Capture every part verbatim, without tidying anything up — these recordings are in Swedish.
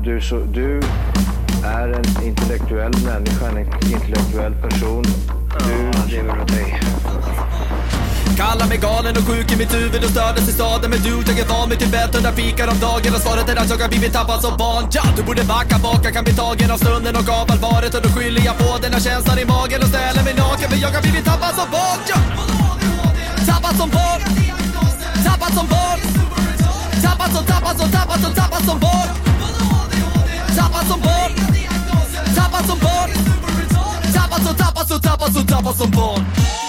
du, så, du är en intellektuell människa, en intellektuell person. Du lever åt dig. Kallar mig galen och sjuk i mitt huvud och stördes i staden. Men du, jag är van vid Tibet under fikar om dagen. Och svaret är att jag har blivit tappad som barn. Ja, du borde backa bak, jag kan bli tagen av stunden och av allvaret. Och då skyller jag på den här känslan i magen och ställer mig naken. För jag har blivit tappad som barn. Ja. Tappad som barn. Tappad som barn. Tappad som, tappad som, tappad som, tappad som barn. Tappad som barn. Tappad som barn. Tappad som, tappad som, tappad som, tappad som barn.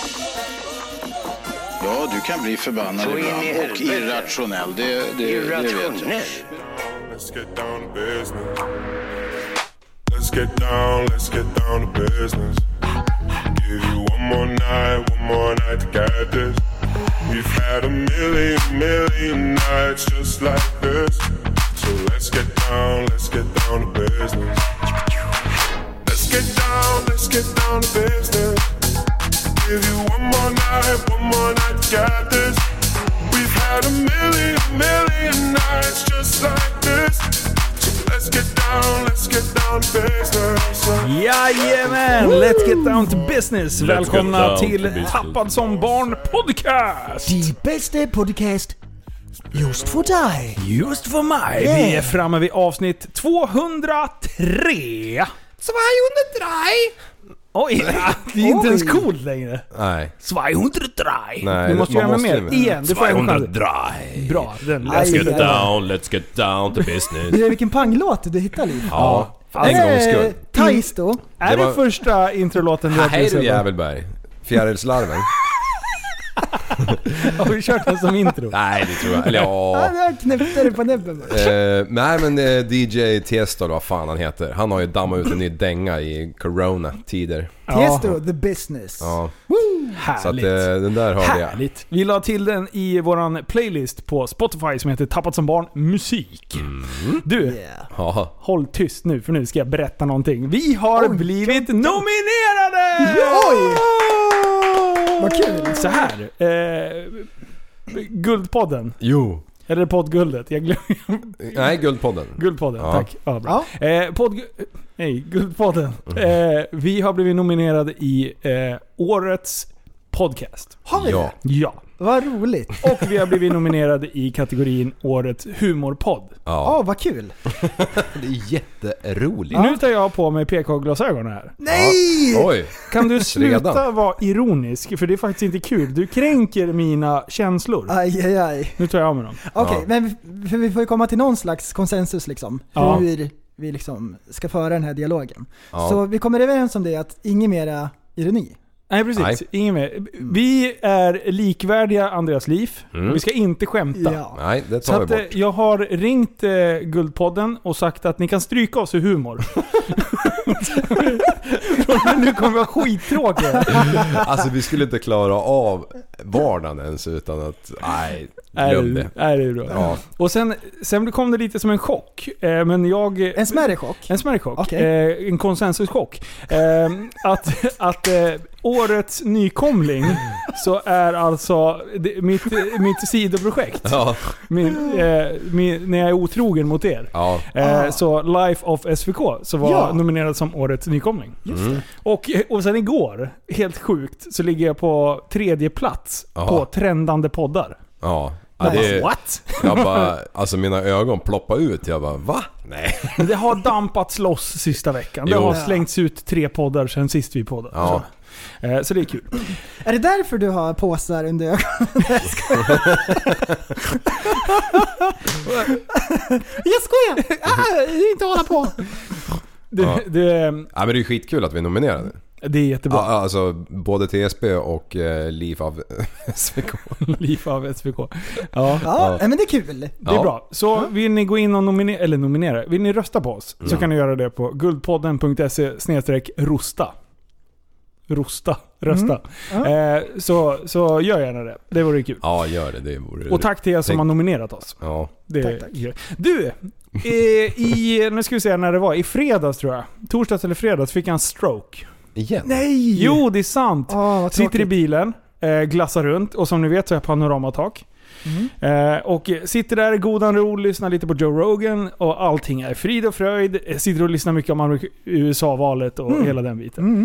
Ja, du kan bli förbannad ibland och irrationell. Det, det, det vet jag. Let's get down to business. Let's get down, let's get down to business. Give you one more night, one more night to get this. We've had a million, million nights just like this. So let's get down, let's get down to business. Let's get down, let's get down to business. Give you one more night, one more night to get this. We've had a million, million nights just like this. So let's get down, let's get down to business. Jajamän, let's get down to business. Välkomna till Tappad som barn podcast. Die bästa podcast just för dig. Just för mig. Yeah. Vi är framme vid avsnitt tvåhundratre. tvåhundratre. Oj, det är inte ens coolt längre. Nej. tvåhundratre. Nej, du måste göra med mer. Med. Igen, du får en chans. Bra. Den. Let's get down, let's get down to business. Det är vilken panglåt du hittar, Liv. Ja, för en gångs skull. Thais då. Är det, var... det första introlåten du har hej du Jävelberg. Fjärilslarven. Har vi kört den som intro? Nej, det tror jag. Eller ja. Ja, knäppte det på näbben. eh, nej, men eh, D J Tiesto, vad fan han heter. Han har ju dammat ut en ny dänga i corona-tider. Tiesto, the business. Ja. Woo! Härligt. Så att eh, den där har Härligt. Vi la till den i våran playlist på Spotify som heter Tappat som barn musik. Mm. Du, Yeah. Ja. håll tyst nu för nu ska jag berätta någonting. Vi har Oj, blivit nominerade! Oj! Vad kul. Så här. Eh, Guldpodden. Jo. Eller poddguldet. Jag glömmer. Nej, Guldpodden. Guldpodden, Ja. tack. Ja, bra. Ja. Eh, podd... Nej, Guldpodden. Eh, vi har blivit nominerade i eh, årets podcast. Har vi Ja. det? Ja. Vad roligt. Och vi har blivit nominerade i kategorin årets humorpodd. Ja, Ja. oh, vad kul. Det är jätteroligt. Nu tar jag på mig P K-glasögonen här. Nej! Ja. Oj. Kan du sluta Redan? vara ironisk? För det är faktiskt inte kul. Du kränker mina känslor. Aj, aj, aj. Nu tar jag av mig dem. Okej, Ja. men vi, för vi får ju komma till någon slags konsensus liksom. Ja. Hur vi liksom ska föra den här dialogen. Ja. Så vi kommer överens om det, att ingen mera ironi. Nej, precis. Nej. Ingen mer. Vi är likvärdiga Andreas Liv. Mm. Vi ska inte skämta. Ja. Nej, det Så tar vi att, eh, bort. jag har ringt eh, Guldpodden och sagt att ni kan stryka oss i humor. Nu kommer vi vara skittråkiga. Alltså vi skulle inte klara av vardagen ens utan att, nej, glöm det. Är det bra. Ja. Och sen, sen kom det lite som en chock. Eh, men jag... En smärre chock. En smärre chock. Okej. Eh, en konsensuschock. Eh, att att eh, årets nykomling så är alltså det, mitt, mitt sidoprojekt. Ja. Min, eh, min, när jag är otrogen mot er. Ja. Eh, Ah. Så Life of S V K så var Ja. nominerad som årets nykomling. Just Mm. det. Och, och sen igår, helt sjukt, så ligger jag på tredje plats Aha. på trendande poddar. Ja. Ja, det är, What? jag bara, alltså mina ögon ploppar ut. Jag bara, va? Nej. Men det har dampats loss sista veckan. Det Jo. har slängts ut tre poddar sen sist vi poddade. Ja. Så, eh, så det är kul. Är det därför du har påsar under ögonen? Jag skojar. Jag skojar! Ah, inte hålla på. Det, Ja. det, Ja, men det är ju skitkul att vi är nominerade. det är jättebra. Ja, alltså både T S B och eh, Liv av S V K. Liv av S V K. Ja. Ja, men det är kul. Det är Ja. bra. Så vill ni gå in och nominera, eller nominera, vill ni rösta på oss så Ja. kan ni göra det på guldpodden punkt se snedstreck rosta. Rosta. Rösta. Mm. Eh, så, så gör gärna det. Det vore kul. Ja, gör det. Det vore... Och tack till er som Tänk- har nominerat oss. Ja. Det Tack, tack. gör- Du, eh, i, nu ska vi se när det var. I fredags tror jag. Torsdags eller fredags fick jag en stroke. Igen? Nej! Jo, det är sant. Åh, vad Sitter i tråkigt. bilen, eh, glassar runt och som ni vet så är jag panoramatak. Mm. Eh, och sitter där i godan ro, lyssnar lite på Joe Rogan och allting är frid och fröjd. Sitter och lyssnar mycket om U S A-valet och mm. hela den biten. Mm.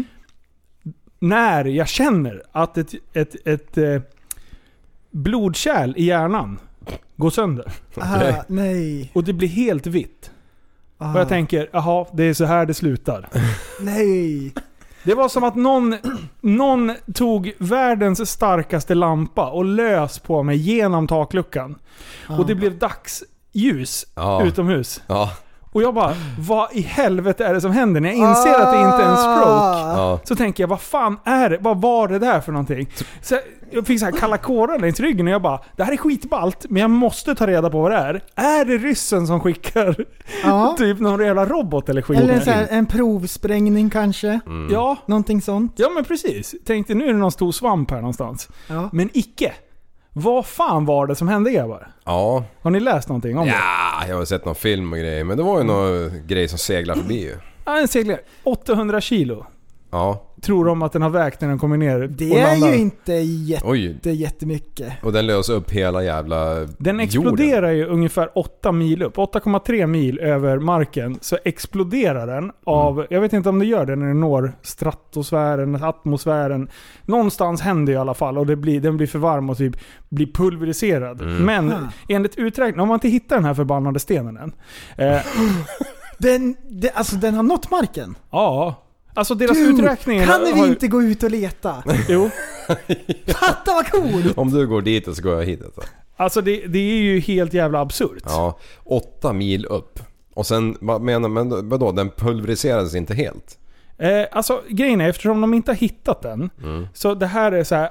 När jag känner att ett, ett, ett, ett eh, blodkärl i hjärnan går sönder. Ah, nej. Och det blir helt vitt. Ah. Och jag tänker, jaha, det är så här det slutar. Nej. Det var som att någon, någon tog världens starkaste lampa och lös på mig genom takluckan. Ah. Och det blev dagsljus ah. utomhus. Ah. Och jag bara, vad i helvete är det som händer? När jag inser ah. att det inte är en stroke ah. så tänker jag, vad fan är det? Vad var det där för någonting? Så jag fick så här kalla kårar längs ryggen och jag bara, det här är skitballt, men jag måste ta reda på vad det är. Är det ryssen som skickar ah. typ någon jävla robot eller skit? Eller så här, en provsprängning kanske? Mm. Ja. Någonting sånt? Ja, men precis. Tänkte, nu är det någon stor svamp här någonstans. Ja. Men icke. Vad fan var det som hände, grabbar? Ja. Har ni läst någonting om ja, det? Ja, jag har sett någon film och grejer. Men det var ju någon grej som seglar förbi ju. Ja, en seglar. åttahundra kilo. Ja. Tror de att den har vägt när den kommer ner. Det är ju inte jätte, jättemycket. Och den löser upp hela jävla Den exploderar jorden. Ju ungefär åtta mil upp. åtta komma tre mil över marken. Så exploderar den av, mm. jag vet inte om det gör det när den når stratosfären, atmosfären. Någonstans händer i alla fall. Och det blir, den blir för varm och typ blir pulveriserad. Mm. Men ah. enligt uträkning, om man inte hittar den här förbannade stenen än. Eh, den, det, alltså den har nått marken? Ja. Alltså deras du, uträkningar kan vi har... inte gå ut och leta? Jo. Fatta vad coolt! Om du går dit och så går jag hit. Alltså, alltså det, det är ju helt jävla absurt. Ja, åtta mil upp. Och sen, men, men vadå, den pulveriserades inte helt? Eh, alltså grejen är, eftersom de inte har hittat den mm. så det här är så här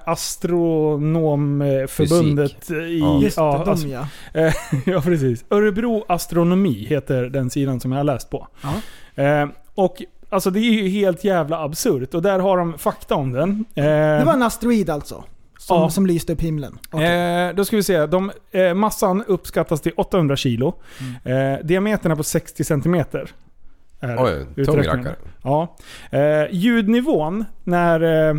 astronomförbundet i, ja. Just det, ja, de, alltså, ja. Eh, ja, precis. Örebro Astronomi heter den sidan som jag har läst på. Eh, och alltså det är ju helt jävla absurt. Och där har de fakta om den. Eh, det var en asteroid alltså? Som, ja. som lyste upp himlen? Okay. Eh, då ska vi se. De, eh, massan uppskattas till åttahundra kilo. Mm. Eh, diametern är på sextio centimeter. Oj, tung rackare. Ja. Eh, ljudnivån när, eh,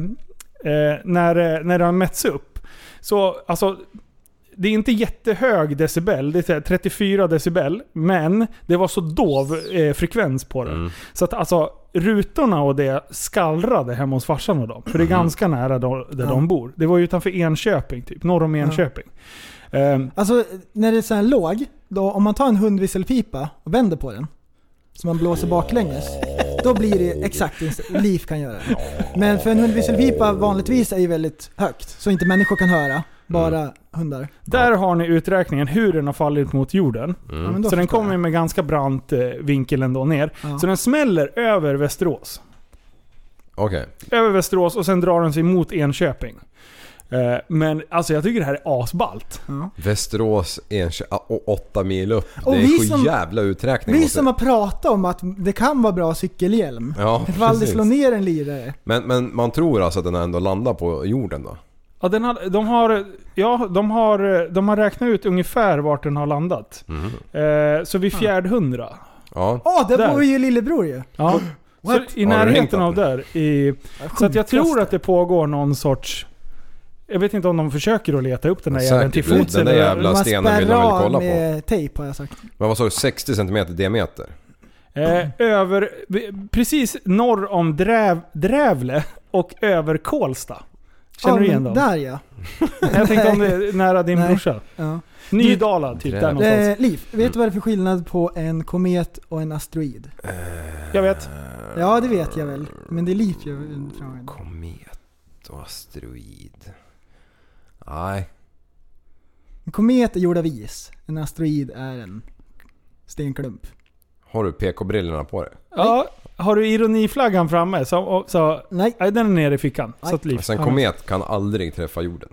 när, när den mäts upp. Så alltså... Det är inte jättehög decibel, det är trettiofyra decibel, men det var så dov eh, frekvens på den. Mm. Så att alltså rutorna och det skallrade hemma hos farsan och dem. För det är ganska nära då, där ja. de bor. Det var utanför Enköping typ, norr om Enköping. Ja. Um, alltså när det är så här låg, då, om man tar en hundvisselpipa och vänder på den, så man blåser baklänges, då blir det exakt det Liv kan göra. Men för en hundvisselpipa vanligtvis är ju väldigt högt, så inte människor kan höra. Bara mm. hundar. Där ja. har ni uträkningen hur den har fallit mot jorden. Mm. Ja, så den kommer med ganska brant eh, vinkel ändå ner. Ja. Så den smäller över Västerås. Okej. Okay. Över Västerås och sen drar den sig mot Enköping. Eh, men alltså jag tycker det här är asballt. Ja. Västerås, Enköping och åtta mil upp. Och det är så jävla uträkning. Vi som har pratat om att det kan vara bra cykelhjälm. Ja, ifall det slår ner en lirare. Men, men man tror alltså att den ändå landar på jorden då? Ja, den har, de har, ja, de har, de har räknat ut ungefär vart den har landat. Mm. Eh, så vid fjärdhundra. Ja. Åh, oh, det var ju lillebror ju. Ja. Så i närheten av där. I, så att jag tror att det pågår någon sorts... Jag vet inte om de försöker att leta upp den där jäveln till fots. Den där jävla stenen vill de väl kolla på. Med tejp har jag sagt. Men vad sa du? sextio centimeter diameter? Eh, över, precis norr om Dräv, Drävle och över Kolsta. Känner du igen dem? Där ja. Jag tänkte om det är nära din Nej. brorsa. Ja. Nydala typ där någonstans. Eh, Liv, vet du vad det är för skillnad på en komet och en asteroid? Uh, jag vet. Ja, det vet jag väl. Men det är Liv jag vill fråga. Komet och asteroid. Nej. En komet är gjord av is. En asteroid är en stenklump. Har du P K-brillorna på dig? Ja. Har du ironiflaggan framme? Så, så, nej. Nej, den är nere i fickan. Så att Liv. Alltså en komet kan aldrig träffa jorden.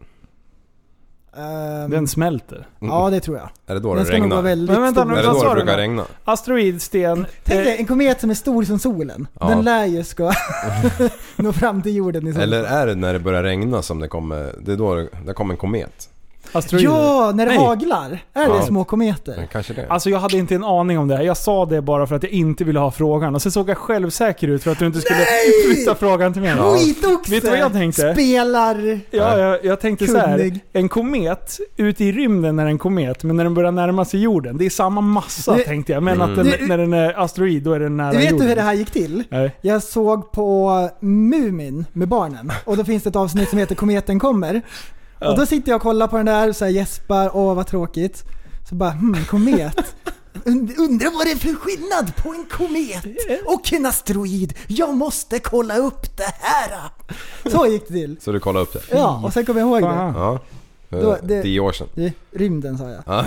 Um, den smälter. Mm. Ja, det tror jag. Är det då den det regnar? Men vänta, är det då det brukar regna? Asteroidsten. Tänk dig, en komet som är stor som solen. Ja. Den lär ju ska nå fram till jorden i Eller är det när det börjar regna som det kommer... Det är då det kommer en komet? Asteroider. Ja, när det Nej. haglar. Är Ja. det små kometer? Men kanske det. Alltså jag hade inte en aning om det här. Jag sa det bara för att jag inte ville ha frågan. Och så såg jag självsäker ut för att du inte skulle Nej! flytta frågan till mig. Skitoxe! Vet du vad jag tänkte? Spelar... Ja, jag, jag tänkte så här. Kunnig. En komet, ute i rymden är en komet, men när den börjar närma sig jorden, det är samma massa Det- tänkte jag. Men att den, Det- när den är asteroid, då är den nära Du vet jorden. du hur det här gick till? Nej. Jag såg på Mumin med barnen och då finns det ett avsnitt som heter Kometen kommer. Och då sitter jag och kollar på den där och så här gäspar, åh vad tråkigt. Så bara, hmm, komet. Und- Undrar vad det är för skillnad på en komet och en asteroid. Jag måste kolla upp det här. Så gick det till. Så du kollar upp det? Ja, och sen kommer jag ihåg det. Fan. Ja. Då- det- Tio år sedan. Det, rymden sa jag. Ja.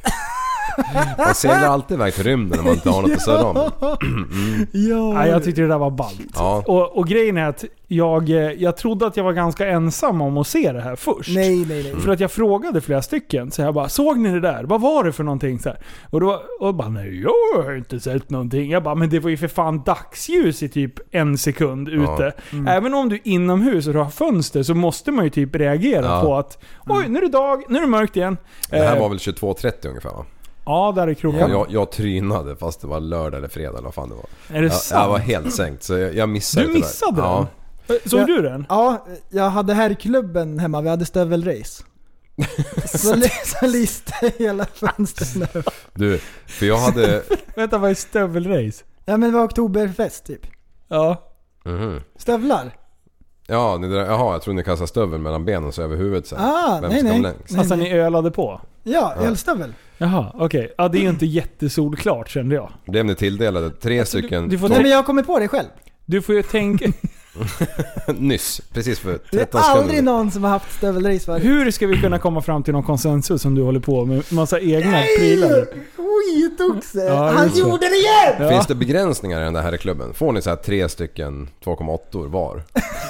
Man seglar alltid iväg till rymden när man inte har något att säga om. Ja. Nej, jag tyckte det där var ballt. Ja. Och, och grejen är att jag, eh, jag trodde att jag var ganska ensam om att se det här först. Nej, nej, nej. För att jag frågade flera stycken. Så jag bara, såg ni det där? Vad var det för någonting? Så här. Och då och bara, nej jag har inte sett någonting. Jag bara, men det var ju för fan dagsljus i typ en sekund ute. Mm. Även om du är inomhus och du har fönster så måste man ju typ reagera Ja. på att, oj nu är det dag, nu är det mörkt igen. Det här Eh, var väl tjugotvå trettio ungefär va? Ja, där är krokarna. Jag, jag trynade fast det var lördag eller fredag eller vad fan det var. Är det Jag, sant? jag var helt sänkt så jag, jag missade Du det där. missade Ja. den? Såg Ja. du den? Ja, jag hade här i klubben hemma, vi hade stövelrace. Så, li- så lyste hela fönstren upp. Du, för jag hade... Vänta, vad är stövelrace? Ja men det var oktoberfest typ. Ja. Mhm. Stövlar? Ja, ni, jaha, jag tror ni kastade stöveln mellan benen så över huvudet sen. Ah, Vem nej, ska nej. vara längst? Nej, Alltså nej. ni ölade på? Ja, elstövel. Jaha, okej. Ja, det är ju inte jättesolklart kände jag. Blev ni tilldelade tre stycken... du får Nej men jag kommer på det själv. Du får ju tänka... Nyss, precis för Det är tretton aldrig sekunder. någon som har haft stövelrace förut. Hur ska vi kunna komma fram till någon konsensus som du håller på med massa egna prylar? Skitoxe! Ja, Han just det. gjorde det igen! Ja. Finns det begränsningar i den här klubben? Får ni så här tre stycken två komma åtta var?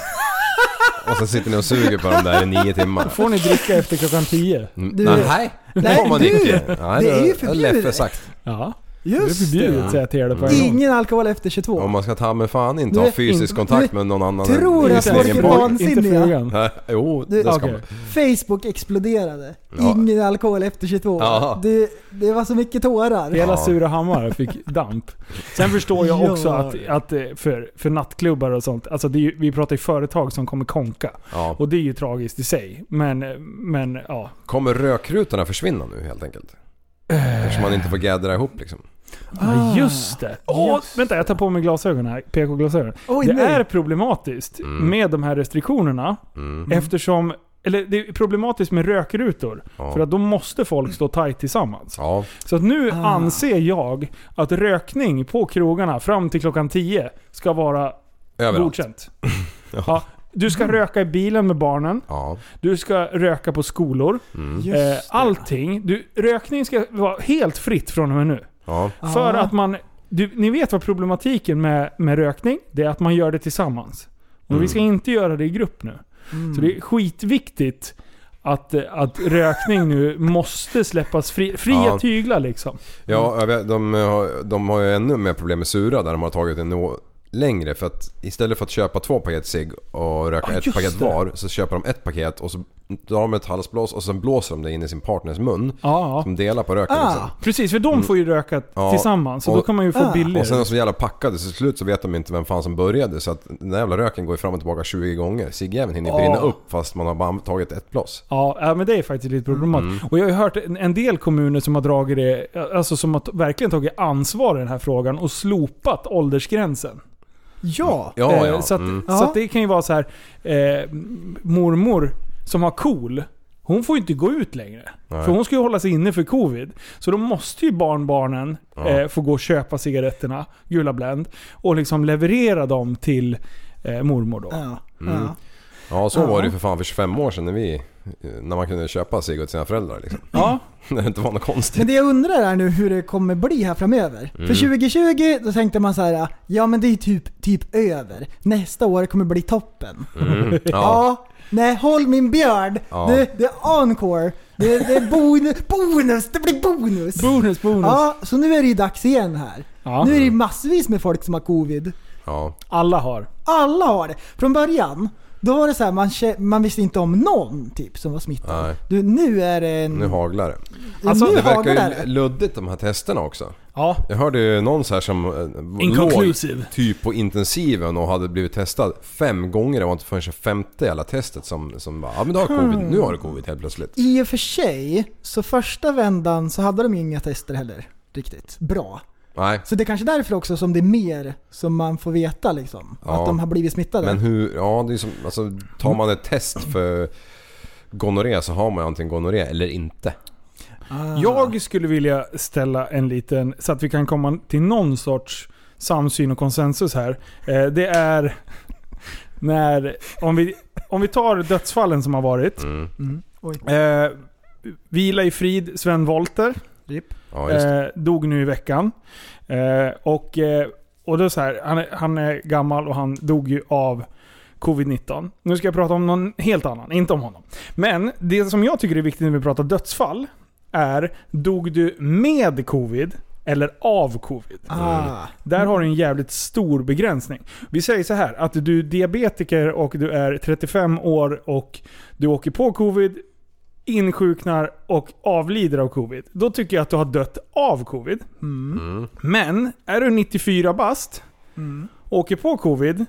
Och så sitter ni och suger på dem där i nio timmar. Får ni dricka efter klockan tio? Mm, Du- nej, det Nej, får man du- inte. Nej, det är ju har förbjudet. Leffe sagt. Ja, det är Just förbjudet det. säger jag till er på en gång. Ingen alkohol efter tjugotvå. Och man ska ta med fan inte Du- ha fysisk in- kontakt du- med någon annan tror än att sin folk egen är partner. vansinniga. Inte frugan. Nej, Jo, Du- det ska Okej. man. Facebook exploderade. Ja. Ingen alkohol efter tjugotvå. Ja. Det, det var så mycket tårar. Hela Ja. Surahammar fick damp. Sen förstår jag Ja. också att, att eh, för, för nattklubbar och sånt, alltså det är ju, vi pratar ju företag som kommer konka. Ja. Och det är ju tragiskt i sig. Men, men ja. Kommer rökrutorna försvinna nu helt enkelt? Eftersom man inte får gaddra ihop liksom. Ah, just det. Åh, Just vänta, jag tar på mig glasögon här. P K-glasögon. Oj, Det nej. är problematiskt Mm. med de här restriktionerna Mm. eftersom, eller det är problematiskt med rökrutor. Ja. För att då måste folk stå tajt tillsammans. Ja. Så att nu Ah. anser jag att rökning på krogarna fram till klockan tio ska vara Överallt. godkänt. Ja. Du ska röka i bilen med barnen. Ja. Du ska röka på skolor. Mm. Just Eh, det. allting. Du, rökning ska vara helt fritt från och med nu. Ja. För Ja. att man... Du, ni vet vad problematiken med, med rökning? Det är att man gör det tillsammans. Och Mm. vi ska inte göra det i grupp nu. Mm. Så det är skitviktigt att, att rökning nu måste släppas fri. Fria Ja. tyglar liksom. Ja, jag vet, de, har, de har ju ännu mer problem med sura där de har tagit en nå längre för att istället för att köpa två paket cigg och röka Ja, ett just paket det. var så köper de ett paket och så drar de ett halsblås och sen blåser de det in i sin partners mun Ja, som delar på röken Ah. liksom. precis. För de får ju röka Ja. tillsammans. Så Och- då kan man ju få Ah. billigare. Och sen är de så jävla packade så till slut så vet de inte vem fan som började så att den där jävla röken går ju fram och tillbaka tjugo gånger. Ciggjäveln hinner Ja. brinna upp fast man har bara tagit ett blås. Ja, ja, men det är faktiskt lite problematiskt. Mm. Och jag har ju hört en, en del kommuner som har dragit det, alltså som har t- verkligen tagit ansvar i den här frågan och slopat åldersgränsen. Ja. Ja, Eh, ja. Så, att, Mm. så Ja. att det kan ju vara så här eh, mormor som har KOL, hon får ju inte gå ut längre. Nej. För hon ska ju hålla sig inne för covid. Så då måste ju barnbarnen Ja. eh, få gå och köpa cigaretterna, Gula Blend, och liksom leverera dem till eh, mormor då. Ja. Mm. Ja. Ja, så Ja. var det ju för fan för tjugofem år sedan när vi när man kunde köpa cigg åt sina föräldrar liksom. Ja. När det inte var något konstigt. Men det jag undrar är nu hur det kommer bli här framöver. Mm. För tjugo tjugo då tänkte man så här: ja men det är typ, typ över. Nästa år kommer bli toppen. Mm. Ja. Ja. Nej, håll min björn. Ja. Det, det är encore. Det, det är bonus, bonus, det blir bonus. Bonus, bonus. Ja, så nu är det ju dags igen här. Ja. Nu är det massvis med folk som har covid. Ja. Alla har. Alla har det. Från början Då var det så här, man, man visste inte om någon typ som var smittad. Du, nu är det en... Nu haglar det. Alltså, nu det verkar ju det. luddigt de här testerna också. Ja. Jag hörde ju någon så här som låg typ på intensiven och hade blivit testad fem gånger. Det var inte förrän femte jävla testet som, som bara, ja men du har covid, nu har du covid helt plötsligt. I och för sig, så första vändan så hade de inga tester heller riktigt bra. Nej. Så det är kanske därför också som det är mer som man får veta liksom. Ja. Att de har blivit smittade. Men hur, ja det är som, alltså tar man ett test för gonorré så har man antingen gonorré eller inte. Ah. Jag skulle vilja ställa en liten, så att vi kan komma till någon sorts samsyn och konsensus här. Eh, det är när, om vi, om vi tar dödsfallen som har varit. Mm. Mm. Oj. Eh, vila i frid, Sven Wollter. Ja, eh, dog nu i veckan. Eh, och, eh, och då så här, han är, han är gammal och han dog ju av covid nitton. Nu ska jag prata om någon helt annan, inte om honom. Men det som jag tycker är viktigt när vi pratar dödsfall är, dog du med covid eller av covid? Ah. Där har du en jävligt stor begränsning. Vi säger så här, att du är diabetiker och du är trettiofem år och du åker på covid, insjuknar och avlider av covid. Då tycker jag att du har dött av covid. Mm. Mm. Men är du nittiofyra bast, mm. åker på covid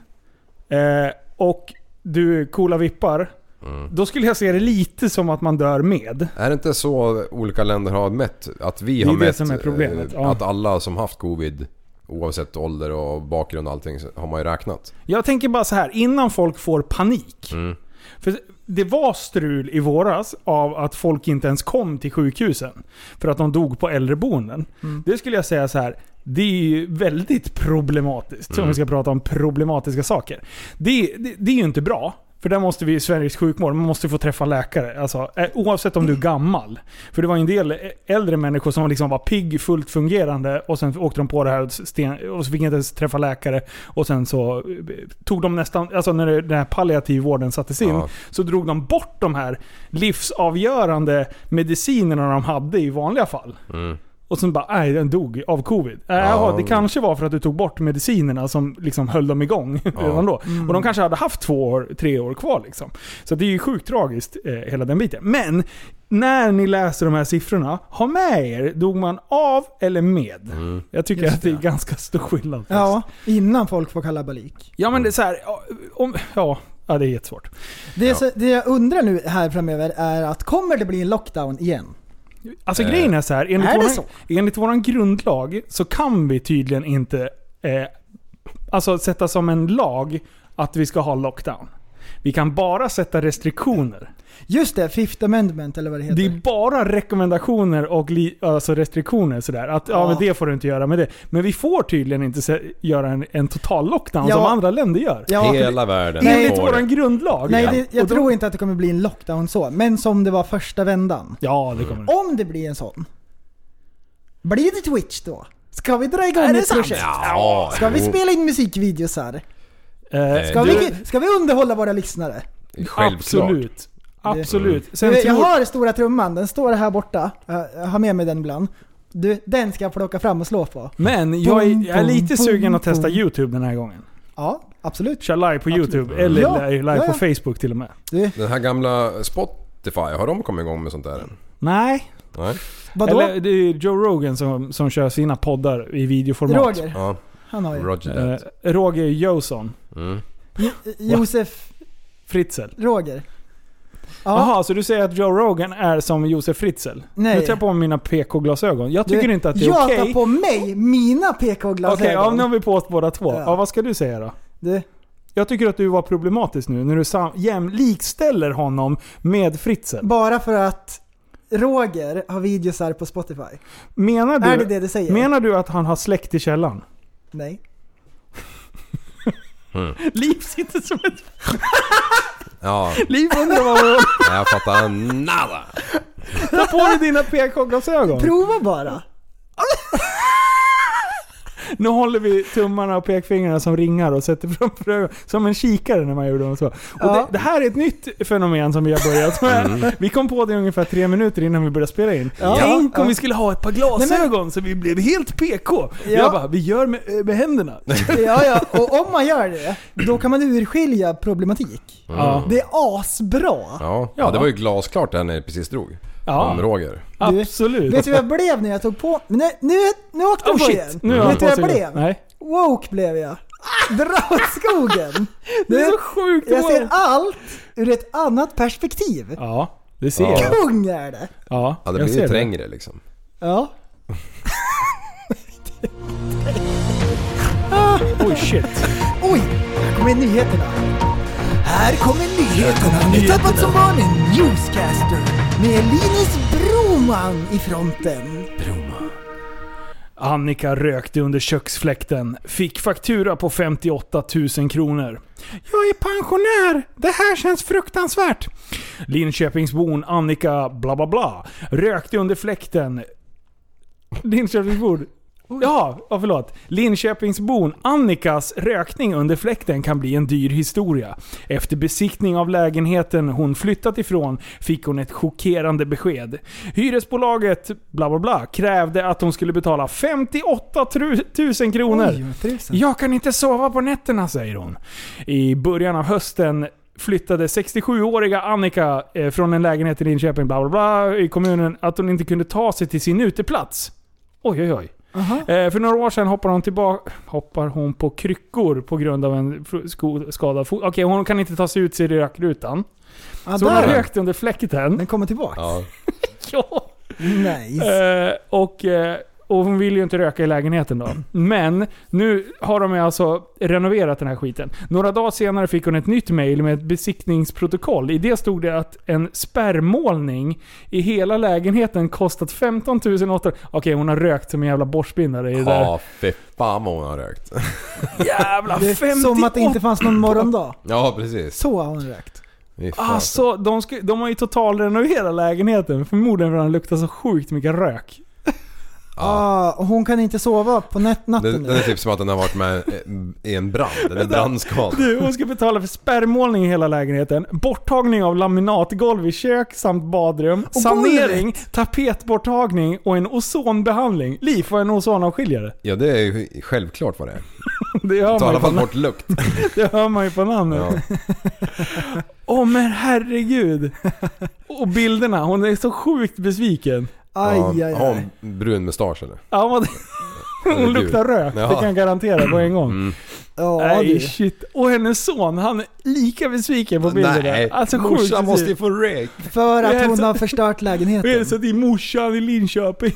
eh, och du coola vippar, mm. då skulle jag se det lite som att man dör med. Är det inte så olika länder har mätt att vi har mätt som är problemet. Eh, att alla som haft covid oavsett ålder och bakgrund och allting har man ju räknat. Jag tänker bara så här, innan folk får panik. Mm. För det var strul i våras av att folk inte ens kom till sjukhusen för att de dog på äldreboenden. Mm. Det skulle jag säga så här, det är ju väldigt problematiskt. Mm. Om vi ska prata om problematiska saker. Det, det, det är ju inte bra. För där måste vi i Sveriges sjukvård, man måste få träffa läkare. Alltså, oavsett om du är gammal. För det var en del äldre människor som liksom var pigg, fullt fungerande. Och sen åkte de på det här sten, och så fick inte ens träffa läkare. Och sen så tog de nästan, alltså när den här palliativvården sattes in, ja. Så drog de bort de här livsavgörande medicinerna de hade i vanliga fall. Mm. Och sen bara, nej, den dog av covid. Äh, ja. Det kanske var för att du tog bort medicinerna som liksom höll dem igång ja. redan då. Mm. Och de kanske hade haft två år, tre år kvar liksom. Så det är ju sjukt tragiskt, eh, hela den biten. Men när ni läser de här siffrorna, ha med er, dog man av eller med? Mm. Jag tycker Just att det är det. ganska stor skillnad. Ja, innan folk får kalabalik. Ja, men det är så här, om, ja, ja, det är jättesvårt. Det, är ja. så, det jag undrar nu här framöver är att kommer det bli en lockdown igen? Alltså äh, grejen är så här, enligt, är våran, så? enligt våran grundlag så kan vi tydligen inte eh, alltså sätta som en lag att vi ska ha lockdown. Vi kan bara sätta restriktioner. Just det, Fifth Amendment eller vad det heter. Det är bara rekommendationer och li, alltså restriktioner sådär. Att ja. ja, men det får du inte göra med det. Men vi får tydligen inte se, göra en, en total lockdown ja. som andra länder gör. Ja, hela världen. Enligt våran grundlag. Nej, det, jag och tror de, inte att det kommer bli en lockdown så. Men som det var första vändan. Ja, det kommer det. Om det blir en sån. Blir det Twitch då? Ska vi dra igång ett projekt? Ja. Ska vi spela in musikvideos här? Eh, ska, du, vi, ska vi underhålla våra lyssnare? Självklart. Absolut. Absolut. Sen jag tror... har stora trumman, den står här borta. Jag har med mig den ibland. Du, den ska jag plocka fram och slå på. Men jag är, jag är lite sugen att testa YouTube den här gången. Ja, absolut. Kör live på absolut. YouTube eller ja, live ja, ja. på Facebook till och med. Du. Den här gamla Spotify, har de kommit igång med sånt där än? Nej. Nej. Vadå? Eller det är Joe Rogan som, som kör sina poddar i videoformat. Roger. Ja. Han har ju. Roger, eh, Roger Josson. Mm. Josef Fritzl. Roger. Jaha, ja. Så du säger att Joe Rogan är som Josef Fritzl? Nej. Nu tar jag på mina P K-glasögon. Jag tycker du, inte att det är okej. Jag tar på mig mina P K-glasögon. Okej, okay, ja, nu har vi på oss båda två. Ja. Ja, vad ska du säga då? Du. Jag tycker att du var problematisk nu när du sam- jäm- likställer honom med Fritzl. Bara för att Roger har videosar på Spotify. Menar du, är det det du säger? Menar du att han har släkt i källan? Nej. Mm. Liv sitter som ett... Ja. Liv undrar vad hon... Jag fattar nada. Ta på dig dina P K-glasögon. Prova bara. Nu håller vi tummarna och pekfingrarna som ringar och sätter framför ögonen som en kikare när man gör dem och så. Och ja. det, det här är ett nytt fenomen som vi har börjat med. Mm. Vi kom på det ungefär tre minuter innan vi började spela in. Ja. Tänk om ja. vi skulle ha ett par glasögon. Men, så vi blev helt P K. Ja. Jag bara, vi gör med, med händerna. Ja, ja, och om man gör det, då kan man urskilja problematik. Mm. Det är asbra. Ja. ja, det var ju glasklart där när jag precis drog. Ja. Om Roger. Du, absolut. Vet du vad jag blev när jag tog på? Nu, nu, nu åkte oh, på shit. igen. Nu vet du vad jag blev? Nej. Woke blev jag. Dra åt skogen. Det är så sjukt. Jag ser allt ur ett annat perspektiv. Ja, det ser ja. jag. Kung är det. Ja, ja det blir ju trängre liksom. Ja. ah, oj shit. Oj, här kommer nyheterna. Här kommer nyheterna. Ni tappat som var en newscaster med Linus Broman i fronten. Broman. Annika rökte under köksfläkten. Fick faktura på femtioåtta tusen kronor. Jag är pensionär. Det här känns fruktansvärt. Linköpingsbon Annika bla bla bla rökte under fläkten. Linköpingsbon Ja, ja, förlåt. Linköpingsbon Annikas rökning under fläkten kan bli en dyr historia. Efter besiktning av lägenheten hon flyttat ifrån fick hon ett chockerande besked. Hyresbolaget bla bla bla krävde att hon skulle betala femtioåtta tusen kronor. Oj, jag kan inte sova på nätterna, säger hon. I början av hösten flyttade sextiosjuåriga Annika eh, från en lägenhet i Linköping bla bla bla i kommunen att hon inte kunde ta sig till sin uteplats. Oj oj oj. Uh-huh. Eh, för några år sedan hoppar hon tillbaka hoppar hon på kryckor på grund av en sko- skadad fot. Okej, okay, hon kan inte ta sig ut sig i rökrutan. Ah, så hon har rökt under fläkten. Den kommer tillbaka. Ja. ja. Nice. Eh, och eh, och hon vill ju inte röka i lägenheten då. Men nu har de alltså renoverat den här skiten. Några dagar senare fick hon ett nytt mejl med ett besiktningsprotokoll. I det stod det att en spärrmålning i hela lägenheten kostat femton tusen åttahundra. Okej, hon har rökt som en jävla borstbindare i det där. Ja, fy fan vad hon har rökt. Jävla femtioåtta. Som att det inte fanns någon morgondag. Ja, precis. Så har hon rökt. Alltså, de, ska, de har ju total renoverat lägenheten. Förmodligen för att den luktar så sjukt mycket rök. Ja, ah, och hon kan inte sova på nät- natten. Det, det är typ som att den har varit med i en brand. Den är brandskadad. Du, hon ska betala för spärrmålning i hela lägenheten, borttagning av laminatgolv i kök samt badrum, och sanering, golvet. Tapetborttagning och en ozonbehandling. Liv var en ozonavskiljare. Ja, det är ju självklart vad det är. Det hör man i alla fall bort lukt. Det hör man ju på namnet. Åh, ja. oh, men herregud. Och bilderna, hon är så sjukt besviken. Aj, aj, aj. Har hon brun mustasch eller? Ja, hon luktar rök. Ja. Det kan jag garantera på en gång. Mm. Oh, nej, shit. Och hennes son, han är lika besviken på bilderna. Nej, alltså, morsan måste ju få rök. För att hon har förstört lägenheten. Det är så att det är morsan i Linköping.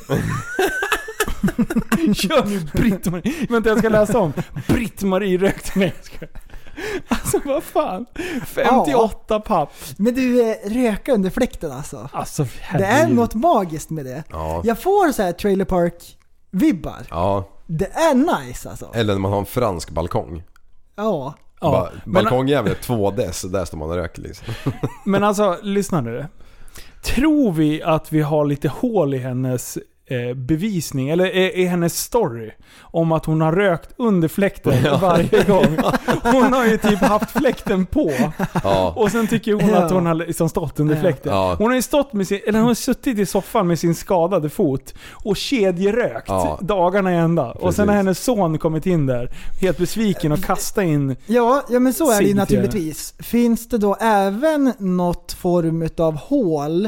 Kör nu Britt-Marie. Vänta, jag ska läsa om. Britt-Marie rökte. Nej, jag ska... Alltså vad fan, femtioåtta ja. Papp. Men du, röka under fläkten alltså, alltså det är något magiskt med det. Ja. Jag får så här trailer park vibbar. Ja. Det är nice alltså. Eller när man har en fransk balkong. Ja. Ba- balkongjävlar två dess, där står man och röker liksom. Men alltså, lyssna nu. Tror vi att vi har lite hål i hennes eh, bevisning, eller är, är hennes story om att hon har rökt under fläkten ja. varje gång? Hon har ju typ haft fläkten på. Ja. Och sen tycker hon att hon har liksom stått under fläkten. Ja. Hon har ju stått med sin, eller hon har suttit i soffan med sin skadade fot och kedjerökt ja. dagarna i ända. Precis. Och sen har hennes son kommit in där helt besviken och kastat in. Ja, ja men så är det ju naturligtvis. Finns det då även något form av hål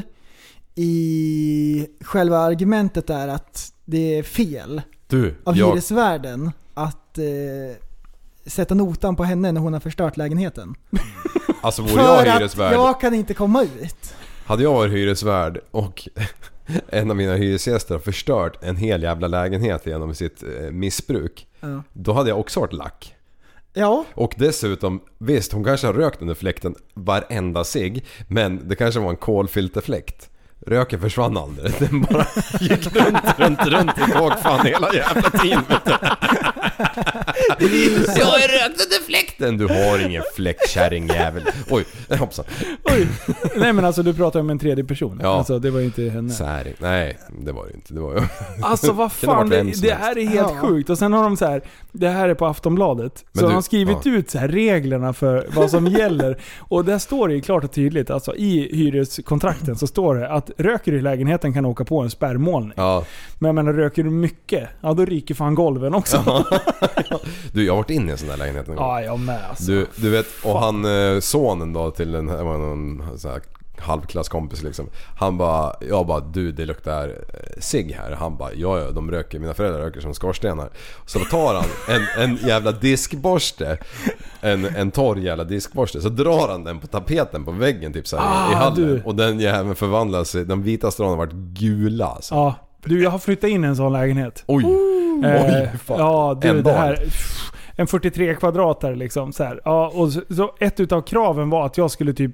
i själva argumentet är att det är fel du, av jag... hyresvärden att eh, sätta notan på henne när hon har förstört lägenheten? Alltså vore jag hyresvärd, jag kan inte komma ut. Hade jag varit hyresvärd och en av mina hyresgäster har förstört en hel jävla lägenhet genom sitt eh, missbruk, ja. då hade jag också varit lack. Ja. Och dessutom, visst, hon kanske har rökt under fläkten varenda sig, men det kanske var en kolfilterfläkt. Röken försvann aldrig. Den bara gick runt, runt, runt i tågfan hela jävla tiden. Jag har rökt under fläkten. Du har ingen fläktkärring jävel. Oj, hoppsan. Oj. Nej men alltså du pratar om en tredje person. Ja. Alltså det var ju inte henne. Säring. Nej, det var det inte. Det var ju... Alltså vad fan, det, det här är helt ja. sjukt. Och sen har de så här, det här är på Aftonbladet. Men så du, de har skrivit ja. ut så här reglerna för vad som gäller. Och där står det ju klart och tydligt, alltså i hyreskontrakten så står det att röker du i lägenheten kan åka på en spärrmålning. Ja. Men jag menar, röker du mycket, ja då ryker fan golven också. Ja. Du, jag har varit inne i en sån där lägenhet en gång. Ja, jag med alltså. Du, du vet, och han, sonen då till den här, var någon så här halvklasskompis liksom. Han bara, jag bara, du det luktar cigg här. Han bara, ja, ja de röker, mina föräldrar röker som skorstenar. Så då tar han en, en jävla diskborste, en, en torr jävla diskborste, så drar han den på tapeten på väggen typ så här, ah, i hallen. Du. Och den jäveln förvandlas, de vita stråna har varit gula alltså. Ja, du jag har flyttat in i en sån lägenhet. Oj, eh, oj fan. Ja, du, det här... En fyrtiotre kvadratare liksom så här. Ja, och så, så ett utav kraven var att jag skulle typ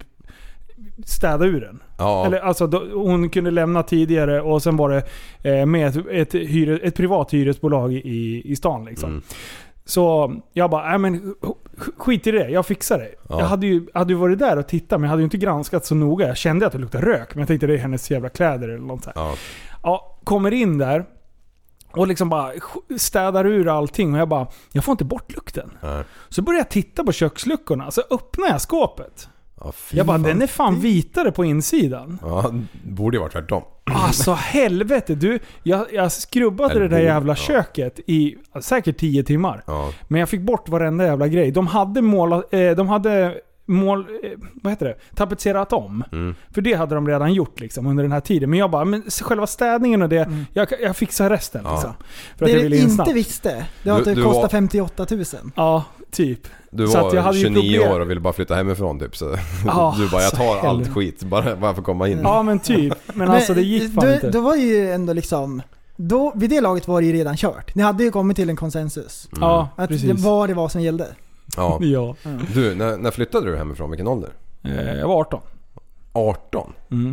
städa ur den. Ja. Eller alltså då, hon kunde lämna tidigare och sen var det eh, med ett, ett, hyre, ett privat hyresbolag i, i stan liksom. Mm. Så jag bara, nej men skit i det, jag fixar det. Ja. Jag hade ju, hade ju varit där och tittat, men jag hade ju inte granskat så noga. Jag kände att det luktade rök, men jag tänkte det är hennes jävla kläder eller något så här. Ja. Ja, kommer in där och liksom bara städar ur allting och jag bara, jag får inte bort lukten. Nej. Så börjar jag titta på köksluckorna, så öppnar jag skåpet. Ja, jag bara, den är fan vitare på insidan. Ja, borde ju varit tvärtom. Alltså helvete, du, jag, jag skrubbade Eller det där jävla ja. köket i säkert tio timmar. Ja. Men jag fick bort varenda jävla grej. De hade målat, eh, de hade mål, eh, vad heter det? Tapetserat om. Mm. För det hade de redan gjort liksom under den här tiden. Men jag bara, men själva städningen och det, mm. jag, jag fixar resten ja. liksom. För det att jag ville inte snabbt. visste, det var att det du, kostar var... femtioåtta tusen. Ja, typ. Du var så att jag hade tjugonio år och ville bara flytta hemifrån typ, så ah, du bara, jag tar allt helvete. skit bara, bara för att komma in. Ja men typ, men, men alltså det gick fan då, inte. Då var ju ändå liksom, då, vid det laget var det ju redan kört. Ni hade ju kommit till en konsensus. Mm. Ja, att precis. Det var det var som gällde. Ja. ja. Du, när, när flyttade du hemifrån? Vilken ålder? Eh, jag var arton. arton? Mm.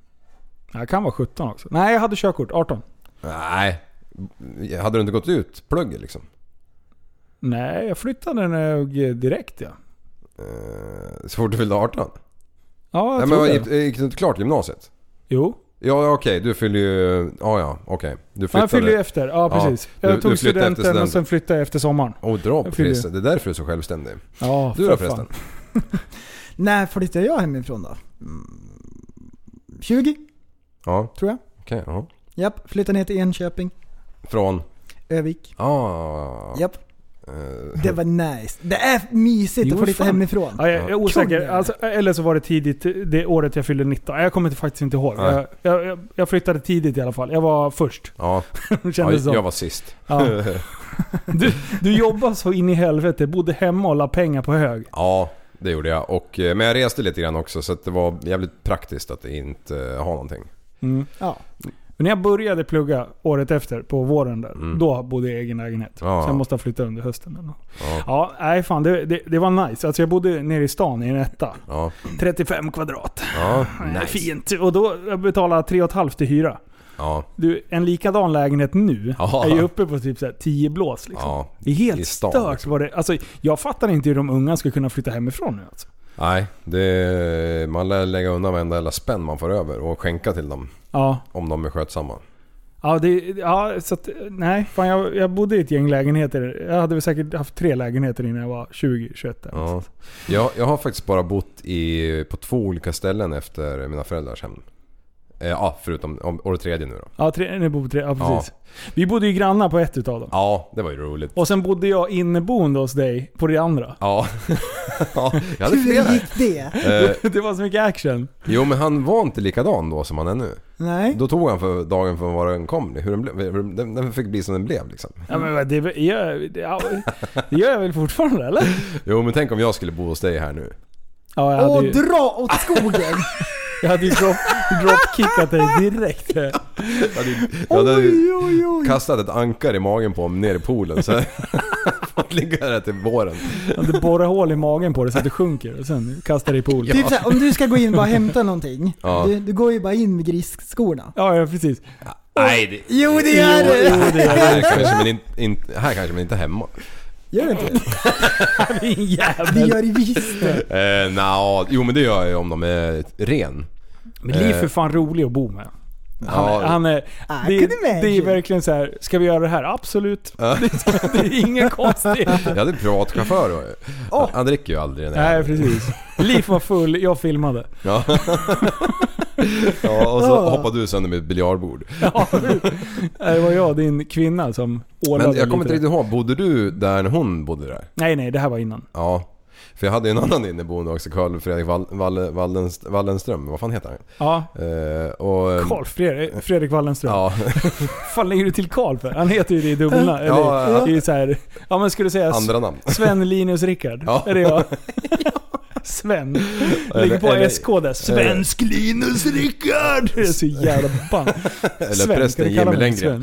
Jag kan vara sjutton också. Nej, jag hade körkort, arton. Nej, hade du inte gått ut plugget liksom? Nej, jag flyttade nog direkt, ja. Eh, så fort du fyllde arton? Ja, jag Nej, tror men det. Gick, gick du inte klart gymnasiet? Jo. Ja, okej. Du fyllde ju... Ja, ja, okej. Du flyttade... Jag fyllde ju efter. Ja, precis. Ja, jag du, tog du studenten student. och sen flyttade jag efter sommaren. Åh, oh, dra på frissen. Det är därför du är så självständig. Ja, du då förresten? När flyttade jag hemifrån då? tjugo? Ja. Tror jag. Okej, okay, ja. Japp, flyttade ner till Enköping. Från? Övik. Ja. Ah. Japp. Det var nice. Det är mysigt jo, att få lite hemifrån. Ja, jag är osäker. Alltså, eller så var det tidigt det året jag fyllde nitton. Jag kommer faktiskt inte ihåg. Jag, jag, jag flyttade tidigt i alla fall. Jag var först. Ja, ja jag var sist. Ja. Du, du jobbade så in i helvete. Bodde hemma och la pengar på hög. Ja, det gjorde jag. Och, men jag reste lite grann också, så att det var jävligt praktiskt att inte ha någonting. Mm. Ja. Men när jag började plugga året efter på våren där, mm. då bodde jag i egen lägenhet. Ja. Så jag måste flytta under hösten. Ja, ja nej fan, det, det, det var nice. Alltså jag bodde nere i stan i en etta. Ja. trettiofem kvadrat. Ja, nice. Fint. Och då betalade jag tre och ett halvt till hyra. Ja. Du, en likadan lägenhet nu ja. är ju uppe på typ så här tio blås. Liksom. Ja. Det är helt stört. Liksom. Var det, alltså, jag fattar inte hur de unga ska kunna flytta hemifrån nu. Alltså. Nej, det, man lär lägga undan varenda jävla spänn man får över och skänka till dem. Ja. Om de är skötsamma. Ja, det, ja så att, nej, fan jag, jag bodde i ett gäng lägenheter. Jag hade väl säkert haft tre lägenheter innan jag var tjugo tjugoett. Ja. Jag, jag har faktiskt bara bott i, på två olika ställen efter mina föräldrars hem. Eh, ja, förutom om, år tredje nu då. Ja, tre, ni bodde tre, ja precis. Ja. Vi bodde ju grannar på ett utav dem. Ja, det var ju roligt. Och sen bodde jag inneboende hos dig på det andra. Ja. Ja, jag hade flera. Hur gick det? Eh, det var så mycket action. Jo, men han var inte likadan då som han är nu. Nej. Då tog han för dagen för vad den kom. Hur den, blev, den, den fick bli som den blev liksom. Ja, men det, det, gör, det, det gör jag väl fortfarande, eller? Jo, men tänk om jag skulle bo hos dig här nu. Ja, jag hade Åh, ju... dra åt skogen! Jag hade ju drop, dropkickat dig direkt. Jag hade, jag hade oj, oj, oj. kastat ett ankar i magen på honom ner i poolen. Så fått ligga där till våren. Jag hade borrat hål i magen på det så att det sjunker. Och sen kastar det i poolen. Ja. Typ såhär, om du ska gå in och bara hämta någonting. Ja. Du, du går ju bara in med grisskorna. Ja, ja precis. Ja. Nej, det... Jo, det är det! Jo, det är det. Här kanske man inte, inte, här kanske man inte hemma. Gör det inte? Det är en jävel. Det gör det visst. Eh, nah, jo men det gör jag om de är ren. Men Liv är fan rolig att bo med. Han, Ja. han är, det, det är verkligen så här. Ska vi göra det här? Absolut. Ja. Det, det är ingen konstigt. Jag hade privatchaufför och Oh. han dricker ju aldrig. Nej, precis. Liv var full, jag filmade. Ja. Ja, och så oh. hoppade du sönder med ett biljardbord. Ja, det var jag, din kvinna som ålade. Men jag kommer inte riktigt ihåg, bodde du där när hon bodde där? Nej, nej, det här var innan. Ja. För jag hade en annan inneboende också, Carl Fredrik Wall, Wall, Wallenst, Wallenström. Vad fan heter han? Ja. Eh, och, Carl Fredrik, Fredrik Wallenström. Ja. Fan lägger du till Carl för? Han heter ju det i dubbelna. Eller, ja, ja. Det är så här, ja men skulle säga andra namn. Sven Linus Rickard. Ja. Är det jag? Sven. Lägger på S K där. Svensk Linus Rickard. Det är så jävla band. Eller Sven, prästen Jimmy Längren.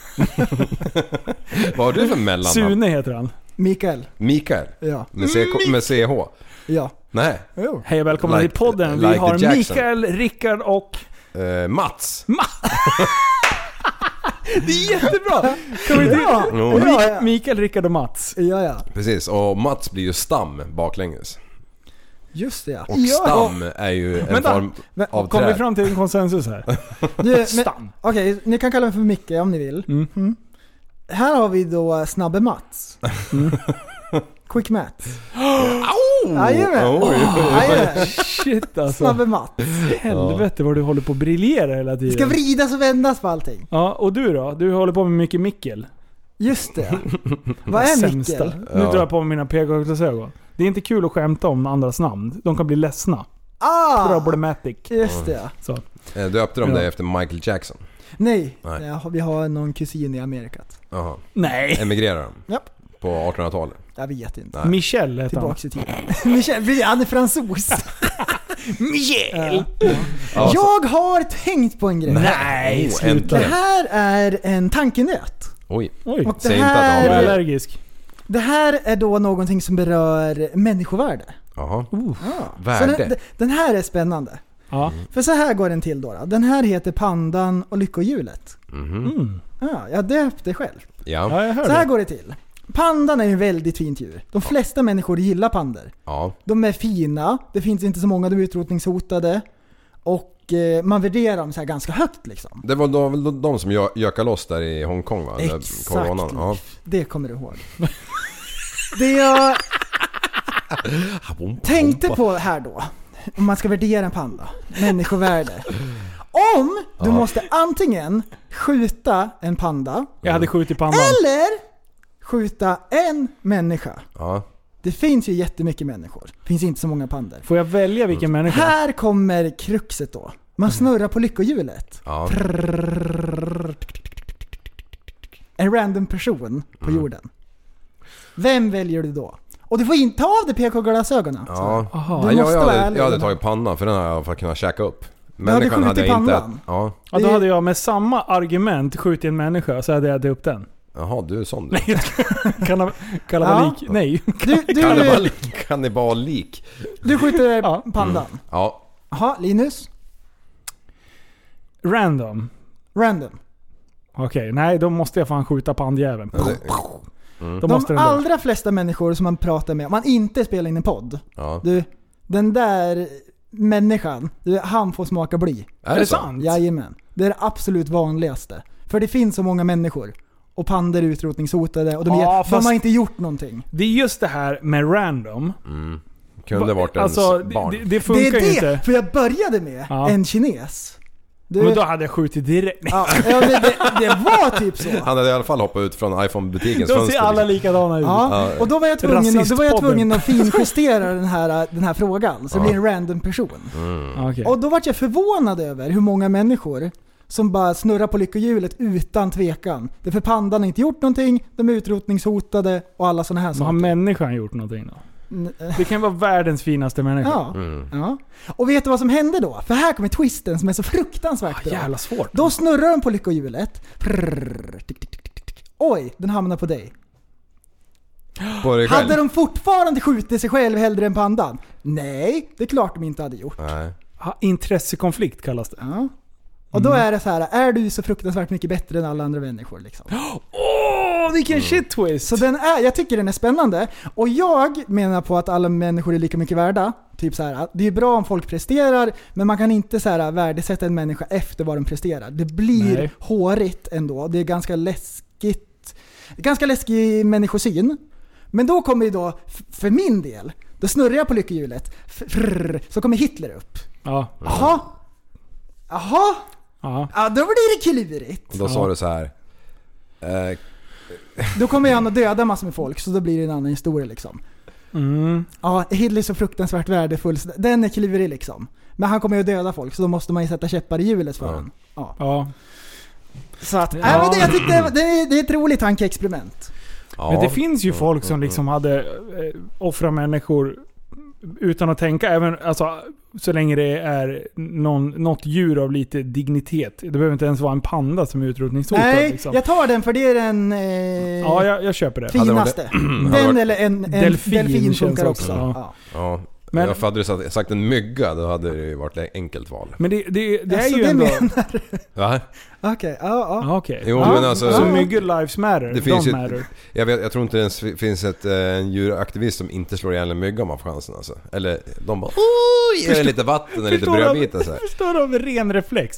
Vad har du för mellannamn? Sune heter han. Mikael. Mikael? Ja. Med, C K, med C H? Ja. Nej. Jo. Hej och välkomna like, till podden. Vi like har Mikael, Rickard och... Uh, Mats. Ma- Det är jättebra! Kan vi ja. Ja, ja. Mikael, Rickard och Mats. Ja, ja. Precis, och Mats blir ju stam baklänges. Just det. Och ja. Stam är ju en Vänta, form av kommer vi fram till en konsensus här? Du, stam. Okej, okay, ni kan kalla mig för Micke om ni vill. Mm. Mm. Här har vi då Snabbe Mats. Mm. Quick Mats. Jajamän. Oh, shit alltså. Snabbe Mats. Helvete vad du håller på att briljera hela tiden. Det ska vridas och vändas på allting. Ja, och du då? Du håller på med mycket Mikkel. Just det. Vad är Mikkel? Nu drar jag på med mina P K-glasögon. Det är inte kul att skämta om andras namn. De kan bli ledsna. Ah, Problematic. Just det. Så. Döpte de dig efter Michael Jackson? Nej, Nej. vi har någon kusin i Amerikat. Jaha. Nej. Emigrerar de? Japp. På artonhundratalet? Jag vet inte. Nej. Michel heter han. Tillbaks i tiden. Michel, han är fransos. Michel! Ja. Ja. Jag har tänkt på en grej. Nej, oh, sluta. Det här är en tankenöt. Oj, Oj. Och det säg här, inte att jag är allergisk. Det här är då någonting som berör människovärde. Jaha. Uh. Ja. Värde. Den, den här är spännande. Ja. För så här går den till då. Den här heter Pandan och lyckohjulet. Mm-hmm. Mm. Ja, jag döpte det själv. Ja. Ja, jag hör så här det. går det till. Pandan är ju väldigt fint djur. De flesta människor gillar pandor. Ja. De är fina. Det finns inte så många, de är utrotningshotade. Och eh, man värderar dem så här ganska högt liksom. Det var de, de, de som gökade loss där i Hongkong va? Exakt. Coronan. Ja. Det kommer du ihåg. Det jag tänkte på här då. Om man ska värdera en panda. Människovärde. Om du ja. måste antingen skjuta en panda. Jag hade skjutit pandan. Eller skjuta en människa. Ja. Det finns ju jättemycket människor. Det finns inte så många pandor. Får jag välja vilken mm. människa? Här kommer kruxet då. Man snurrar på lyckohjulet. Ja. En random person på mm. jorden. Vem väljer du då? Och du får inte ha av det P K-glasögonen. Ja. Du ja, måste jag, jag, vara hade, jag hade ärlig. tagit pannan för den har jag för att kunna käka upp. Människan hade jag inte. Ja. Ja, då hade jag med samma argument skjutit en människa så hade jag ätit upp den. Jaha, du är sån du. Nej, kannibalik. Ja. Nej. Du, du, Kannibal, kannibalik. Du skjuter ja. pandan. Mm. Ja. Jaha, Linus? Random. Random. Okej, okay, nej då måste jag fan skjuta pandjäveln. Ja, det, mm. De måste allra flesta människor som man pratar med, om man inte spelar in en podd. Ja. Du, den där människan, du, han får smaka bly. Är det sant? Jajamän. Det är det absolut vanligaste. För det finns så många människor. Och pandor är utrotningshotade och de, ja, är, de har inte gjort någonting. Det är just det här med random. Mm. Kunde varit ens alltså, barn. Det, det funkar det är det, inte. För jag började med ja. en kines. Du, men då hade jag skjutit direkt. Ja, ja men det, det var typ så. Han hade i alla fall hoppat ut från iPhone-butikens då fönster. Då ser alla likadana ut. Ja, och då var jag tvungen, då var jag tvungen att finjustera den här, den här frågan. Så ja. det blir en random person. Mm. Okay. Och då var jag förvånad över hur många människor som bara snurrar på lyckohjulet utan tvekan. Det är för pandan har inte gjort någonting, de är utrotningshotade och alla sådana här saker. Har människan gjort någonting då? Det kan vara världens finaste människa. Ja. Mm. ja. Och vet du vad som hände då? För här kommer twisten som är så fruktansvärt ah, bra. Jävla svårt. Då snurrar de på lyckohjulet. Oj, den hamnar på dig. På dig själv? Hade de fortfarande skjutit sig själv hellre än pandan? Nej, det är klart de inte hade gjort. Nej. Ha, intressekonflikt kallas det. Ja. Och då är det så här, är du så fruktansvärt mycket bättre än alla andra människor liksom? Åh, Åh, vilken mm. shit twist! Så den är, jag tycker den är spännande. Och jag menar på att alla människor är lika mycket värda. Typ så här, det är bra om folk presterar, men man kan inte så här värdesätta en människa efter vad de presterar. Det blir Nej. hårigt ändå. Det är ganska läskigt. Ganska läskig människosyn. Men då kommer ju då, för min del, då snurrar jag på lyckohjulet. Frrr, så kommer Hitler upp. Ja. Jaha. Jaha. Ja. Ja, då blir det klurigt. Och då sa du så här. Eh. Då kommer han att döda massor med folk, så då blir det en annan historia liksom. Mm. Ja, Hitler är så fruktansvärt värdefull. Den är klurig liksom. Men han kommer ju att döda folk, så då måste man ju sätta käppar i hjulet för ja. honom. Ja. ja. Så att, ja. äh, men det, jag tyckte det, det, det är ett roligt tankeexperiment. Ja. Men det finns ju folk som liksom hade eh, offrat människor utan att tänka, även alltså, så länge det är någon, något djur av lite dignitet. Det behöver inte ens vara en panda som är utrotningshotad. Nej, liksom. jag tar den för det är den eh, ja, jag, jag köper det. finaste. Den eller en, en delfin, delfin funkar också. också. Ja. Ja. Men jag hade du sagt en mygga, då hade det ju varit ett enkelt val. Men det, det, det är alltså, ju det ändå... Va? Okej, okay, ja, ja. Okay. Jo, ja. men alltså... Så myggor lives matter, det finns ju, matter. Jag, vet, jag tror inte ens finns ett, en djuraktivist som inte slår ihjäl en mygga om man får chansen alltså. Eller de bara... Oj, är det lite vatten och lite brödbitar så här. Förstår du av ren reflex?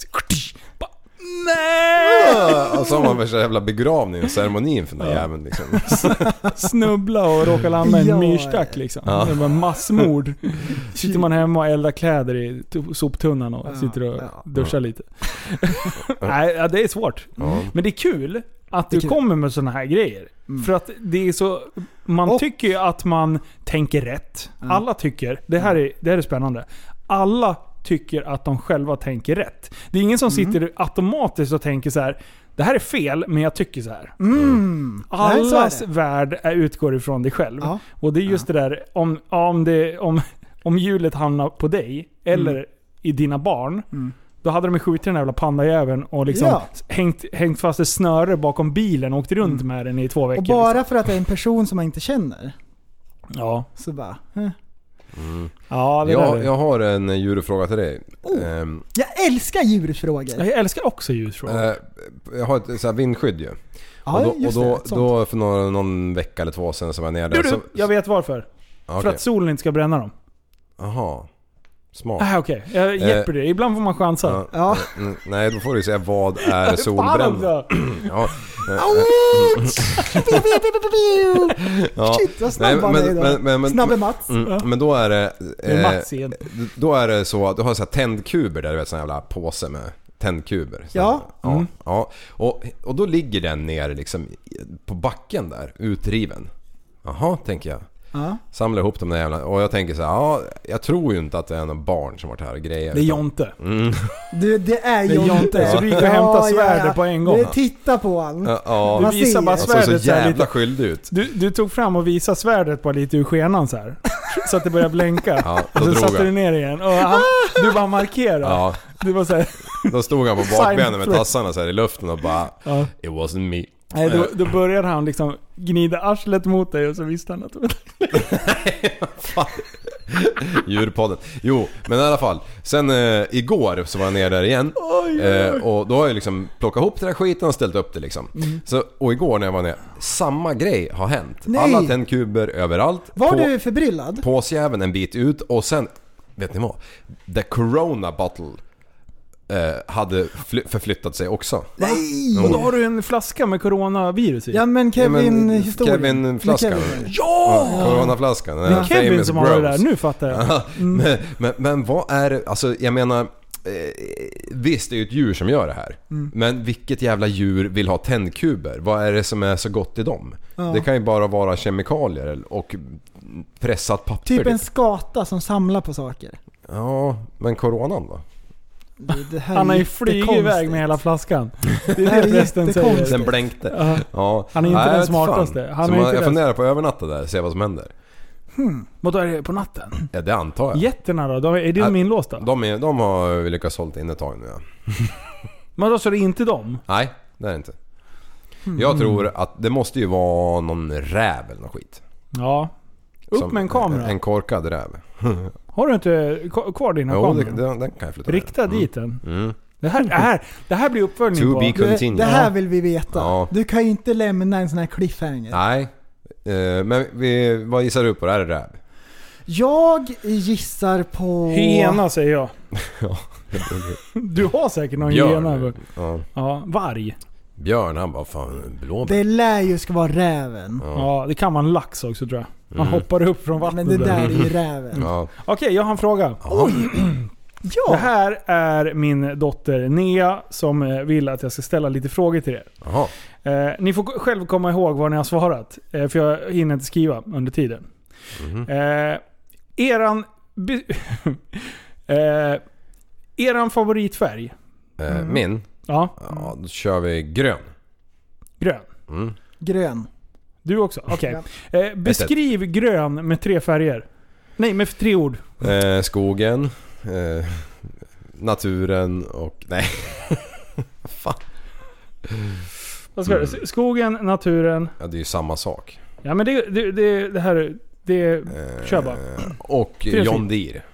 Nej! Och så har man värsta jävla begravning och ceremonin för den där ja. jäveln liksom. Snubbla och råka landa en ja, myrstack liksom. Ja. Det var massmord. Sitter man hemma och eldar kläder i soptunnan och ja, sitter och ja. duschar lite. Nej, ja, det är svårt. Ja. Men det är kul att du kommer med såna här grejer. Mm. För att det är så... Man och, tycker ju att man tänker rätt. Mm. Alla tycker. Det här är, det här är spännande. Alla tycker att de själva tänker rätt. Det är ingen som mm. sitter automatiskt och tänker så här: det här är fel, men jag tycker så här. Mm. Allas värld är, utgår ifrån dig själv. Ja. Och det är just ja. det där, om, om, det, om, om hjulet hamnar på dig eller mm. i dina barn, mm. då hade de skjutit den här jävla pandajäveln och liksom ja. hängt, hängt fast ett snöre bakom bilen och åkt runt mm. med den i två veckor. Och bara liksom. för att det är en person som man inte känner. Ja. Så bara... Eh. Mm. Ja, det jag, där. jag har en djurfråga till dig. Oh, um, jag älskar djurfrågor. Jag älskar också djurfrågor. Uh, jag har ett så här vindskydd ju. Ja, och då, just och då, det, då för någon, någon vecka eller två sedan så var jag nere där. Du, du, jag vet varför. Okay. För att solen inte ska bränna dem. Aha. Smart. Ah, okej. Okay. Jag hjälper eh, det. Ibland får man chansa. Ja. Ja. Mm, nej, då får du säga vad är solbränna. Ja. Ja. Shit, vad snabb han är idag. Men, men, Snabbe Mats. Mm, ja. Men då är det... Eh, Mats igen. Då är det så att du har så här tändkuber där, du vet, sån jävla påse med tändkuber. Så, ja. Ja. Mm. ja. Och, och då ligger den ner liksom på backen där, utriven. Jaha, tänker jag. Ja. Samlar ihop de där jävla... Och jag tänker så här, ja, jag tror ju inte att det är någon barn som varit här och grejer. Det är Jonte. Mm. Du, det är Jonte. Det är Jonte, så du kan ja, hämta svärdet ja, ja. på en gång. Du titta på han. Ja, ja. Du visar bara svärdet så, så jävla lite skyldig ut. Du, du tog fram och visade svärdet på lite ur skenan så här. Så att det började blänka. Ja, och så satte du ner igen. Och han, du bara markerade. Ja. Du var så här. Då stod han på bakbenen med tassarna så här i luften och bara ja. It wasn't me. Nej, då, då började han liksom gnida arslet mot dig och så visste han att du... Nej, fan. Djurpodden. Jo, men i alla fall. Sen eh, igår så var jag nere där igen. Oj, oj. Eh, och då har jag liksom plockat ihop den här skiten och ställt upp det liksom. Mm. Så, och igår när jag var nere, samma grej har hänt. Nej. Alla tändkuber överallt. Var på, du förbryllad? Påsjäveln en bit ut. Och sen, vet ni vad? The Corona Bottle Eh, hade fly- förflyttat sig också. Nej! Och då har du en flaska med coronavirus i. Ja, men Kevin ja, historien. Kevin-flaskan. Kevin. Ja! ja! Coronaflaskan. Det är Kevin som har det där, nu fattar jag. Mm. men, men, men vad är det? Alltså, jag menar... Eh, visst, det är ju ett djur som gör det här. Mm. Men vilket jävla djur vill ha tändkuber? Vad är det som är så gott i dem? Ja. Det kan ju bara vara kemikalier och pressat papper. Typ en skata som samlar på saker. Ja, men coronan då? Det, det här han har ju flygit iväg med hela flaskan. Det är det prästen säger. Den blänkte. Uh, ja. Han är inte Nej, den smartaste. Han så är man, inte jag funderar på att övernatta där, se vad som händer. Hmm. Vad då är det på natten? Ja, det antar jag. Jätterna då? De, är det de inlåsta? De, är, de har vi lyckats hålla in ett tag nu, ja. Men då så är det inte dem? Nej, det är det inte. Hmm. Jag tror att det måste ju vara någon räv eller någon skit. Ja. Upp som med en kamera. En, en korkad räv. Har du inte kvar dina jo, kameror? Jo, den, den kan jag flytta. Rikta mm. dit den. Mm. Det här, det här, det här blir uppföljning To på. be Det, continued. det här vill vi veta. Ja. Du kan ju inte lämna en sån här cliffhanger. Nej. Eh, men vi, vad gissar du på? Det här är räv. Jag gissar på... Hyena säger jag. Ja. Du har säkert någon Björn. hyena. Ja. Ja, varg. Björn, han bara fan blåbär. Det lär ju ska vara räven. Ja. Ja, det kan man lax också tror jag. Man Mm. hoppar upp från vattnet. Men det där är ju räven. Ja. Okej, jag har en fråga. Oj! Det Ja! här är min dotter Nea som eh, vill att jag ska ställa lite frågor till er. Jaha. Eh, ni får själv komma ihåg vad ni har svarat. Eh, för jag hinner inte skriva under tiden. Mhm. Eh, eran... Be, eh, eran favoritfärg? Eh, min? Ja, Ja, då kör vi grön. grön. Mm. Grön. Du också? Okej. Eh, beskriv grön med tre färger. Nej, med tre ord. Eh, skogen. Eh, naturen och... Nej. Fan. Vad ska du? Skogen, naturen. Ja, det är ju samma sak. Ja, men det, det, det, det här... Det, Eh, kör bara. Och Tre John fint. Deere.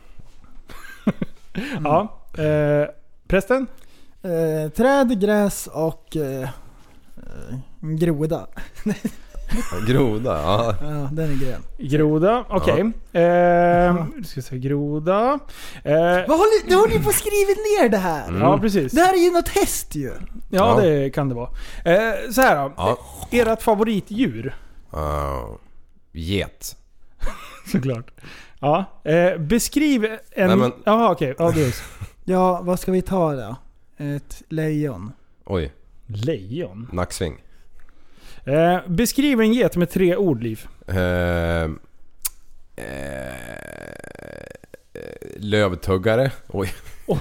Ja. Eh, prästen? Eh, träd, gräs och eh, eh, groda. Groda, ja. Ja, den är grön. Groda, okej. Eh, nu ska vi se, groda. Eh, Vad håller, du håller ju på att skriva ner det här. Mm. Ja, precis. Det här är ju något häst ju. Ja, Ja. det kan det vara. Eh, så här då. Ja. Ert favoritdjur? Uh, get. Såklart. Ja. Eh, beskriv en... Nej, men- Jaha, okej. Ja, det är Ja, vad ska vi ta då? Ett lejon. Oj, lejon. nacksving. Eh, beskriv en get med tre ord, Liv. Uh, uh, lövtuggare. Oj.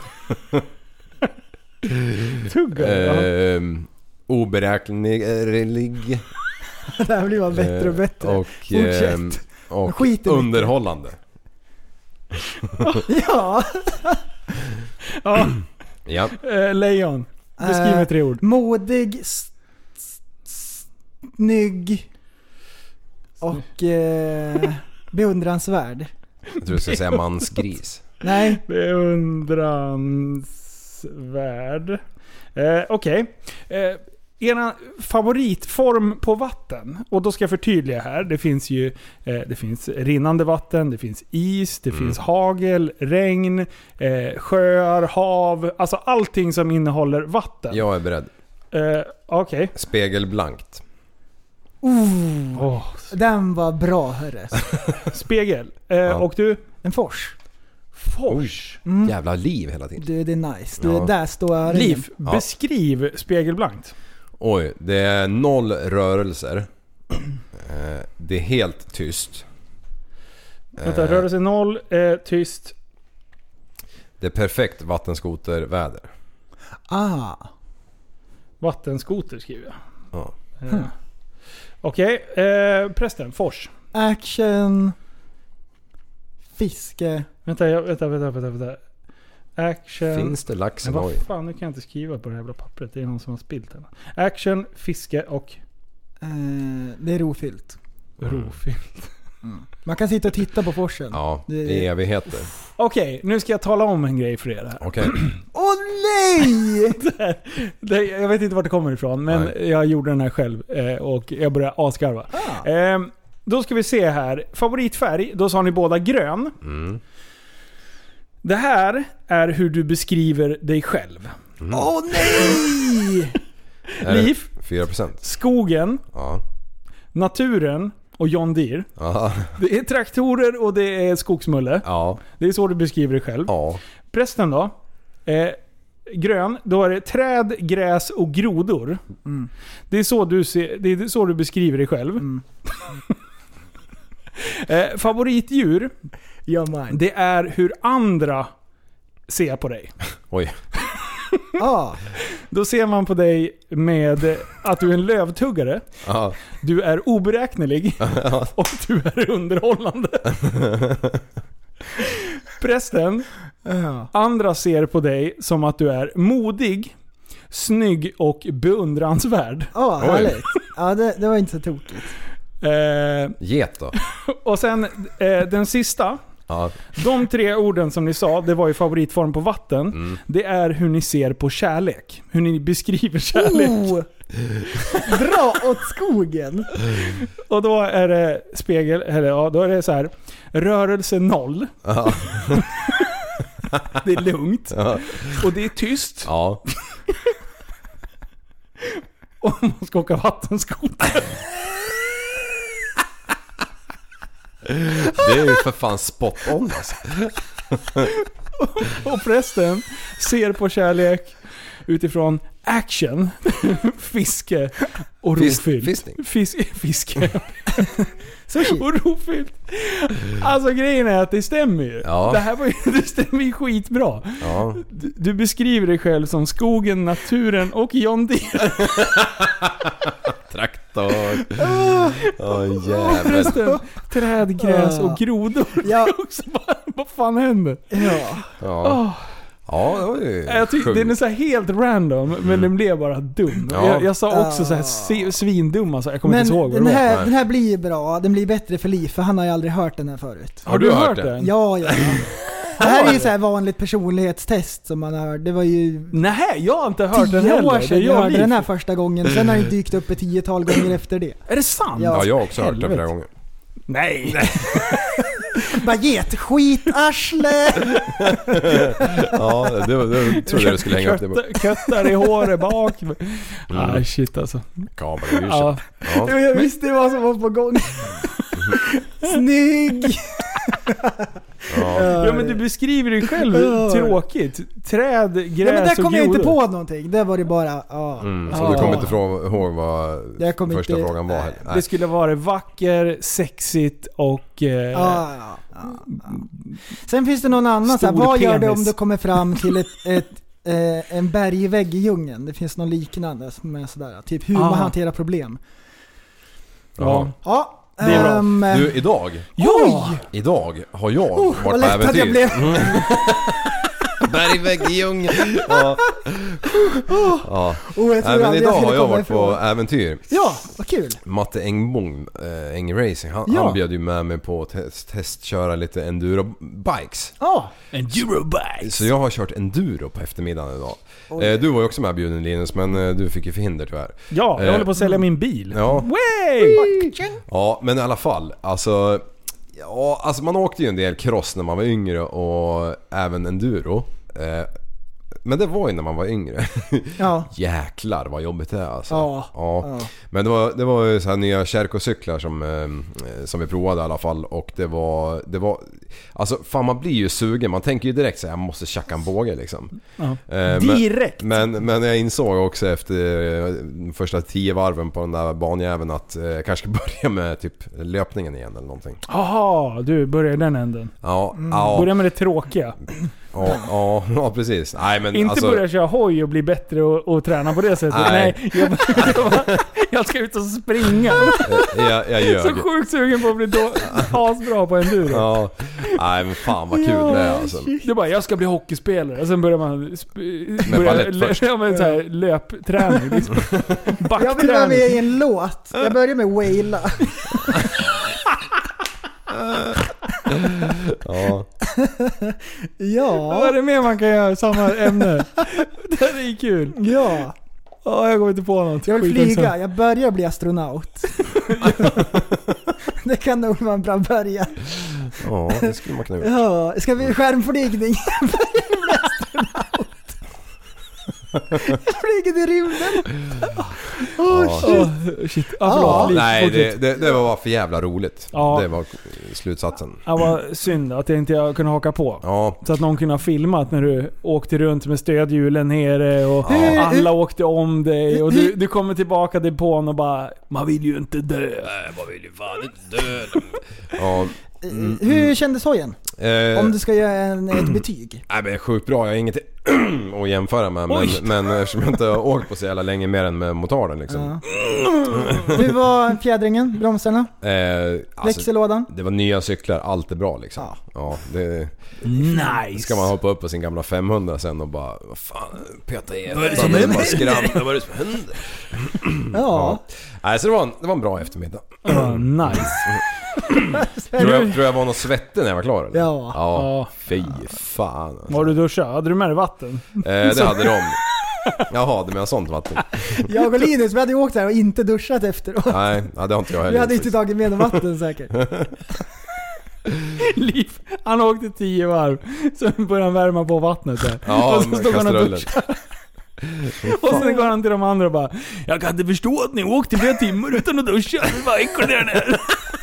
Tuggare. ja. Uh, oberäknelig. Det här blir bara bättre och bättre. Och, Fortsätt. ehm, och Skit i underhållande. Ja. Ja. Ja. Eh, lejon. Beskriv Eh, med tre ord. Modig, s- s- snygg och eh, beundransvärd. Jag tror du ska säga mansgris. Nej, Beundransvärd. Eh, Okej. Eh, Era favoritform på vatten. Och då ska jag förtydliga här. Det finns ju eh, det finns rinnande vatten, det finns is, det Mm. finns hagel, regn, eh, sjöar, hav. Alltså allting som innehåller vatten. Jag är beredd. Eh, Okej. Spegelblankt. oh, Åh, den var bra hörre. spegel. Eh, Och du? En fors. Fors. Mm. Jävla liv hela tiden. Du, det är nice. Du, Ja. där står jag. Liv, Ja. beskriv spegelblankt. Oj, det är noll rörelser. Eh, Det är helt tyst. Vänta, Eh, rörelse noll, eh, tyst. Det är perfekt vattenskoterväder. Ah. Vattenskoter skriver jag. Ja. Eh. Okej, eh, prästen, fors. Action. Fiske. Vänta, jag, vänta, vänta, vänta, vänta. Action. Finns det lax i Men Norge? vad fan, nu kan jag inte skriva på det här jävla pappret. Det är någon som har spilt den. Action, fiske och Eh, det är rofyllt. rofyllt. Man kan sitta och titta på forsen. Ja, Det- i evigheter. Okej, nu ska jag tala om en grej för er här. Okej. Åh nej! Det, jag vet inte vart det kommer ifrån, men Nej. jag gjorde den här själv eh, och jag började asgarva. Ah. Eh, då ska vi se här. Favoritfärg, då sa ni båda grön. Mm. Det här är hur du beskriver dig själv. Åh nej! Är det Liv, fyra procent. skogen, Ja. naturen och John Deere. Ja. Det är traktorer och det är skogsmulle. Ja. Det är så du beskriver dig själv. Ja. Prästen då? Eh, grön, då är det träd, gräs och grodor. Mm. Det är så du, ser, det är så du beskriver dig själv. Mm. eh, favoritdjur, Ja, man. det är hur andra ser på dig. Oj. Ah. Då ser man på dig med att du är en lövtuggare, Ja. du är oberäknelig och du är underhållande. Prästen, Ja. andra ser på dig som att du är modig, snygg och beundransvärd. Ah, Oj. härligt. Ja, det, det var inte så tokigt. Eh, Get då? och sen eh, den sista, Ja. De tre orden som ni sa, det var ju favoritform på vatten. Mm. Det är hur ni ser på kärlek. Hur ni beskriver kärlek. Oh. Bra åt skogen. Och då är det spegel, eller ja, då är det så här: rörelse noll. Ja. Det är lugnt. Ja. Och det är tyst. Ja. Och man ska åka vattenskoter. Det är ju för fan spot on alltså. Och förresten ser på kärlek utifrån action, fiske och rofyllt. Fisning. Fis, fiske. Och rofyllt. Alltså grejen är att det stämmer ju. Ja. Det här var ju, det stämmer ju skitbra. Ja. Du, du beskriver dig själv som skogen, naturen och John Deere. Traktor. Åh oh, jävlar. Träd, gräs och grodor. Ja. Vad fan händer? Ja. Ja. Oh. Ja, det var ju jag tycker den är så här helt random, men mm. den blev bara dum. Ja. Jag, jag sa också så här svindum, alltså. Jag kommer men inte ihåg vad den det här, var. Den här blir bra, den blir bättre för Liv, för han har ju aldrig hört den här förut. Har, har du, du hört den? den? Ja, ja. Det här är ju så här vanligt personlighetstest som man har hört. Det var ju... Nej, jag har inte hört den heller. Tio år sedan jag hörde den här första gången. Sen har den dykt upp ett tiotal gånger efter det. Är det sant? Ja, ja jag har också hört den flera gånger. Nej. Baguette, skitarsle. Ja, det, var, det trodde jag du skulle hänga upp det på. Köttar i håret bak. Mm. Ah, shit alltså. Kabel i ja. Ja. Jag visste vad som var på gång. Snygg. Ja. Ja, men du beskriver dig själv tråkigt. Träd, gräs ja, men där och kom jag jord. inte på någonting. Det var det bara, ja. Mm, så ja. du kommer inte ihåg vad första inte, frågan var heller. Nej. Det skulle vara vacker, sexigt och... Eh, ja, ja, ja. Sen finns det någon annan så här, vad gör det om du kommer fram till ett, ett eh, en bergvägg i djungeln? Det finns någon liknande som är sådär, typ hur ah. man hanterar problem. Ja. Ja. Det är bra. Um, du, idag ja. Idag har jag oh, varit på äventyr. Jag blev. Bergvägg i djungeln. Ja. Ja. Oh, jag Nej, men idag har jag varit på äventyr. Ja, vad kul. Matte Engbom, äh, Eng Racing, han, ja. han bjöd ju med mig på att test, testköra lite enduro-bikes. Ja, oh, enduro-bikes. Så jag har kört enduro på eftermiddagen idag. Eh, du var ju också med bjuden, Linus, men eh, du fick ju förhinder tyvärr. Ja, jag eh, håller på att sälja min bil. Ja. Way! Ja, men i alla fall, alltså... Ja, alltså man åkte ju en del cross när man var yngre och även enduro. Eh, men det var ju när man var yngre. Ja. Jäklar vad jobbigt det är alltså. Ja. Ja. Ja. Men det var, det var ju så här nya Kärko-cyklar som, eh, som vi provade i alla fall. Och det var, det var... Alltså fan, man blir ju sugen. Man tänker ju direkt så här, jag måste tjacka en båge liksom. Ja. Eh, direkt. Men, men, men jag insåg också efter de första tio varven på den där banjäveln att eh, jag kanske ska börja med typ löpningen igen eller någonting. Jaha, du börjar i den änden. Ja, mm. ja. Börja med det tråkiga. Ja, ja, ja, precis. Nej, men inte alltså... börja köra hoj och bli bättre och, och träna på det sättet. Nej, Nej jag, jag, jag ska ut och springa. Jag, jag gör så sjukt sugen på att bli då, asbra på enduro. Ja. Nej, men fan vad kul ja, det är alltså. Det är bara, jag ska bli hockeyspelare. Och sen börjar man sp- börja lö- ja, men så här, löpträning. Liksom. Jag vill vara med i en låt. Jag börjar med Waila. Ja. Ja. Vad är det mer man kan göra i samma ämne? Det är kul. Ja. Ja, jag går inte på något. Jag vill flyga. Jag börjar bli astronaut. Det kan nog vara en bra början. Ja, det skulle man kunna göra. Ja, ska vi skärmflygning? Jag börjar bli astronaut. Jag flyger till rymden. Oh, ja. shit. Oh, shit. Ah, förlåt, ja. Nej, det, det, det var bara för jävla roligt. Ja. Det var slutsatsen. Ja, vad synd att jag inte kunde haka på. Ja. Så att någon kunde ha filmat när du åkte runt med stödhjulen nere och ja. alla åkte om dig och du, du kommer tillbaka till pån och bara, man vill ju inte dö. Nej, man vill ju fan inte dö. Ja. Mm, Hur kändes hojen? Eh, Om du ska göra en, ett betyg. Nej, men sjukt bra. Jag har inget att jämföra med. Men, men eftersom jag inte har åkt på så jävla länge mer än med motorn liksom. Ja. Hur var fjädringen, bromsarna? Eh, alltså, växellådan? Det var nya cyklar, allt är bra liksom. Ja. Ja, det, nice. Ska man hoppa upp på sin gamla femhundra sen och bara, vad fan, peta i. Vad är det som händer? Vad är det som händer? Ja. Nej, så det var en, det var en bra eftermiddag. Uh, nice. Tror jag, tror jag var något svettig när jag var klar eller? Ja. Ja, fy fan alltså. Var du duschat? Hade du med dig vatten? Eh, det hade de. Jaha, det menar sånt vatten. Jag och Linus, vi hade ju åkt här och inte duschat efteråt. Nej, ja, det har inte jag heller. Vi hade inte tagit med vatten säkert. Liv, han åkte tio varv. Så började han värma på vattnet där. Ja, och så med stod han och kastrullen. duschade. Och sen går han till de andra och bara: jag kan inte förstå att ni åkte flera timmar utan att duscha. Vad äcklig den är.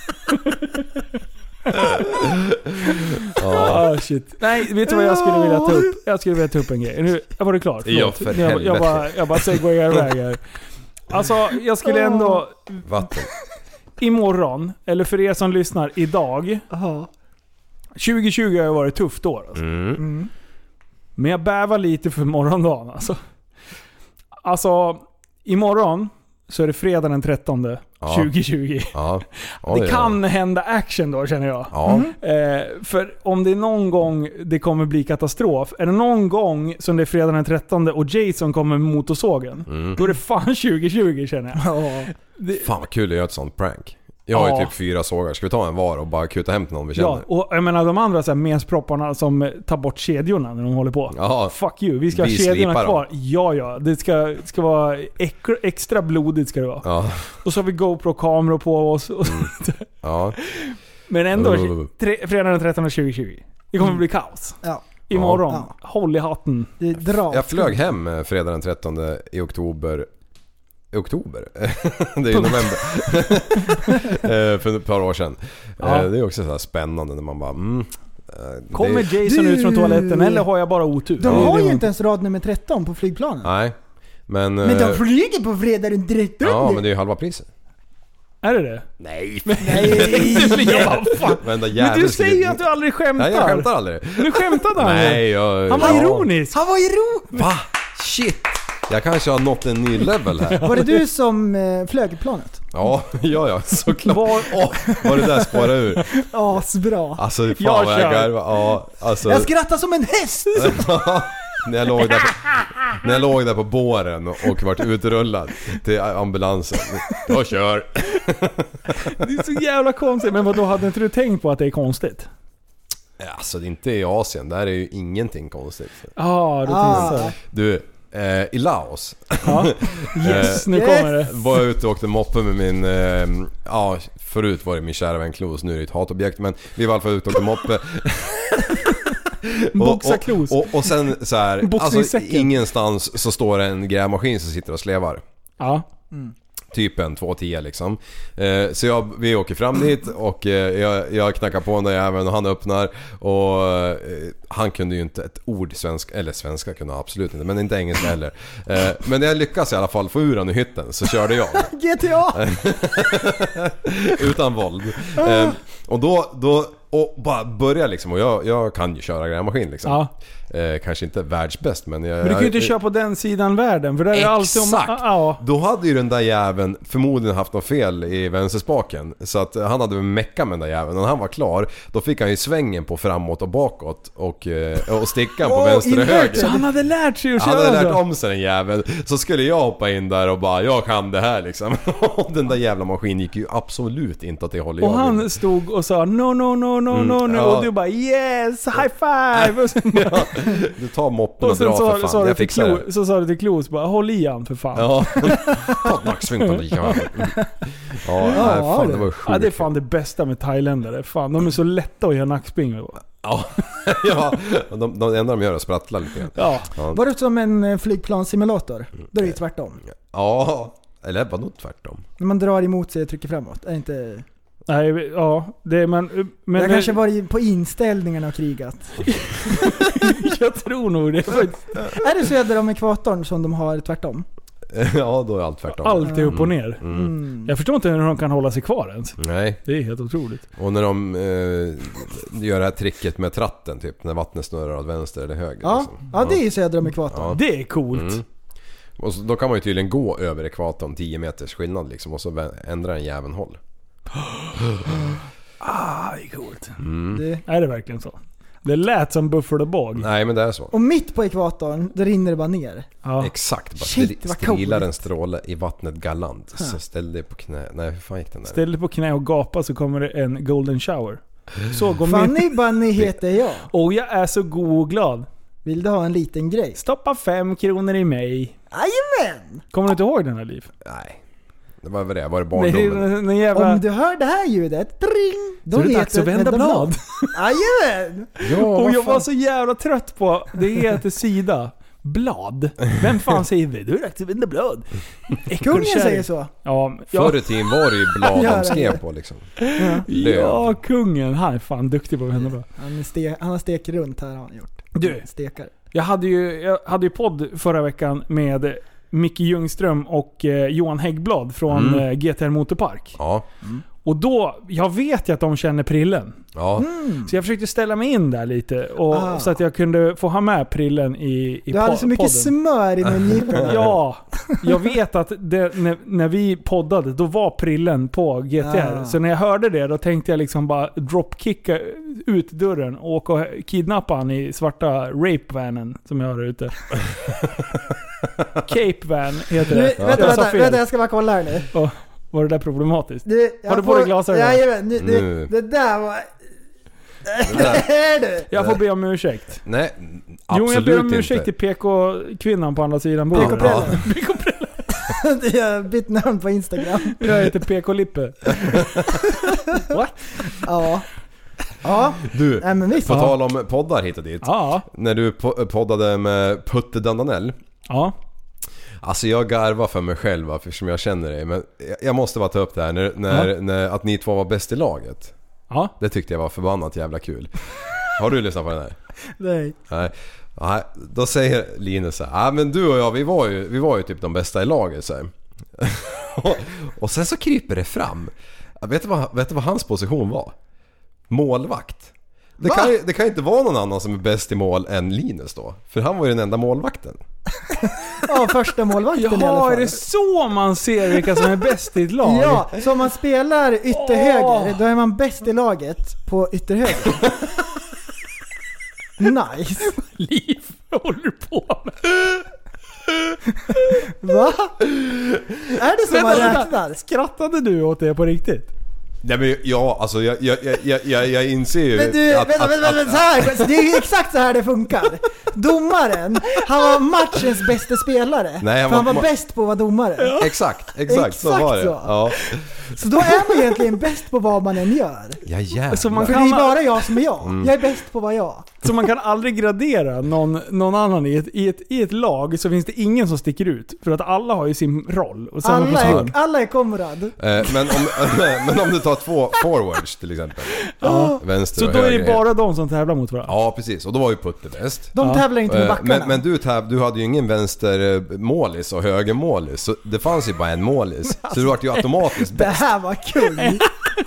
Ja. Oh, shit. Nej, vet du vad jag skulle vilja ta upp? Jag skulle vilja ta upp en grej. Nu, jag var det klart. Ja, för jag, jag, helvete. bara, jag bara segwayar iväg här. Alltså, jag skulle ändå... Vatten. Imorgon, eller för er som lyssnar idag. Aha. tjugo tjugo har ju varit ett tufft år alltså. Mm. Mm. Men jag bävar lite för morgondagen alltså. Alltså, imorgon så är det fredag den trettonde Ja. tjugo tjugo. Ja. Oj, Det kan hända action då, känner jag. Ja. Eh, för om det är någon gång det kommer bli katastrof, är det någon gång som det är fredag den trettonde och Jason kommer med motorsågen, Mm. då är det fan tjugo tjugo, känner jag. Ja. Det, Fan vad kul att göra ett sånt prank. Jag har Ja. ju typ fyra sågar. Ska vi ta en var och bara kuta hem till någon vi känner? ja, och jag menar de andra så här menspropparna som tar bort kedjorna när de håller på. Ja. Fuck you, vi ska ha Vi kedjorna slipar kvar. Ja, ja. Det ska, ska vara extra, extra blodigt ska det vara. Ja. Och så har vi GoPro-kameror på oss. Och Ja. Men ändå, Mm. tre, fredag den trettonde tjugo tjugo. Det kommer bli kaos. Ja. Imorgon, Ja. håll i hatten. Det drar. Jag flög hem eh, fredag den trettonde i oktober. I oktober? Det är ju november. Eh, För ett par år sedan. Ja. Eh, Det är också så här spännande när man bara... Mm, eh, Kommer det, Jason Du- ut från toaletten eller har jag bara otur? De Det är har det ju man- inte ens rad nummer tretton på flygplanen. Nej. Men... Men eh, de flyger på fredag den trettonde. ja, men det är ju halva priset. Är det det? Nej. Nej. Jag bara, fan. Varenda Men jävel du ska- säger ju att du aldrig skämtar. Nej, jag skämtar aldrig. Nu skämtade han. Nej, jag... Han var ja. ironisk. Han var ju ro... Va? Shit. Jag kanske har nått en ny level här. Var det du som eh, flög planet? Ja, ja, ja, såklart. Var- Åh, vad det där spårar ur. Asbra. Alltså, fan Jag vad jag kör. garvar. Ja, alltså... Jag skrattar som en häst! när, jag låg där på, när jag låg där på båren och, och vart utrullad till ambulansen. Jag kör. Det är så jävla konstigt. Men vad då hade inte du tänkt på att det är konstigt? Alltså, det är inte i Asien. Där är ju ingenting konstigt. Ja, du Ah. tänkte så. Du, eh, i Laos Ja. Yes, nu Yes. kommer det. var jag ute och åkte moppe med min... Eh, ja, förut var det min kära vän Klos. Nu är det ett hatobjekt. Men vi var i alla fall ute och åkte moppe. Boxa Klos. Och, och, och sen så här, alltså Boxningssäcken. ingenstans så står det en grävmaskin som sitter och slevar. Ja. Typ en två tio liksom. eh, Så jag, vi åker fram dit och eh, jag, jag knackar på den där jäveln och han öppnar. Och eh, han kunde ju inte ett ord svenska. Eller svenska kunde han absolut inte, men inte engelska heller. eh, Men jag lyckas i alla fall få ur han ur hytten. Så körde jag G T A! utan våld. eh, Och då, då och bara börja liksom. Och jag, jag kan ju köra grävmaskin liksom. Ja. eh, Kanske inte världsbäst, men jag, Men du kan ju inte jag, köra på den sidan världen. För det är ju alltid om... Exakt! Ja. Då hade ju den där jäveln förmodligen haft något fel i vänsterspaken. Så att han hade mecka med den där jäveln. Och när han var klar, då fick han ju svängen på framåt och bakåt. Och, eh, och stickan på Åh, vänster och inverter. höger. Så han hade lärt sig att Han köra hade lärt så. om sig den jäveln. Så skulle jag hoppa in där och bara, jag kan det här liksom. Och den där jävla maskinen gick ju absolut inte åt det hållet Och jag han ville. stod och sa no, no, no, no, no, no. ja. Och du bara yes, high five. Och sen, Ja, du tar moppen och, och sen drar sa, för fan. sa, du Jag till fixar Klo, det. så sa du till Klos bara, håll i han för fan. Ja, ta ett nacksving på den jäveln. Ja, nej, fan, det var sjukt. Ja, det är fan det bästa med thailändare. Fan, de är så lätta att göra nackspring med. Ja, ja. De, de enda de gör är att sprattla lite grann. Ja. Ja. Var det som en eh, flygplanssimulator? Då är det ju tvärtom. Ja, eller vadå tvärtom? När man drar emot sig och trycker framåt. Är inte... Nej, ja. Det är, men, men Jag kanske varit på inställningarna och krigat. jag tror nog det. Är det söder om ekvatorn som de har tvärtom? Ja, då är allt tvärtom. Allt är upp och ner. Mm. Jag förstår inte hur de kan hålla sig kvar ens. Nej, Det är helt otroligt. och när de eh, gör det här tricket med tratten typ, när vattnet snurrar åt vänster eller höger. Ja, liksom. ja, det är ju söder om ekvatorn. Ja. Det är coolt. Mm. Och så, då kan man ju tydligen gå över ekvatorn tio meters skillnad liksom, och så vä- ändrar en jäveln håll. Ah, det är coolt. Det... Är det verkligen så? Det lät som Buffalo Båg. Nej, men det är så. Och mitt på ekvatorn, då rinner det bara ner. Ja. Exakt, bara Shit, stri- vad strilar coolt. en stråle i vattnet galant. Så ställ dig på knä. Nej, hur fan gick den där? Ställ dig på knä och gapa så kommer det en golden shower. Så går Fanny Bunny heter jag. Och jag är så god och glad. Vill du ha en liten grej? Stoppa fem kronor i mig. Jajamän! Kommer du inte ihåg den här, Liv? Nej. Det var väl det, var det barndomen? Nej, jävla... Om du hör det här ljudet, tring, då så är det vet dags att vända vända blad. Jajamän! Ja, och jag var så jävla trött på det heter sida. Blad. Vem fan säger det? Du är dags att vända blad. Kungen säger så. Ja, ja. Förr i tiden var det ju blad de skrev på liksom. Ja. ja, kungen. Han är fan duktig på att vända blad. Han, ste- han har stek runt här har han gjort. Du, stekar. Jag hade ju jag hade ju podd förra veckan med Micke Ljungström och eh, Johan Häggblad från mm. eh, G T R Motorpark. Ja. Mm. Och då, jag vet ju att de känner Prillen. Ja. Mm. Så jag försökte ställa mig in där lite och, ah. så att jag kunde få ha med Prillen i, i Du hade po- så mycket podden. Smör i mungiporna. Ja, jag vet att det, när, när vi poddade, då var Prillen på G T R. Ah. Så när jag hörde det, då tänkte jag liksom bara dropkicka ut dörren och åka och kidnappa han i svarta rape-vanen som jag har ute. Cape van heter det. Nu, vänta, jag vänta, vänta, jag ska bara kolla här nu. Oh, var det där problematiskt? Du, har du på dig glasögon? Jajamän, nu, nu. Det där var... Det där. du. Jag får be om ursäkt. Nej, absolut. Jo, jag ber om ursäkt inte. till P K-kvinnan på andra sidan bordet. P K-prällen. P K-prällen. Jag har bytt namn på Instagram. Jag heter P K-lippe. What? Ja. Ja. Du, Nej, men visst. på tal om poddar hit och dit. Ja. När du poddade med Putte Dandanell. Ja. Alltså jag garvar för mig själv eftersom jag känner dig. Men jag måste bara ta upp det här. När, när, ja. när, att ni två var bäst i laget. Ja. Det tyckte jag var förbannat jävla kul. Har du lyssnat på den här? Nej. Nej. Nej. Då säger Linus så här. Ja, men du och jag, vi var ju, vi var ju typ de bästa i laget. Så här. och, och sen så kryper det fram. Vet du vad, vet du vad hans position var? Målvakt. Det kan, det kan inte vara någon annan som är bäst i mål än Linus då. För han var ju den enda målvakten. Ja, första målvakten Jaha, i alla fall. Är det så man ser vilka som är bäst i ett lag? Ja, så om man spelar ytterhöger, oh. då är man bäst i laget på ytterhöger. Nice. Liv håller du på med? Va? Är det så man räknar? Skrattade du åt det på riktigt? Nej, men ja, alltså jag, jag, jag, jag, jag inser ju men du, att, vänta, att, vänta, att, vänta, så här, det är ju exakt så här det funkar. Domaren, han var matchens bästa spelare. Nej, han för han var var bäst på att vara domare. Ja. Exakt, exakt, exakt så var det. Så. Ja. Så då är man egentligen bäst på vad man än gör. Ja, jävlar. Så man för kan det är bara jag som är jag. Mm. Jag är bäst på vad jag. Så man kan aldrig gradera någon, någon annan i ett, i, ett, i ett lag, så finns det ingen som sticker ut. För att alla har ju sin roll. Och alla, är, alla är komrad. Eh, men, om, men om du tar två forwards till exempel. Ja. Vänster så och då höger. är det bara de som tävlar mot varandra. Ja, precis. Och då var ju Putte bäst. De ja. tävlar inte med backarna. Men, men du, täv, du hade ju ingen vänstermålis och högermålis. Så det fanns ju bara en målis. Så du var ju automatiskt bäst. Det här var kul.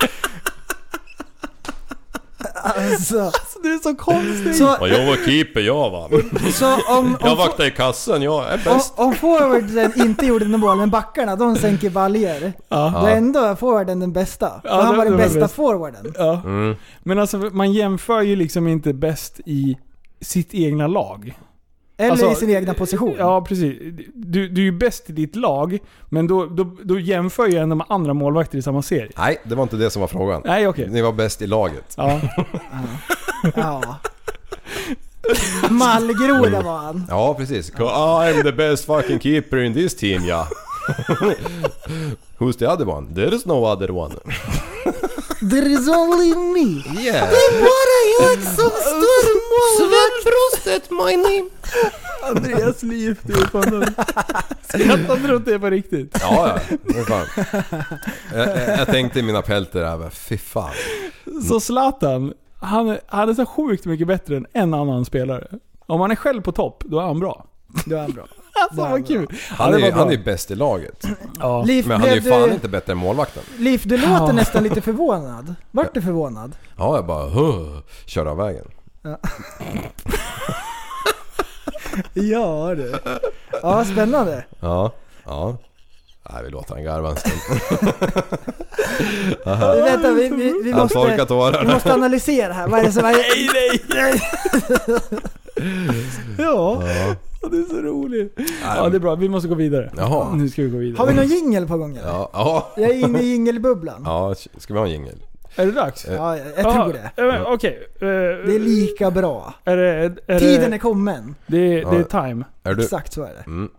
Alltså. Alltså du är så konstig. Så, ja, jag var keeper, jag vann. Så om, om jag vaktar i kassen, jag är bäst. Om, om forwarden inte gjorde någon mål, men backarna, de sänker baljer. Ja. Då är ändå forwarden den bästa. Ja, han var den bästa bäst. forwarden. Ja. Mm. Men alltså man jämför ju liksom inte bäst i sitt egna lag. Eller alltså, i sin egna position. Ja, precis. Du, du är ju bäst i ditt lag, men då, då, då jämför ju ändå med andra målvakter i samma serie. Nej, det var inte det som var frågan. Nej, okej. Okay. Ni var bäst i laget. Ja. Ja. Mallgroda var han. Ja, precis. I'm the best fucking keeper in this team, ja. Who's the other one? There is no other one. There is only me. Yeah. Det är bara jag som står målvakt. Brostet, my name. Andreas liv, du är fan. Skrattar du åt det på riktigt? Ja, ja. Det är fan. Jag, jag, jag tänkte i mina pelter där, fy fan. Så Zlatan, han, han är så sjukt mycket bättre än en annan spelare. Om han är själv på topp, då är han bra. Då är han bra. Alltså vad kul. Han är, han är ju bäst i laget. Ja. Liv, men han är ju fan du, inte bättre än målvakten. Liv, du låter ja. nästan lite förvånad. Vart du förvånad? Ja, jag bara huh, kör av vägen. Ja. Ja, du. Ja, spännande. Ja, ja. Nej, vi låter han garva en stund. Vänta, vi, vi, vi, måste, vi måste analysera här. Vad är det som är... Nej, nej, ja. ja. Det är så roligt. Ja, det är bra. Vi måste gå vidare. Jaha. Nu ska vi gå vidare. Har vi någon jingle på gång? Ja. Ja. Jag är inne i jingelbubblan. Ja, ska vi ha en jingle? Är det dags? Ja, jag, jag tror det. Äh, Okej. Okay. Uh, det är lika bra. Är det, är Tiden det, är kommen. Det, det är time. Är du? Exakt så är det. Mm.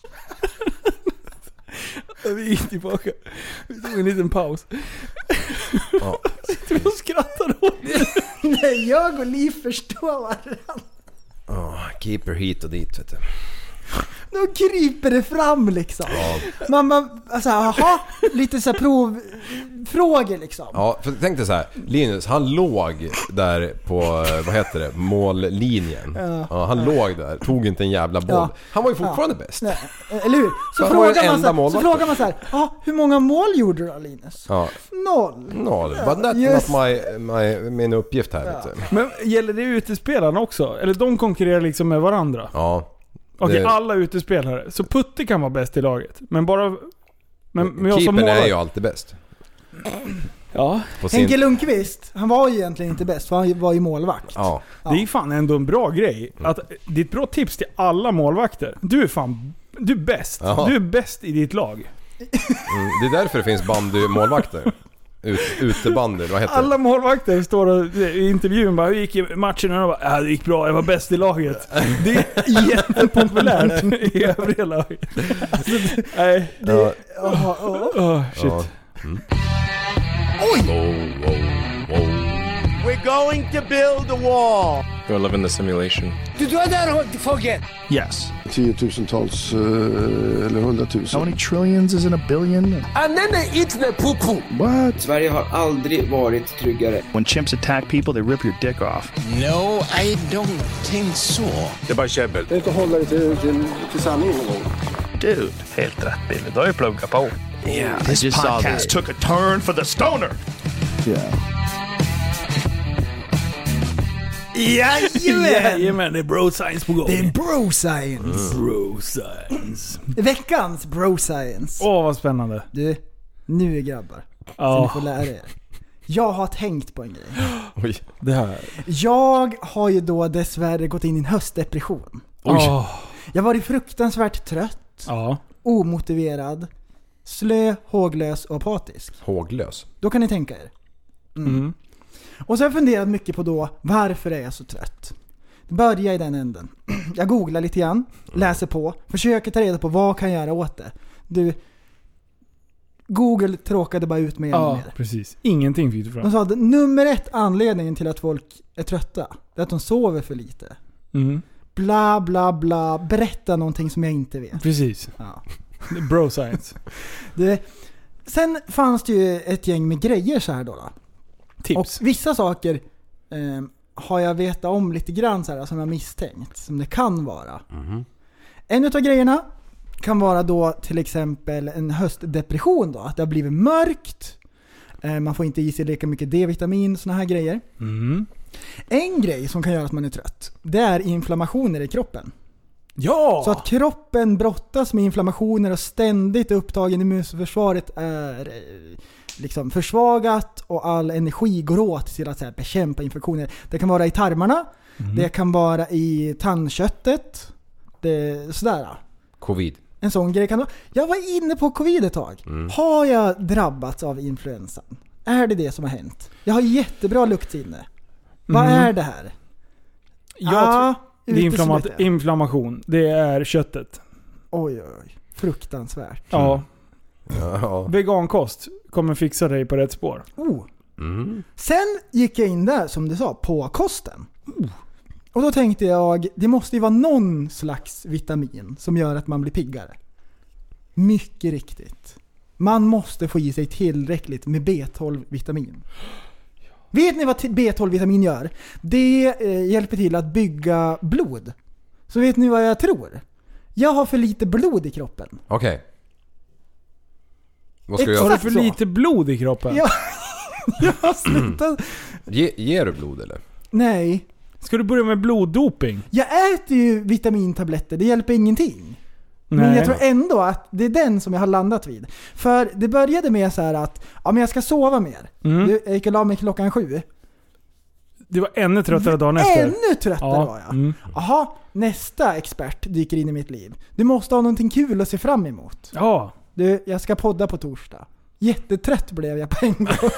Vi gick tillbaka. Vi tog en liten paus. Ja. Sitter och skrattar åt det. Nej, jag och Liv förstår varandra. Oh, keeper hit och dit, vet du. Då kryper det fram liksom. Ja. Man, man alltså, aha, lite så här provfrågor liksom. Ja, för tänk dig så här. Linus, han låg där på, vad heter det, mållinjen. Ja. Ja, han ja. låg där, tog inte en jävla boll. Ja. Han var ju fortfarande ja. bäst. Nej. Eller hur? Så, så, frågar man, så, här, så frågar man så här, ah, hur många mål gjorde du då, Linus? Ja. Noll. Noll. Ja. But that's yes. not my, my, min uppgift här. Ja. Vet du. Men gäller det utespelarna också? Eller de konkurrerar liksom med varandra? Ja. Okej, det... alla utespelare. Så Putte kan vara bäst i laget. Men bara... Men, men jag som keepern är ju alltid bäst. Ja. Sin... Henke Lundqvist, han var ju egentligen inte bäst, för han var ju målvakt. Ja. Ja. Det är fan ändå en bra grej. Att, det är ett bra tips till alla målvakter. Du är fan... Du är bäst. Ja. Du är bäst i ditt lag. Mm, det är därför det finns bandy-målvakter. Ut, utebandy, vad heter alla det? målvakter står och, i intervjun bara, hur gick i matchen? Och bara, ja, det gick bra, jag var bäst i laget. Det är jättepopulärt i övriga laget. Alltså, nej, det... Ja. Oh, oh, oh, shit. Ja. Mm. Oj! Oh, oh, oh. We're going to build a wall. You're living the simulation. Du du där folket. Yes. Tiotusentals uh, eller hundratusen. How many trillions is in a billion? And then they eat the poo-poo. What? Sverige har aldrig varit tryggare. When chimps attack people, they rip your dick off. No, I don't think so. Det är bara käbbel. Det är inte att hålla dig till, till, till sanningen någon gång. Dude, helt rätt Billy. Du har ju pluggat på. Yeah, this podcast took a turn for the stoner. Yeah. Jajamän! Jajamän, det är bro science på gång. Det är bro science. Mm. Bro science. Veckans bro science. Åh, oh, vad spännande. Du, nu är grabbar. Oh. Så ni får lära er. Jag har tänkt på en grej. Oj, det här. Jag har ju då dessvärre gått in i en höstdepression. Oj. Oh. Jag var fruktansvärt trött. Ja. Omotiverad. Slö, håglös och apatisk. Håglös? Då kan ni tänka er. Mm. Mm. Och så har jag funderat mycket på då, varför är jag så trött? Börja i den änden. Jag googlar lite grann, läser på, försöker ta reda på vad kan jag göra åt det. Du, Google tråkade bara ut mig ännu ja, mer. Ja, precis. Ingenting fick du fram. De sa att nummer ett anledningen till att folk är trötta är att de sover för lite. Mm. Bla bla bla, berätta någonting som jag inte vet. Precis. Ja. Bro science. Det, sen fanns det ju ett gäng med grejer så här då. då. Tips. Och vissa saker eh, har jag vetat om lite grann så här, som jag misstänkt. Som det kan vara. Mm. En av grejerna kan vara då till exempel en höstdepression då. Att det har blivit mörkt. Eh, man får inte i sig lika mycket D-vitamin, såna här grejer. Mm. En grej som kan göra att man är trött, det är inflammationer i kroppen. Ja! Så att kroppen brottas med inflammationer och ständigt upptagen immunförsvaret är liksom försvagat och all energi går åt till att så här, bekämpa infektioner. Det kan vara i tarmarna, mm. det kan vara i tandköttet, det, sådär. Covid. En sån grej kan vara. Jag var inne på covid ett tag. Mm. Har jag drabbats av influensan? Är det det som har hänt? Jag har jättebra luktsinne. Mm. Vad är det här? Jag ah, tror, det är inflamma- inflammation. Det är köttet. Oj, oj, oj. Fruktansvärt. Ja. Ja. Vegankost kommer fixa dig på rätt spår. Oh. Mm. Sen gick jag in där, som du sa, på kosten. Oh. Och då tänkte jag, det måste ju vara någon slags vitamin som gör att man blir piggare. Mycket riktigt. Man måste få i sig tillräckligt med B tolv-vitamin. Vet ni vad B tolv-vitamin gör? Det eh, hjälper till att bygga blod. Så vet ni vad jag tror? Jag har för lite blod i kroppen. Okej. Okay. Vad ska jag göra? Har du för så. lite blod i kroppen? Ja, jag har slutat. Ge, ger du blod eller? Nej. Ska du börja med bloddoping? Jag äter ju vitamintabletter, det hjälper ingenting. Nej. Men jag tror ändå att det är den som jag har landat vid. För det började med så här att ja, men jag ska sova mer. Mm. Jag gick och la mig klockan sju. Det var ännu tröttare dagen efter. Ännu tröttare ja. var jag. Mm. Aha, nästa expert dyker in i mitt liv. Du måste ha någonting kul att se fram emot. Ja. Du, jag ska podda på torsdag. Jättetrött blev jag på en gång.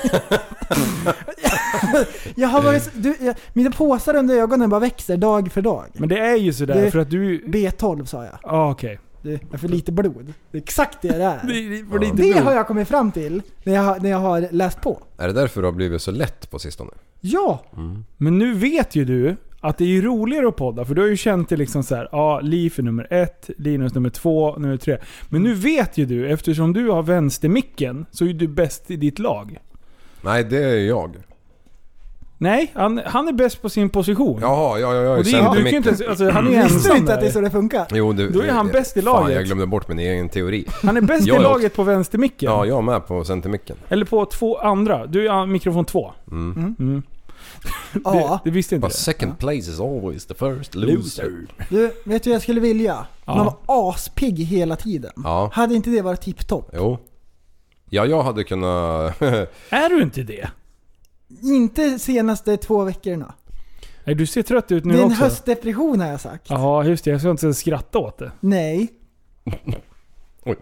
jag har varit, du, jag, mina påsar under ögonen bara växer dag för dag. Men det är ju sådär det, för att du... B tolv sa jag. Ja, ah, okej. Okay. Det är för lite blod. Det är exakt det det är. det, för det, det har jag kommit fram till när jag, när jag har läst på. Är det därför du har blivit så lätt på sistone? Ja. Mm. Men nu vet ju du att det är ju roligare att podda. För du har ju känt det liksom så här. Ja, Liv är nummer ett, Linus nummer två, nummer tre. Men nu vet ju du, eftersom du har vänstermicken, så är du bäst i ditt lag. Nej, det är jag. Nej, han, han är bäst på sin position. Jaha, ja, ja, ja. Och det är, du kan inte, alltså, han är ensam. Visste du inte att det är så det funkar? Jo, det, då är han bäst i laget. Fan, jag glömde bort min egen teori. Han är bäst i laget på vänstermicken. Ja, jag är med på centermicken. Eller på två andra. Du är mikrofon två. Mm. Mm. Mm. Ja. Det, det visste inte But det. second place is always the first loser. Du, vet du vad jag skulle vilja? Ja. Man var aspigg hela tiden. Ja. Hade inte det varit tipptopp? Jo. Ja, jag hade kunnat... Är du inte det? Inte senaste två veckorna. Nej, du ser trött ut nu också. Det är en också. höstdepression har jag sagt. Ja, just det. Jag ska inte skratta åt det. Nej. Oj.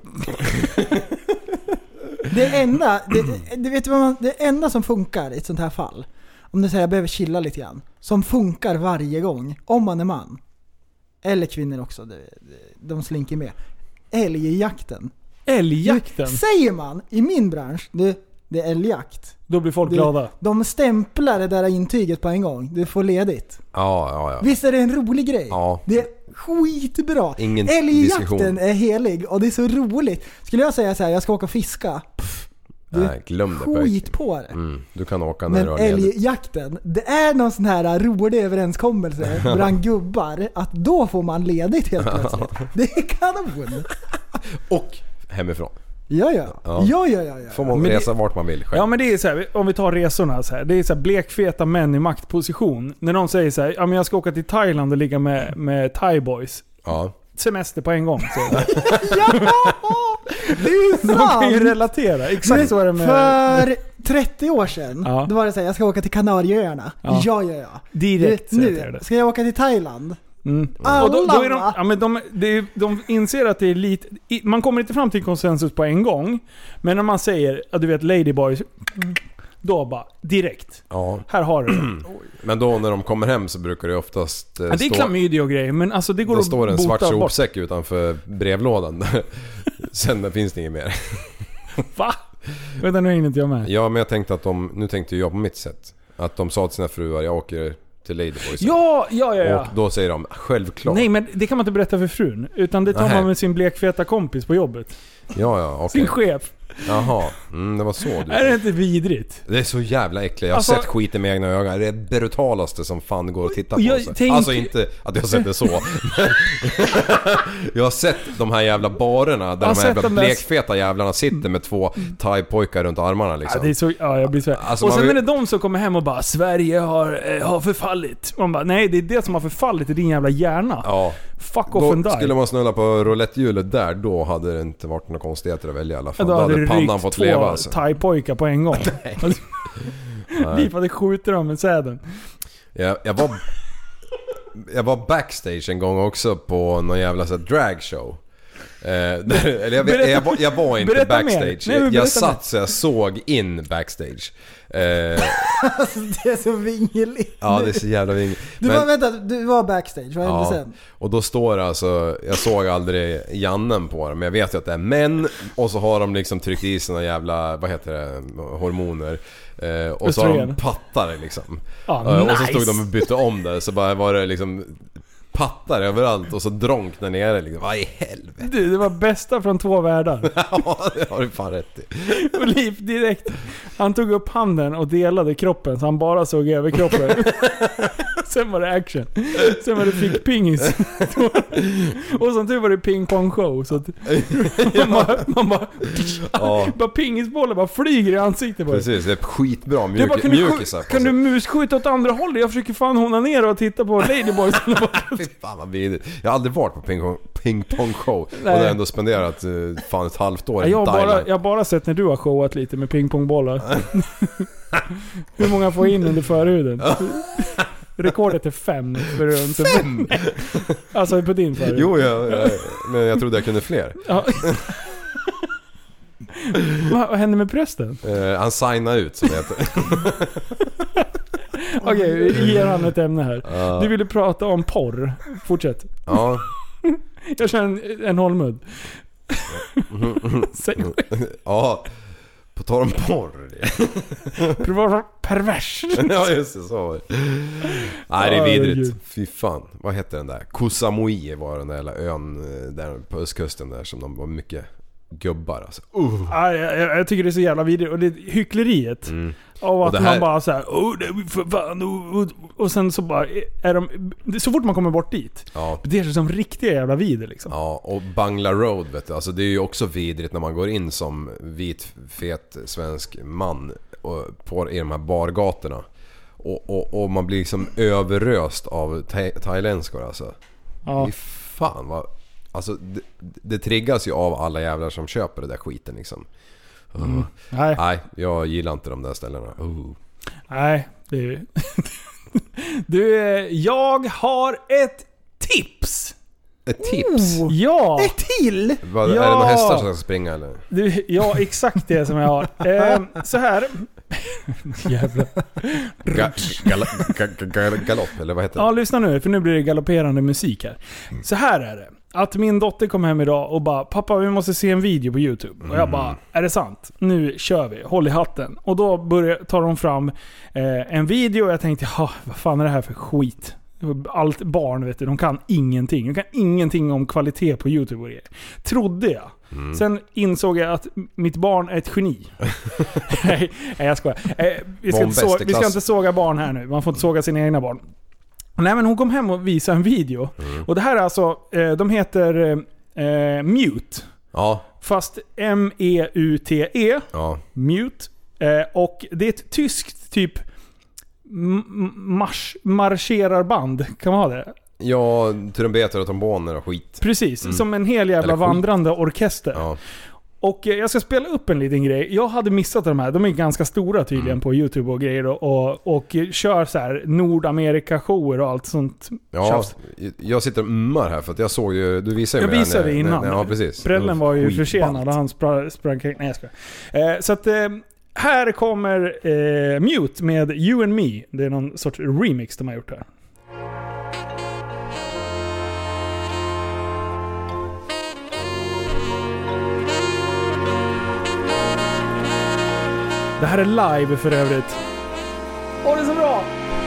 Det enda, det, det, vet du vad man, det enda som funkar i ett sånt här fall, om du säger jag behöver chilla lite grann, som funkar varje gång, om man är man, eller kvinnor också, det, de slinker med, älgjakten. Älgjakten? Du, säger man i min bransch, det, det är älgjakt. Då blir folk det, glada. De stämplar det där intyget på en gång. Du får ledigt. Ja, ja, ja. Visst är det en rolig grej? Ja. Det är skitbra. Ingen älgjakten diskussion. är helig och det är så roligt. Skulle jag säga så här, jag ska åka och fiska. Pff, du, nej, glöm det. skit på det. Mm, du kan åka när men du har ledigt. älgjakten, det är någon sån här rolig överenskommelse bland gubbar att då får man ledigt helt plötsligt. Det är kanon. Och hemifrån. Ja, ja. Ja, ja, ja, ja. Får man men resa det, vart man vill själv. Ja, men det är så här, om vi tar resorna så här. Det är så här blekfeta män i maktposition. När någon säger så här, ja men jag ska åka till Thailand och ligga med, med Thai boys. Ja. Semester på en gång. Så. Ja! Det är sant! Man kan ju relatera. Exakt så är det med... För trettio år sedan, ja. Då var det så här, jag ska åka till Kanarieöarna. Ja, ja, ja. ja. Direkt du, nu ska jag åka till Thailand. Mm. Alla, och då, då är de, ja, men de, de, de inser att det är lite... Man kommer inte fram till konsensus på en gång. Men när man säger att du vet Ladyboys, då bara direkt. Ja. Här har du det. Men då när de kommer hem så brukar det oftast eh, ja, det är klamydia och grejer, men alltså det går då att står en svart bota bort. sopsäck utanför brevlådan. Sen finns det inget mer. Va? Vänta, nu hinner inte jag med. Ja, men jag tänkte att de... Nu tänkte jag på mitt sätt. Att de sa till sina fruar, jag åker till Ladyboys. Ja, ja, ja, ja. Och då säger de, självklart. Nej, men det kan man inte berätta för frun. Utan det tar Nähä. man med sin blekfeta kompis på jobbet. Ja, ja, okej. Sin chef. Jaha, mm, det var så du... Är det inte vidrigt? Det är så jävla äckligt. Jag har Alltså- sett skiten med egna ögon. Det är det brutalaste som fan går att titta på. Jag så. tänk- Alltså inte att jag har sett det så. Men jag har sett de här jävla barerna där har de här jävla sett de där- blekfeta jävlarna sitter med två thai-pojkar runt armarna liksom. Ja, det är så, ja, jag blir så Alltså, och man sen vill- är det de som kommer hem och bara Sverige har, eh, har förfallit. Man bara, nej, det är det som har förfallit i din jävla hjärna. Ja. Fuck off and Då die. skulle man snulla på rouletthjulet där, då hade det inte varit några konstigheter att välja i alla Ja, fall. då Då hade hade det pannan rykt fått två leva alltså. thai-pojkar på en gång. Alltså, Nej. Liv hade skjutit dem med säden. Jag, jag var Jag var backstage en gång också på någon jävla så här dragshow. Eh, där, eller jag, Berätta- jag, var, jag var inte berätta mer. backstage. Nej, men jag berätta satt så jag såg in backstage. Eh, Alltså, det är så vingeligt. ja, det är så jävla vingligt. Du var, vänta, du var backstage, vad hände Ja, sen? och då står det alltså, jag såg aldrig jannen på dem, men jag vet ju att det är män. Och så har de liksom tryckt i sina jävla, vad heter det, hormoner. Eh, och så har de Östrogen. pattare liksom. Ah, Eh, Och så nice. stod de och bytte om det. Så bara var det liksom pattar överallt och så dronk där nere liksom. Vad i helvete? Du, det var bästa från två världar. Ja, det har du fan rätt i. Och Liv direkt, han tog upp handen och delade kroppen så han bara såg över kroppen. Sen var det action. Sen var det fick pingis. Och sen tur var det ping-pong show. Så att man bara, man bara, Ja. bara pingisbollar bara flyger i ansiktet på dig. Precis, det är skitbra Det är mjuk, bara, kan, du, mjukisar. sk- kan du musskjuta åt andra hållet? Jag försöker fan hona ner och titta på Ladyboys. Fy fan vad vidrigt. Jag har aldrig varit på ping-pong, ping-pong show. Och Nej. jag har ändå spenderat eh, fan ett halvt år i jag, har bara, Thailand. jag har bara sett när du har showat lite med pingpongbollar. Hur många får in under förhuden? Rekordet är fem. För fem? Alltså på din förhud. Jo, jag, jag, men jag trodde jag kunde fler. Ja. Vad hände med prästen? Uh, han signade ut som det heter. Okej, okay, ger han ett ämne här. Uh. Du ville prata om porr. Fortsätt. Ja. Jag känner en hållmudd. Säg. Ja. På tal om porr. Pervers. Ja, just det, så. Nej, det är vidrigt. Fy fan. Vad heter den där? Koh Samui var den där hela ön där på östkusten där som de var mycket gubbar alltså. Uh. Ja, jag, jag tycker det är så jävla vidrigt. Och det är hyckleriet. Mm. Av att här... man bara såhär, åh det är för fan. Och, och, och sen så bara är de, så fort man kommer bort dit, ja. Det är som riktiga jävla vidre liksom. Ja, och Bangla Road vet du, alltså det är ju också vidrigt när man går in som vit, fet svensk man och, på i de här bargatorna. Och, och, och man blir liksom överröst av thai- thailändskor alltså. Ja. Fy fan vad... Alltså det, det triggas ju av alla jävlar som köper det där skiten liksom. Uh. Mm. Nej. Nej, jag gillar inte de där ställena. Uh. Nej, det är... Du, jag har ett tips. Ett tips? Oh, ja. Ett till? Vad, ja. Är det några hästar som ska springa eller? Du, ja, exakt det som jag har. Eh, så här. Jävlar. Ga, gala, ga, ga, galopp, eller vad heter det? Ja, lyssna nu, för nu blir det galopperande musik här. Mm. Så här är det. Att min dotter kom hem idag och bara, pappa vi måste se en video på YouTube. Mm. Och jag bara, är det sant? Nu kör vi, håll i hatten. Och då börjar, tar de fram eh, en video och jag tänkte, ja, vad fan är det här för skit? Allt barn vet du, de kan ingenting. De kan ingenting om kvalitet på YouTube och det. Trodde jag. Mm. Sen insåg jag att mitt barn är ett geni. Nej, jag skojar. Eh, vi, ska inte så, vi ska inte såga barn här nu. Man får inte såga sina egna barn. Nej, men hon kom hem och visade en video. Mm. Och det här är alltså, eh, de heter eh, Mute. Ja. Fast M E U T E. Ja. Mute. Eh, och det är ett tyskt typ marsch, marscherarband. Kan man ha det? Ja, trumpeter och tromboner och skit. Precis, mm. som en hel jävla vandrande orkester. Ja. Och jag ska spela upp en liten grej. Jag hade missat de här. De är ganska stora tydligen mm. på YouTube och grejer. Och, och, och kör så här Nordamerika-shower och allt sånt. Ja, tjafs. Jag sitter och ummar här för att jag såg ju... Du visade jag mig visade när, innan. När, ja, precis. Prällen var ju försenad och han sprang... sprang nej, jag ska. Eh, så att... Eh, här kommer eh, Mute med You and Me. Det är någon sorts remix de har gjort här. Det här är live för övrigt. Åh, det är så bra!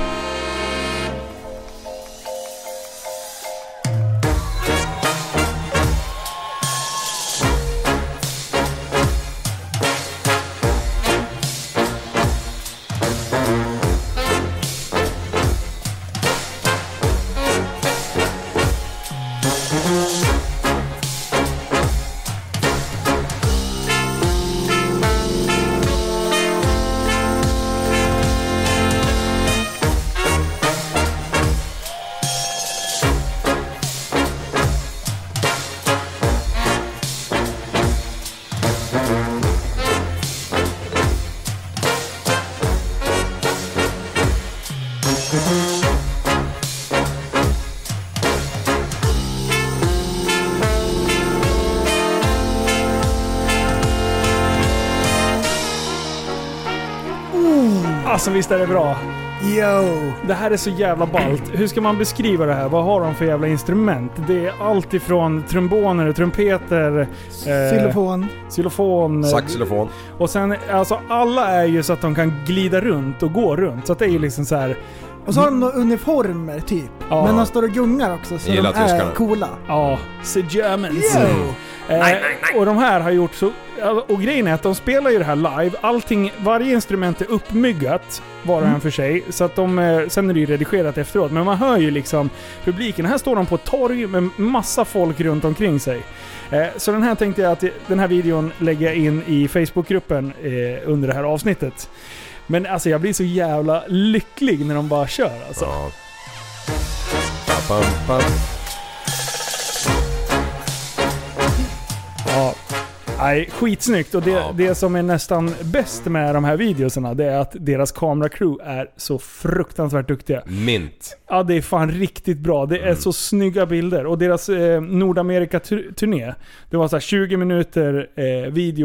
Alltså visst är det bra. Yo. Det här är så jävla ballt. Hur ska man beskriva det här? Vad har de för jävla instrument? Det är allt ifrån tromboner och trumpeter, eh, xylofon, xylofon, saxofon. Och sen alltså alla är ju så att de kan glida runt och gå runt. Så att det är ju liksom så här. Och så har de några uniformer typ. Ja. Men de står och gungar också så gillar de är tyskarna. Coola. Ja, the Germans. Mm. Eh, nej, nej, nej. Och de här har gjort så... Och grejen är att de spelar ju det här live. Allting, varje instrument är uppmyggat var och en mm. för sig. Så att de... Sen är det ju redigerat efteråt. Men man hör ju liksom publiken. Här står de på ett torg med massa folk runt omkring sig. Eh, så den här tänkte jag att den här videon lägger jag in i Facebookgruppen eh, under det här avsnittet. Men alltså jag blir så jävla lycklig när de bara kör alltså. Ja. Pam, pam. Ja. Nej, skitsnyggt. Och det, ja. det som är nästan bäst med de här videorna, det är att deras kameracrew är så fruktansvärt duktiga. Mint. Ja, det är fan riktigt bra. Det är mm. så snygga bilder. Och deras eh, Nordamerika-turné, det var så här tjugo minuter eh, video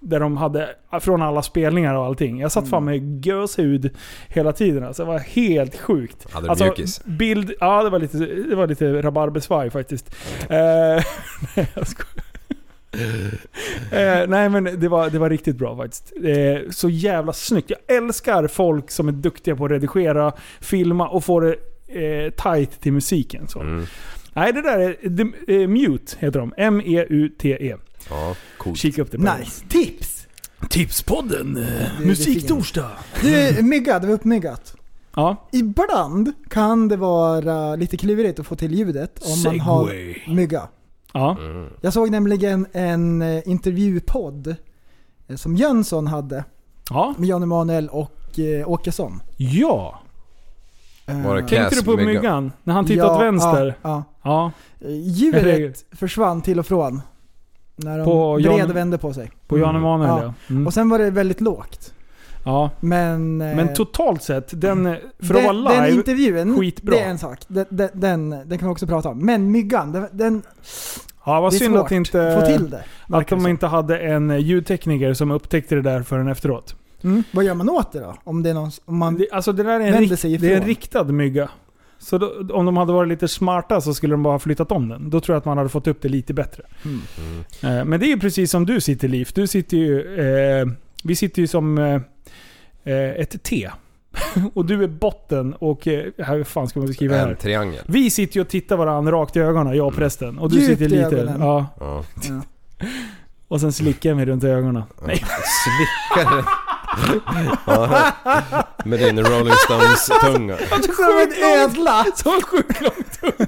där de hade från alla spelningar och allting. Jag satt mm. fan med göshud hela tiden. Alltså, det var helt sjukt. Hade du alltså, mjukis? Bild, ja, det var lite, det var lite rabarbersvaj faktiskt. Mm. Uh, nej, jag skojar. eh, nej men det var, det var riktigt bra faktiskt. Eh, så jävla snyggt. Jag älskar folk som är duktiga på att redigera, filma och få det eh, tight till musiken. Så. Mm. Nej, det där är det, eh, Mute heter de. M E U T E. Ja, coolt. Kika upp det på. Nice. Tips! Tipspodden. Eh, Musiktorsdag. Du, myggat, det var uppmyggat. Ja. Ibland kan det vara lite klurigt att få till ljudet om Segway. Man har mygga. Ja. Mm. Jag såg nämligen en eh, intervjupodd eh, som Jönsson hade. Ja. Med Jan Emanuel och eh, Åkesson. Ja. Var det uh, tänkte du på myggan? myggan? När han tittade ja, åt vänster? Ja. ja. ja. Ljudet försvann till och från. När de på bred Jan, vände på sig. På Jan Emanuel, ja. ja. Mm. Och sen var det väldigt lågt. Ja. Men, Men totalt sett, den, för den, att vara live, den intervjun, skitbra. Det är en sak. Den, den, den, den kan vi också prata om. Men myggan, den... den ja, vad synd att inte... Få till det. Att de inte hade en ljudtekniker som upptäckte det där förrän efteråt. Mm. Vad gör man åt det då? Om det är någon, om man det, alltså det där är en, rikt, det är en riktad mygga. Så då, om de hade varit lite smarta så skulle de bara ha flyttat om den. Då tror jag att man hade fått upp det lite bättre. Mm. Mm. Eh, men det är ju precis som du sitter, Liv. Du sitter ju... Eh, vi sitter ju som eh, ett T. Och du är botten och... Eh, här fan ska man skriva här? En triangel. Vi sitter ju och tittar varandra rakt i ögonen, jag och prästen. Och du Djupt sitter lite... ögonen. Ja. Ja. Ja. Och sen slickar jag mig runt ögonen. Ja. Nej. Slickar ja. Med din Rolling Stones tunga. Som en ödla. Så sjukt långt tunga.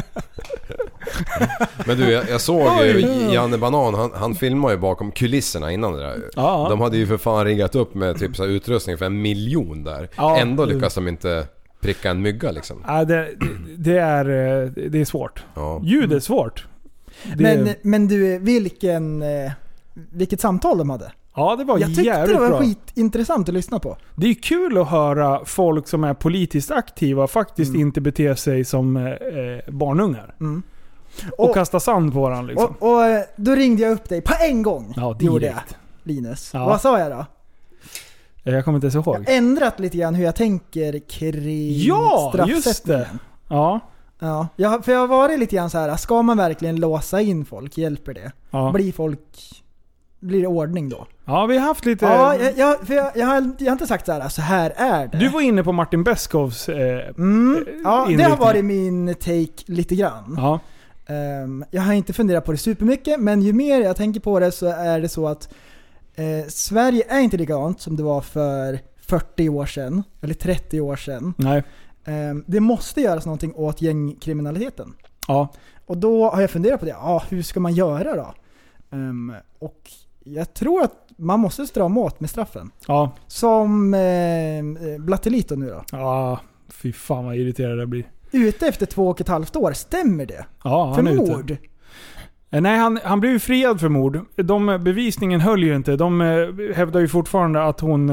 Men du, jag, jag såg ju Janne Banan, han, han filmade ju bakom kulisserna innan det där. Ja. De hade ju för fan riggat upp med typ så här utrustning för en miljon där. Ja. Ändå lyckas de inte pricka en mygga liksom. Ja, det, det, det, är, det är svårt. Ja. Ljud är svårt. Det... Men, men du, vilken, vilket samtal de hade. Ja, det var jag jävligt bra. Jag tyckte det var skitintressant att lyssna på. Det är kul att höra folk som är politiskt aktiva faktiskt mm. inte beter sig som eh, barnungar. Mm. Och, och kasta sand på varandra liksom. Och, och då ringde jag upp dig på en gång. Ja, gjorde jag, Linus. Ja. Vad sa jag då? Jag kommer inte ens ihåg. Jag har ändrat lite grann hur jag tänker kring ja, straffsättningen. Just det. Ja. Ja, jag, för jag har varit lite grann så här. Ska man verkligen låsa in folk? Hjälper det? Ja. Blir folk... Blir det ordning då? Ja, vi har haft lite... Ja, jag, jag, för jag, jag, har, jag har inte sagt så här, så här är det. Du var inne på Martin Beskovs eh, mm. Ja, det har varit min take lite grann. Ja. Um, jag har inte funderat på det supermycket, men ju mer jag tänker på det så är det så att eh, Sverige är inte likadant som det var för fyrtio år sedan, eller trettio år sedan. Nej. Um, det måste göras någonting åt gängkriminaliteten. Ja. Och då har jag funderat på det. Ja, hur ska man göra då? Um, och jag tror att man måste strama åt med straffen. Ja. Som eh, Blattelito nu då. Ja, fy fan vad irriterad det blir. Ute efter två och ett halvt år, stämmer det? Ja, för han är mord? Ute. Nej, han, han blev ju friad för mord. De, bevisningen höll ju inte. De eh, hävdar ju fortfarande att hon...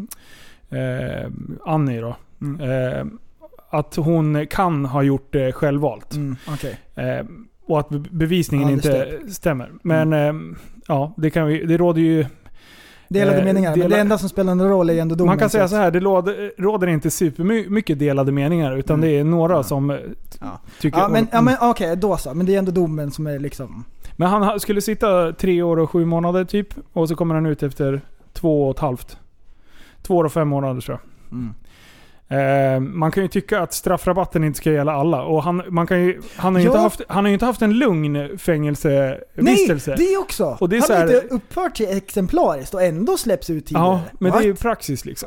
Eh, Annie då. Mm. Eh, att hon kan ha gjort det självvalt. Mm, okay. eh, och att bevisningen ja, inte stämmer. Men mm. eh, ja, det, kan vi, det råder ju... Delade eh, meningar, delade, men det enda som spelar en roll är ändå domen. Man kan säga så här, det råder, råder inte supermycket delade meningar, utan mm. det är några ja. som ja. tycker... Ja, men, ja, men okej, okay, då så. Men det är ändå domen som är liksom... Men han skulle sitta tre år och sju månader typ, och så kommer han ut efter två och ett halvt. Två år och fem månader tror jag. Mm. Eh, man kan ju tycka att straffrabatten inte ska gälla alla, och han, man kan ju, han, har ju ja. inte haft, han har ju inte haft en lugn fängelsevistelse. Nej, det också! Och det är han så här, har inte uppfört sig exemplariskt och ändå släpps ut tidigare. Ja, men What? det är ju praxis liksom.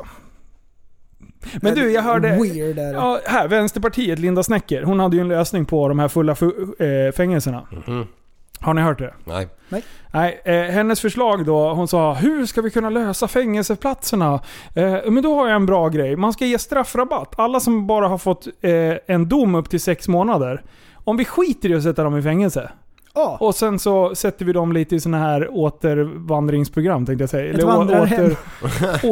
Men du, jag hörde... Weird är det. Ja, här, Vänsterpartiet, Linda Snäcker, hon hade ju en lösning på de här fulla f- fängelserna. Mm. Har ni hört det? Nej. Nej. Nej, eh, hennes förslag då, hon sa, hur ska vi kunna lösa fängelseplatserna? Eh, men då har jag en bra grej. Man ska ge straffrabatt. Alla som bara har fått eh, en dom upp till sex månader. Om vi skiter i att sätta dem i fängelse. Oh. Och sen så sätter vi dem lite i såna här återvandringsprogram, tänkte jag säga. Ett Eller åter,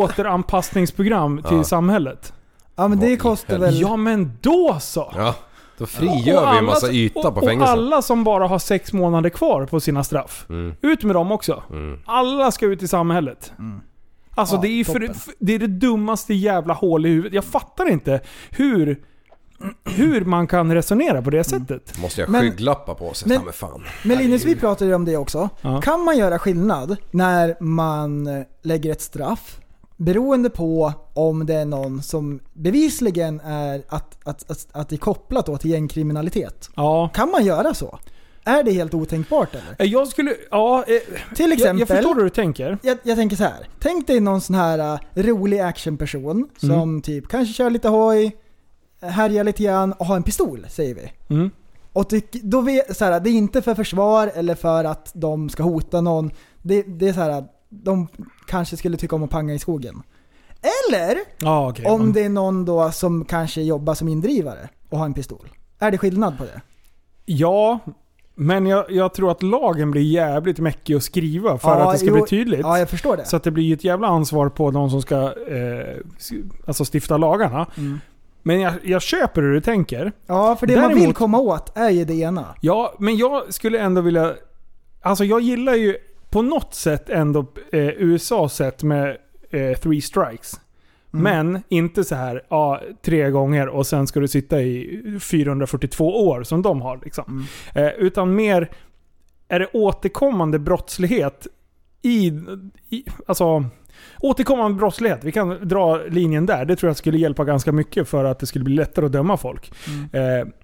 återanpassningsprogram till ja. samhället. Ja, men det kostar väl... Ja, men då så! Ja. Då frigör vi en massa yta på fängelset. Och alla som bara har sex månader kvar på sina straff. Mm. Ut med dem också. Mm. Alla ska ut i samhället. Mm. Alltså ja, det är för, det är det dummaste jävla hål i huvudet. Jag fattar inte hur hur man kan resonera på det sättet. Mm. Måste jag skygglappa på sig? Men, med fan. men Linus, vi pratade ju om det också. Ja. Kan man göra skillnad när man lägger ett straff beroende på om det är någon som bevisligen är att, att, att, att det är kopplat då till gängkriminalitet? Ja. Kan man göra så? Är det helt otänkbart eller? Jag skulle, ja, eh, till exempel, jag, jag förstår hur du tänker. Jag, jag tänker så här. Tänk dig någon sån här uh, rolig actionperson som mm. typ kanske kör lite hoj, härjar lite grann och har en pistol, säger vi. Mm. Och ty, då vet, så här, det är inte för försvar eller för att de ska hota någon. Det, det är så här, de kanske skulle tycka om att panga i skogen. Eller ah, okay. om det är någon då som kanske jobbar som indrivare och har en pistol. Är det skillnad på det? Ja, men jag, jag tror att lagen blir jävligt mäckig att skriva för ja, att det ska jo, bli tydligt. Ja, jag förstår det. Så att det blir ett jävla ansvar på de som ska eh, alltså stifta lagarna. Mm. Men jag, jag köper hur du tänker. Ja, för det Däremot, man vill komma åt är ju det ena. Ja, men jag skulle ändå vilja... Alltså jag gillar ju på något sätt ändå eh, U S A sätt med eh, three strikes. Mm. Men inte så här ja, tre gånger och sen ska du sitta i fyrahundrafyrtiotvå år som de har. Liksom. Mm. Eh, utan mer är det återkommande brottslighet i... i alltså... Återkommande brottslighet, vi kan dra linjen där. Det tror jag skulle hjälpa ganska mycket för att det skulle bli lättare att döma folk. Mm. Eh,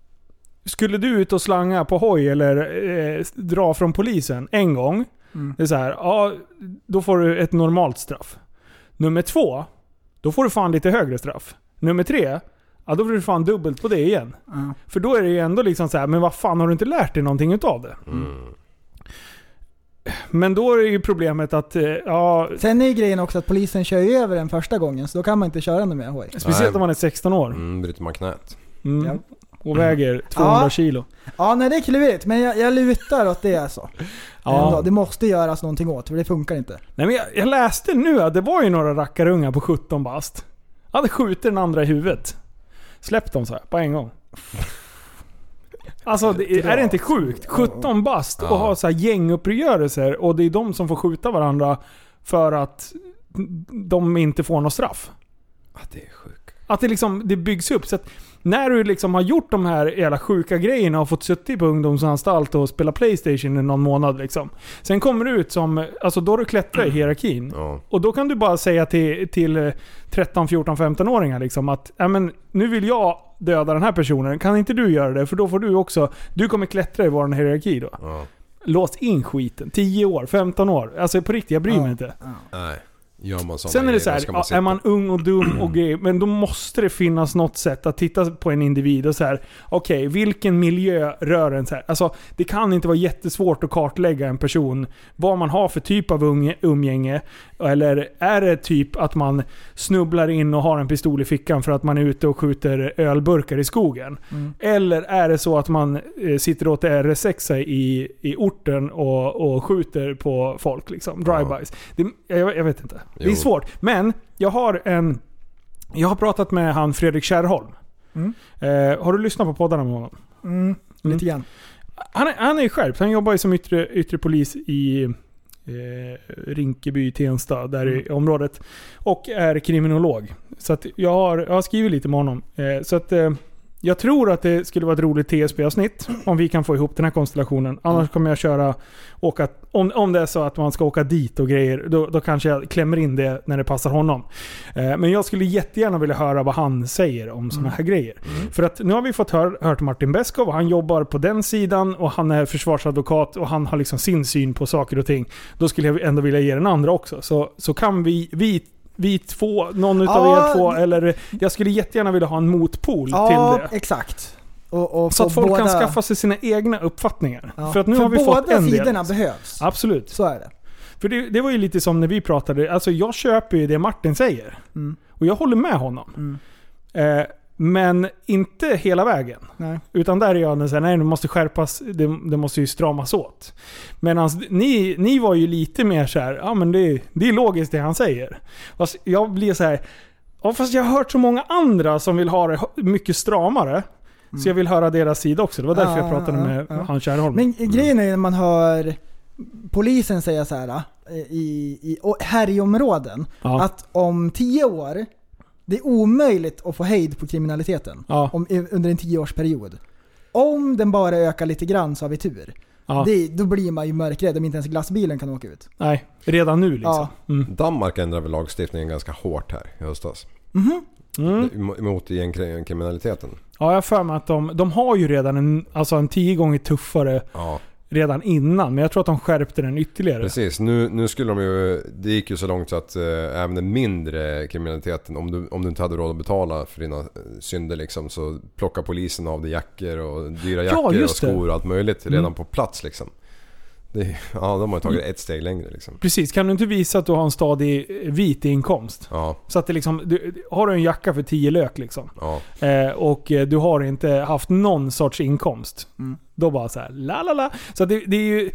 skulle du ut och slanga på hoj eller eh, dra från polisen en gång, mm. det är så här, ja, då får du ett normalt straff. Nummer två, då får du fan lite högre straff. Nummer tre, ja, då får du fan dubbelt på det igen. Mm. För då är det ju ändå liksom så här, men vad fan har du inte lärt dig någonting utav det? Mm. Men då är ju problemet att ja, sen är ju grejen också att polisen kör ju över den första gången, så då kan man inte köra med hoj. Speciellt nej. Om man är sexton år. Mm, bryter man knät. Mm. Ja. Och väger tvåhundra ja. Kilo. Ja, nej, det är klurigt, men jag, jag lutar åt det alltså. Ja. Ändå, det måste göras någonting åt, för det funkar inte. Nej, men jag, jag läste nu att det var ju några rackarungar på sjutton bast. Hade skjutit den andra i huvudet. Släppt dem så här på en gång. Alltså, det, är det inte sjukt? sjutton bast och ha så här gänguppgörelser och det är de som får skjuta varandra för att de inte får något straff. Ja, det är sjukt. Att det liksom, det byggs upp så att när du liksom har gjort de här jävla sjuka grejerna och fått suttit på ungdomsanstalt och spela PlayStation i någon månad liksom. Sen kommer du ut som, alltså då du klättrar i hierarkin. Mm. Och då kan du bara säga till, till tretton, fjorton, femton-åringar liksom att ja, men nu vill jag döda den här personen. Kan inte du göra det? För då får du också, du kommer klättra i vår hierarki då. Mm. Lås in skiten. tio år, femton år. Alltså på riktigt, jag bryr mig mm. inte. Mm. Nej. Gör man sen är det så här, man är man ung och dum och grej, men då måste det finnas något sätt att titta på en individ och så här, okej, okay, vilken miljö rör en så här? Alltså, det kan inte vara jättesvårt att kartlägga en person, vad man har för typ av unge, umgänge, eller är det typ att man snubblar in och har en pistol i fickan för att man är ute och skjuter ölburkar i skogen, mm. eller är det så att man eh, sitter åt R S sex i, i orten och, och skjuter på folk liksom, drive-bys. Det, jag, jag vet inte. Det är svårt. Men jag har en jag har pratat med han Fredrik Kärrholm. Mm. Eh, har du lyssnat på poddarna med honom? Mm, lite grann. Han är, han är skärpt. Han jobbar ju som yttre, yttre polis i eh, Rinkeby, Tensta, där mm. i området. Och är kriminolog. Så att jag har, jag har skrivit lite med honom. Eh, så att eh, jag tror att det skulle vara ett roligt T S B-avsnitt om vi kan få ihop den här konstellationen. Annars mm. kommer jag köra åka, om, om det är så att man ska åka dit och grejer, då, då kanske jag klämmer in det när det passar honom. Eh, men jag skulle jättegärna vilja höra vad han säger om såna här mm. grejer. Mm. För att nu har vi fått hör, hört Martin Beskov och han jobbar på den sidan och han är försvarsadvokat och han har liksom sin syn på saker och ting. Då skulle jag ändå vilja ge den andra också. Så, så kan vi, vi vi två, någon utav ja, er två, eller jag skulle jättegärna vilja ha en motpol ja, till det. Exakt. Och, och så att folk båda... kan skaffa sig sina egna uppfattningar. Ja. För att nu för har vi båda fått en sidorna del. Behövs. Absolut. Så är det. För det, det var ju lite som när vi pratade, alltså jag köper ju det Martin säger. Mm. Och jag håller med honom. Mm. Eh, men inte hela vägen. Nej. Utan där är jag den säger, nej, det måste skärpas, det, det måste ju stramas åt. Medan ni, ni var ju lite mer så här, ja men det, det är logiskt det han säger. Fast jag blir så här, ja, fast jag har hört så många andra som vill ha det mycket stramare. Mm. Så jag vill höra deras sida också. Det var därför ja, jag pratade ja, med ja. han Kärrholm. Men grejen är när man hör polisen säga så här i, i härjområden ja. att om tio år det är omöjligt att få hejd på kriminaliteten ja. om, under en tioårsperiod. Om den bara ökar lite grann så har vi tur. Ja. Det, då blir man ju mörkrädd om inte ens glassbilen kan åka ut. Nej, redan nu liksom. Ja. Mm. Danmark ändrar väl lagstiftningen ganska hårt här i höstas. Mhm. Mm. Mot gängkriminaliteten. Ja, jag för mig att de, de har ju redan en, alltså en tio gånger tuffare ja. redan innan. Men jag tror att de skärpte den ytterligare. Precis, nu, nu skulle de ju, det gick ju så långt så att äh, även den mindre kriminaliteten, om du, om du inte hade råd att betala för dina synder liksom, så plockar polisen av dig jackor och dyra jackor ja, och skor och allt möjligt redan mm. på plats liksom. Det, ja, de har tagit ett steg längre liksom. Precis, kan du inte visa att du har en stadig vit inkomst? Ja. Så att det liksom, du, har du en jacka för tio lök liksom ja. eh, och du har inte haft någon sorts inkomst mm. då bara så här, la la la. Så det, det är ju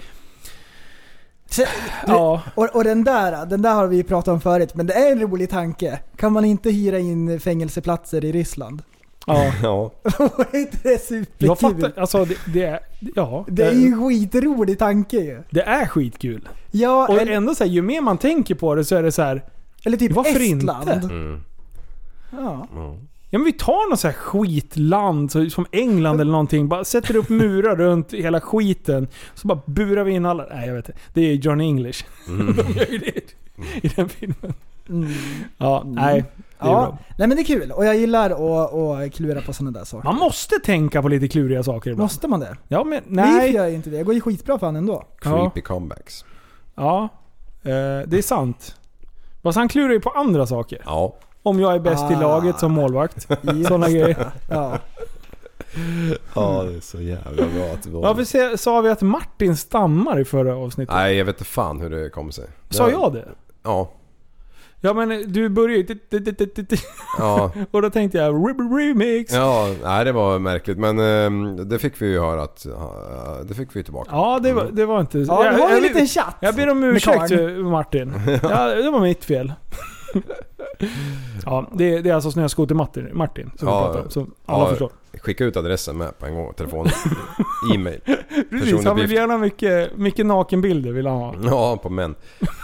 så, du, ja. och, och den där den där har vi pratat om förut, men det är en rolig tanke. Kan man inte hyra in fängelseplatser i Ryssland? Ja. ja. är inte det superkul? Jag fattar, alltså det, det är ja, det är ju en skitrolig tanke ju. Det är skitkul. Ja, och eller, ändå så här, ju mer man tänker på det så är det så här, eller typ varför Estland. Inte? Mm. Ja. Mm. Ja, men vi tar något så här skitland så, som England eller någonting, bara sätter upp murar runt hela skiten så bara burar vi in alla. Nej, jag vet inte. Det är Johnny English. Mm. De gör ju det i den filmen. Mm. Ja, mm. nej. Ja, nej men det är kul och jag gillar att, att klura på sådana där saker. Man måste tänka på lite kluriga saker ibland. Måste man det? Ja, men nej. Det gör jag inte det. Jag går ju skitbra för han ändå. Creepy ja. comebacks. Ja, eh, det är sant. Fast han klurar ju på andra saker. Ja. Om jag är bäst ah. i laget som målvakt. Sådana grejer. Ja. Ja, det är så jävla bra att det var. Varför sa vi att Martin stammar i förra avsnittet? Nej, jag vet inte fan hur det kommer sig. Sa jag det? Ja. Ja, men du började ju ja. och då tänkte jag remix. Ja, nej det var märkligt, men um, det fick vi ju höra att uh, det fick vi tillbaka. Ja, det var, det var inte. Ja, det var ju en liten chatt. Jag ber om ursäkt Martin. Ja, det var mitt fel. Ja, det, det är alltså snöskoter Martin, Martin som ja, vi pratar om, så alla ja, förstår. Skicka ut adressen med på en gång, telefonen, e-mail. Precis, han vill gärna mycket, mycket nakenbilder vill han ha. Ja, på män.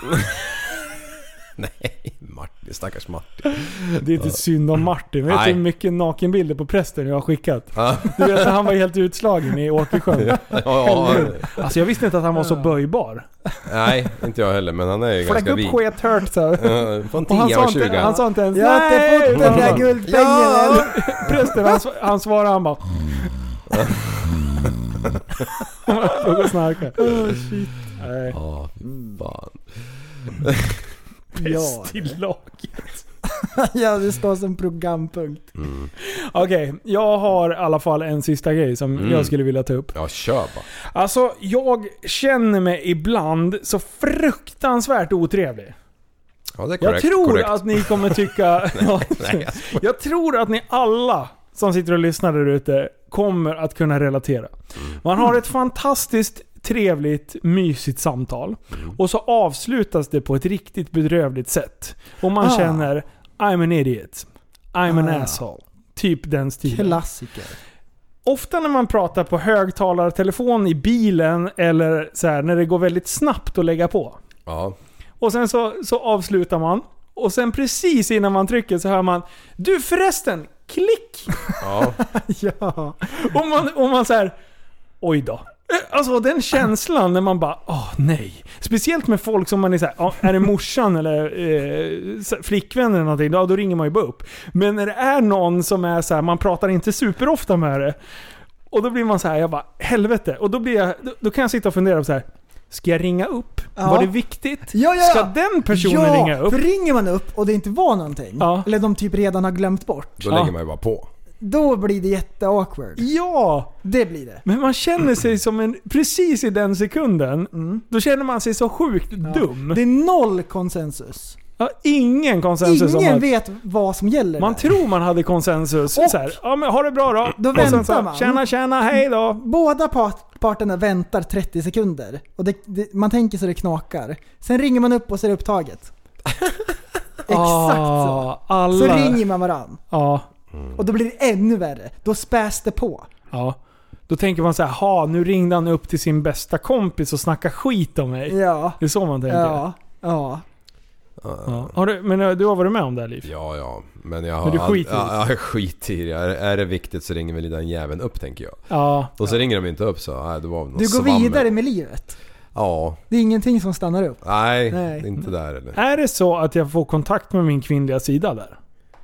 Nej, Martin, stackars Martin. Det är inte ja. synd om Martin. Vet du hur mycket nakenbilder på prästen jag har skickat? Ja. Du vet att han var helt utslagen i Åkersjön. Ja, ja. Alltså jag visste inte att han var så böjbar. Nej, inte jag heller, men han är ju Fläck ganska vig. Fläck upp skethört så. Ja, från tio och tjugo. Han sa inte ens jag har inte fått den där guldpengen. Ja. Prästen, han, han svarade han bara han var snarka. Oh shit. Nej. Ja, fan. Pest i laget. Ja, det står som programpunkt. Mm. Okej, okay, jag har i alla fall en sista grej som mm. jag skulle vilja ta upp. Ja, kör bara. Alltså, jag känner mig ibland så fruktansvärt otrevlig. Ja, det är korrekt, jag tror korrekt. att ni kommer tycka... ja, nej, jag, jag tror att ni alla som sitter och lyssnar där ute kommer att kunna relatera. Mm. Man har ett fantastiskt trevligt, mysigt samtal. Mm. Och så avslutas det på ett riktigt bedrövligt sätt. Och man ah. känner I'm an idiot. I'm ah. an asshole. Typ den stilen. Klassiker. Ofta när man pratar på högtalartelefon i bilen eller så här, när det går väldigt snabbt att lägga på. Ja. Och sen så, så avslutar man. Och sen precis innan man trycker så hör man du förresten, klick! Ja. Ja. Och man, och man så här, oj då. Alltså den känslan när man bara, åh oh, nej. Speciellt med folk som man är så här, oh, är det morsan eller eh, flickvän eller någonting, då, då ringer man ju bara upp. Men när det är någon som är så här, man pratar inte superofta med det. Och då blir man så här, jag bara, helvete. Och då, blir jag, då, då kan jag sitta och fundera på så här, ska jag ringa upp? Ja. Var det viktigt? Ja, ja. Ska den personen ja, ringa upp? För ringer man upp och det inte var någonting, ja. eller de typ redan har glömt bort. Då lägger man ju bara på. Då blir det jätteawkward. Ja, det blir det. Men man känner sig som en, precis i den sekunden, mm. då känner man sig så sjukt ja. dum. Det är noll konsensus. Ja, ingen konsensus. Ingen om vet vad som gäller. Man där. tror man hade konsensus. Så här, ja men ha det bra då. Då och väntar så, man. Tjena, tjena, hej då. Båda part, parterna väntar trettio sekunder. Och det, det, man tänker så det knakar. Sen ringer man upp och så är det upptaget. Exakt ah, så. Alla. Så ringer man varann. Ja. Mm. Och då blir det ännu värre. Då späs det på. Ja. Då tänker man så här, ha nu ringde han upp till sin bästa kompis och snackar skit om mig. Ja. Det är så man tänker. Ja. Ja. Ja. Har du, men du har varit med om det här, Liv? Ja, ja. Men jag har... Men du skiter all, ja, jag skiter i det. Är, är det viktigt så ringer väl den jäveln upp, tänker jag. Ja. Och så ja. ringer de inte upp så... Nej, det var något du går svammel. vidare med livet. Ja. Det är ingenting som stannar upp. Nej, Nej. inte där eller. Är det så att jag får kontakt med min kvinnliga sida där?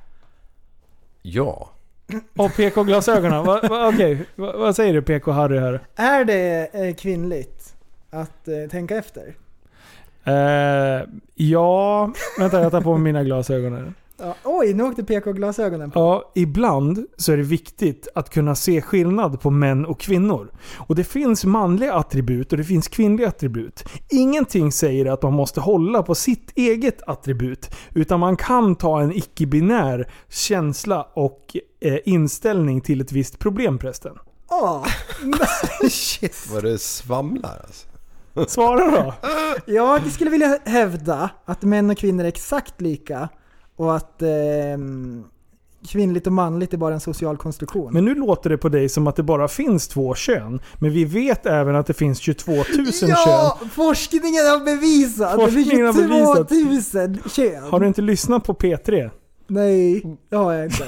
Ja. Och P K-glasögonen. va, va, Okej, okay. va, vad säger du P K Harry här? Är det eh, kvinnligt att eh, tänka efter? Uh, ja, vänta jag tar på mina glasögon här. Ja, oj, nu åkte P K-glasögonen på. Ja, ibland så är det viktigt att kunna se skillnad på män och kvinnor. Och det finns manliga attribut och det finns kvinnliga attribut. Ingenting säger att man måste hålla på sitt eget attribut, utan man kan ta en icke-binär känsla och eh, inställning till ett visst problem, prästen. Åh, shit. Vad det svamlar alltså. Svara då. Jag skulle vilja hävda att män och kvinnor är exakt lika. Och att eh, kvinnligt och manligt är bara en social konstruktion. Men nu låter det på dig som att det bara finns två kön. Men vi vet även att det finns tjugotvå tusen ja, kön. Ja, forskningen har bevisat. Forskningen det finns har tjugotvå tusen kön. Har du inte lyssnat på P tre? Nej, det har jag inte.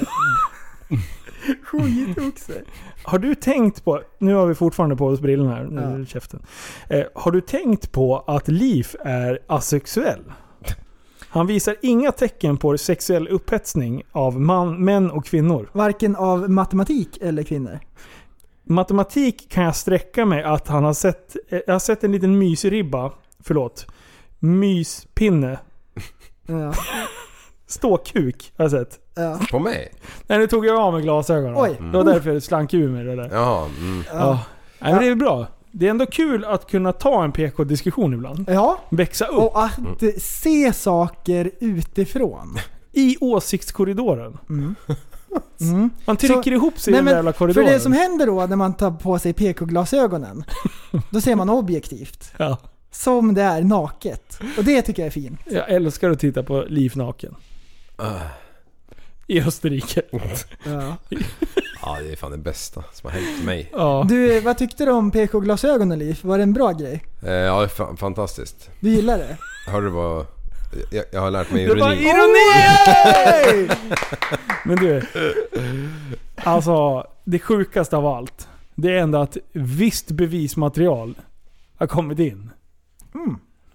Skit också. Har du tänkt på, nu har vi fortfarande på oss brillorna här, nu är det käften. Eh, har du tänkt på att Liv är asexuell? Han visar inga tecken på sexuell upphetsning av man, män och kvinnor. Varken av matematik eller kvinnor. Matematik kan jag sträcka mig att han har sett, jag har sett en liten mysribba, förlåt, myspinne. Ja. Ståkuk har jag sett. Ja. På mig? Nej, nu tog jag av med glasögonen. Oj. Det var därför jag slank ur mig det där. Jaha. Mm. Ja. Ja. Nej, men det är bra. Det är ändå kul att kunna ta en P K-diskussion ibland. Ja. Växa upp. Och att mm. se saker utifrån. I åsiktskorridoren. Mm. Mm. Man trycker så, ihop sig i den men, jävla korridoren. För det som händer då när man tar på sig P K-glasögonen, då ser man objektivt. Ja. Som det är naket. Och det tycker jag är fint. Jag älskar att titta på Liv naken. Uh. I Österrike. Ja. Ja, det är fan det bästa som har hänt för mig. Ja. Du, vad tyckte du om P K-glasögonen, Liv? Var det en bra grej? Eh, ja, det är fa- fantastiskt. Du gillar det? Hörde du vad... Jag, jag har lärt mig ironi. Det var ironi! Men du, alltså det sjukaste av allt, det är ändå att visst bevismaterial har kommit in. Mm.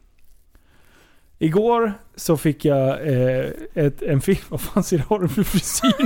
Igår så fick jag eh, ett, en film. Vad fan ser du för frisyr?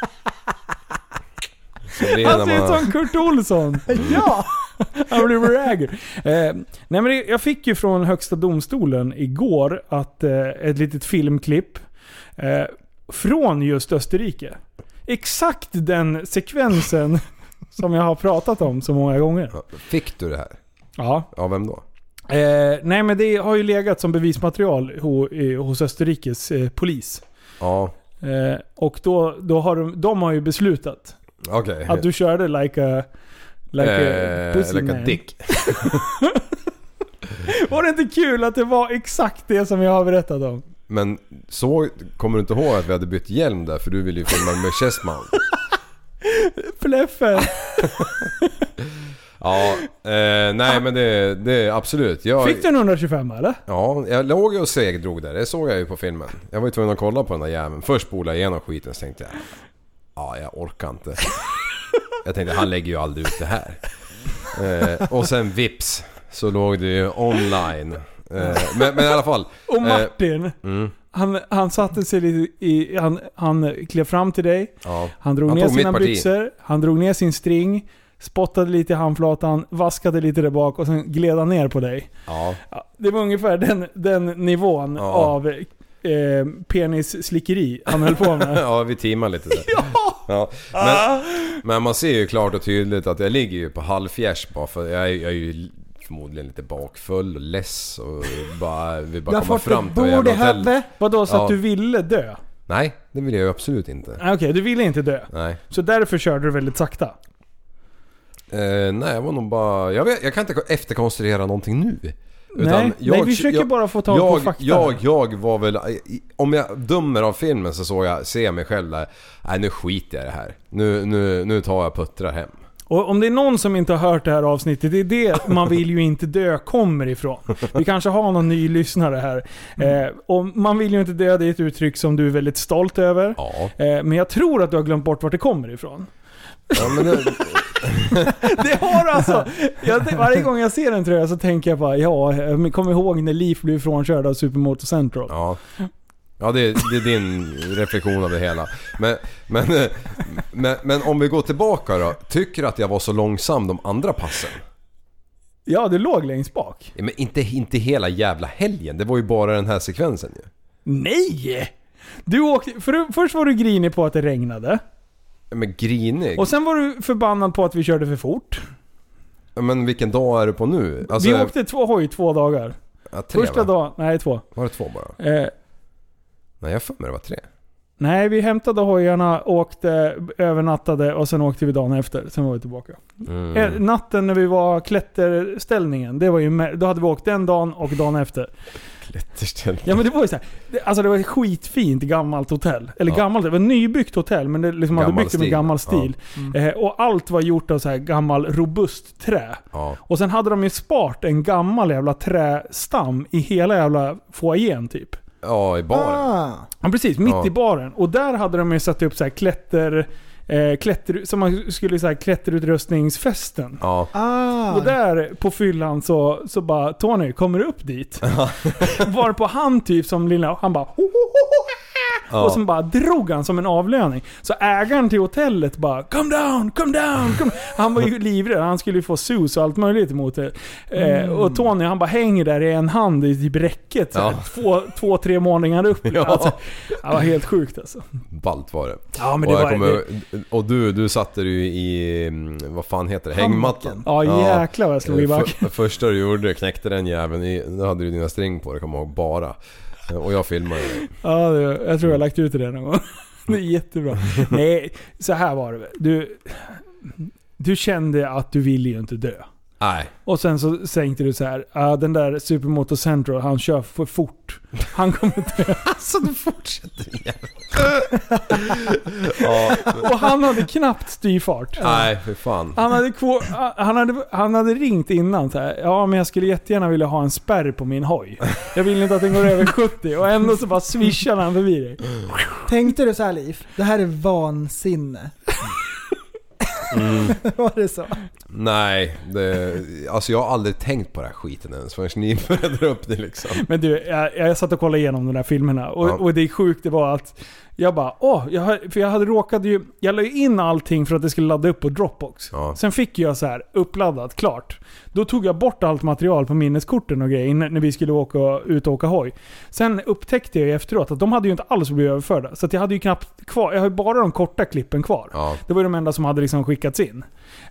Han ser ut som Kurt Olsson. Ja! Han blir räger. Eh, nej men det, jag fick ju från högsta domstolen igår att eh, ett litet filmklipp eh, från just Österrike. Exakt den sekvensen som jag har pratat om så många gånger. Fick du det här? Ja. Av vem då? Eh, nej men det har ju legat som bevismaterial ho, eh, hos Österrikes eh, polis. Ja. Eh, och då, då har de, de har ju beslutat okay. att du körde like a like eh, a pussy like man. a dick. Var det inte kul att det var exakt det som jag har berättat om? Men så kommer du inte ihåg att vi hade bytt hjälm där för du ville ju filma med chestmount. Pleffe. Ja, eh, nej men det, det är absolut. Jag, Fick du en hundratjugofem eller? Ja, jag låg och segdrog där. Det såg jag ju på filmen. Jag var ju tvungen att kolla på den där jäveln. Först spolade jag igenom skiten så tänkte jag, ja jag orkar inte. Jag tänkte han lägger ju aldrig ut det här. Eh, och sen vips så låg det ju online. Eh, men, men i alla fall. Och Martin, eh, mm. han, han satte sig lite i, han, han klev fram till dig. Ja. Han drog han ner sina parti. byxor. Han drog ner sin string. Spottade lite i handflatan, vaskade lite där bak och sen gled han ner på dig. Ja. Ja, det var ungefär den, den nivån ja. av eh, penisslickeri han höll på med. Ja, vi teamar lite där. Ja. Ja. Men, ah. men man ser ju klart och tydligt att jag ligger ju på halvfjärs bara för jag är, jag är ju förmodligen lite bakfull och less och bara, vi bara komma fram till jävla hotell. Vadå, så ja. att du ville dö? Nej, det ville jag ju absolut inte. Okej, okay, du ville inte dö. Nej. Så därför körde du väldigt sakta. Eh, nej, jag var nog bara... Jag, vet, jag kan inte efterkonstruera någonting nu. Utan nej, jag, nej, vi försöker jag, bara få tag jag, på fakta. Jag, jag var väl... Om jag dömer av filmen så såg jag, ser jag mig själv där. Nej, nu skiter jag i det här. Nu, nu, nu tar jag puttrar hem. Och om det är någon som inte har hört det här avsnittet, det är det man vill ju inte dö kommer ifrån. Vi kanske har någon ny lyssnare här. Mm. Eh, och man vill ju inte dö, det är ett uttryck som du är väldigt stolt över. Ja. Eh, men jag tror att du har glömt bort vart det kommer ifrån. Ja, men det... det har alltså... Jag, varje gång jag ser den tröja så tänker jag bara, ja, jag kommer ihåg när Leaf blev frånkörd av Supermoto Central. Ja. Ja, det är, det är din reflektion av det hela. Men, men, men, men om vi går tillbaka då. Tycker du att jag var så långsam de andra passen? Ja, du låg längst bak. Ja, men inte, inte hela jävla helgen. Det var ju bara den här sekvensen ju. Nej! Du åkte, för, först var du grinig på att det regnade. Ja, men grinig? Och sen var du förbannad på att vi körde för fort. Ja, men vilken dag är du på nu? Alltså, vi åkte två hoj två dagar. Ja, tre, första va? dagen, nej två. Var det två bara? Eh, nej, jag för mig det var tre. Nej, vi hämtade hojarna, åkte, övernattade och sen åkte vi dagen efter. Sen var vi tillbaka. Mm. Eh, natten när vi var klätterställningen, det var ju med, då hade vi åkt den dagen och dagen efter. Klätterställningen? Ja, men det var ju så här, det, alltså det var ett skitfint gammalt hotell. Eller ja. gammalt, det var ett nybyggt hotell, men det liksom hade byggt det med gammal stil. Ja. Mm. Eh, och allt var gjort av så här gammal robust trä. Ja. Och sen hade de ju spart en gammal jävla trästam i hela jävla foajén typ. Ja, i baren. Ah. Ja, precis. Mitt ja. i baren. Och där hade de ju satt upp så här klätter... Eh, klätter som man skulle säga klätterutrustningsfesten. Ja. Ah. Och där på fyllan så, så bara, Tony, kommer du upp dit? Var på han typ som lilla... Han bara... Ja. Och så bara drog han som en avlöning. Så ägaren till hotellet bara come down, come down, come. Han var ju livrädd. Han skulle ju få sus och allt möjligt emot det. Mm. Eh, och Tony han bara hänger där i en hand i typ räcket. Så ja. två, två, tre månader upp. Ja. Alltså, det var helt sjukt alltså. Ballt var det. Ja, men och, det var kommer, det. och du, du satte du i, vad fan heter det? Hängmattan. Ja, jäklar vad jag slog i backen. För, första du gjorde, knäckte den jäveln i, då hade du dina string på det, kommer jag ihåg, bara. Och jag filmade det. Ja, det, jag tror jag har lagt ut det någon gång. Det är jättebra. Nej, så här var det. Du, du kände att du ville ju inte dö. Nej. Och sen så sänkte du så här, ah, den där Supermoto Central, han kör för fort. Han kommer dö. Alltså du fortsätter igen. Ja. Och han hade knappt styrfart. Nej, för fan. Han hade, han hade, han hade ringt innan så här, ja men jag skulle jättegärna vilja ha en spärr på min hoj. Jag vill inte att den går över sjuttio. Och ändå så bara swishar han förbi dig. Tänkte du så här, Liv? Det här är vansinne. Mm. Var det så? Nej, det, alltså jag har aldrig tänkt på det här skiten ens förrän ni började dra upp det liksom. Men du, jag, jag satt och kollade igenom de där filmerna och, ja. och det är sjukt det var att jag bara, åh, jag, för jag hade råkat ju, jag la in allting för att det skulle ladda upp på Dropbox. Ja. Sen fick jag så här uppladdat, klart. Då tog jag bort allt material på minneskorten och grejer när vi skulle åka ut och åka hoj. Sen upptäckte jag ju efteråt att de hade ju inte alls blivit överförda. Så att jag hade ju knappt kvar, jag har ju bara de korta klippen kvar. Ja. Det var ju de enda som hade liksom skickats in.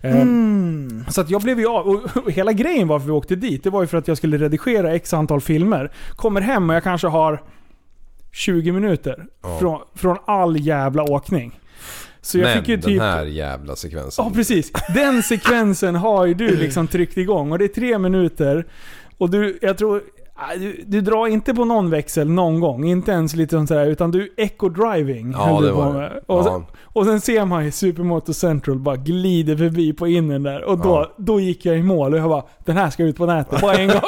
Mm. Så att jag blev ju av, och, och hela grejen varför vi åkte dit, det var ju för att jag skulle redigera x antal filmer. Kommer hem och jag kanske har tjugo minuter ja. från, från all jävla åkning. Så jag Men fick ju den typ, här jävla sekvensen. Ja, precis. Den sekvensen har ju du liksom tryckt igång. Och det är tre minuter. Och du, jag tror... Du, du drar inte på någon växel någon gång. Inte ens lite sånt där. Utan du eco-driving. Ja, det var det. Och, ja. sen, och sen ser man ju Supermoto Central bara glider förbi på innen där. Och då, ja. då gick jag i mål. Och jag bara, den här ska ut på nätet. Bara en gång.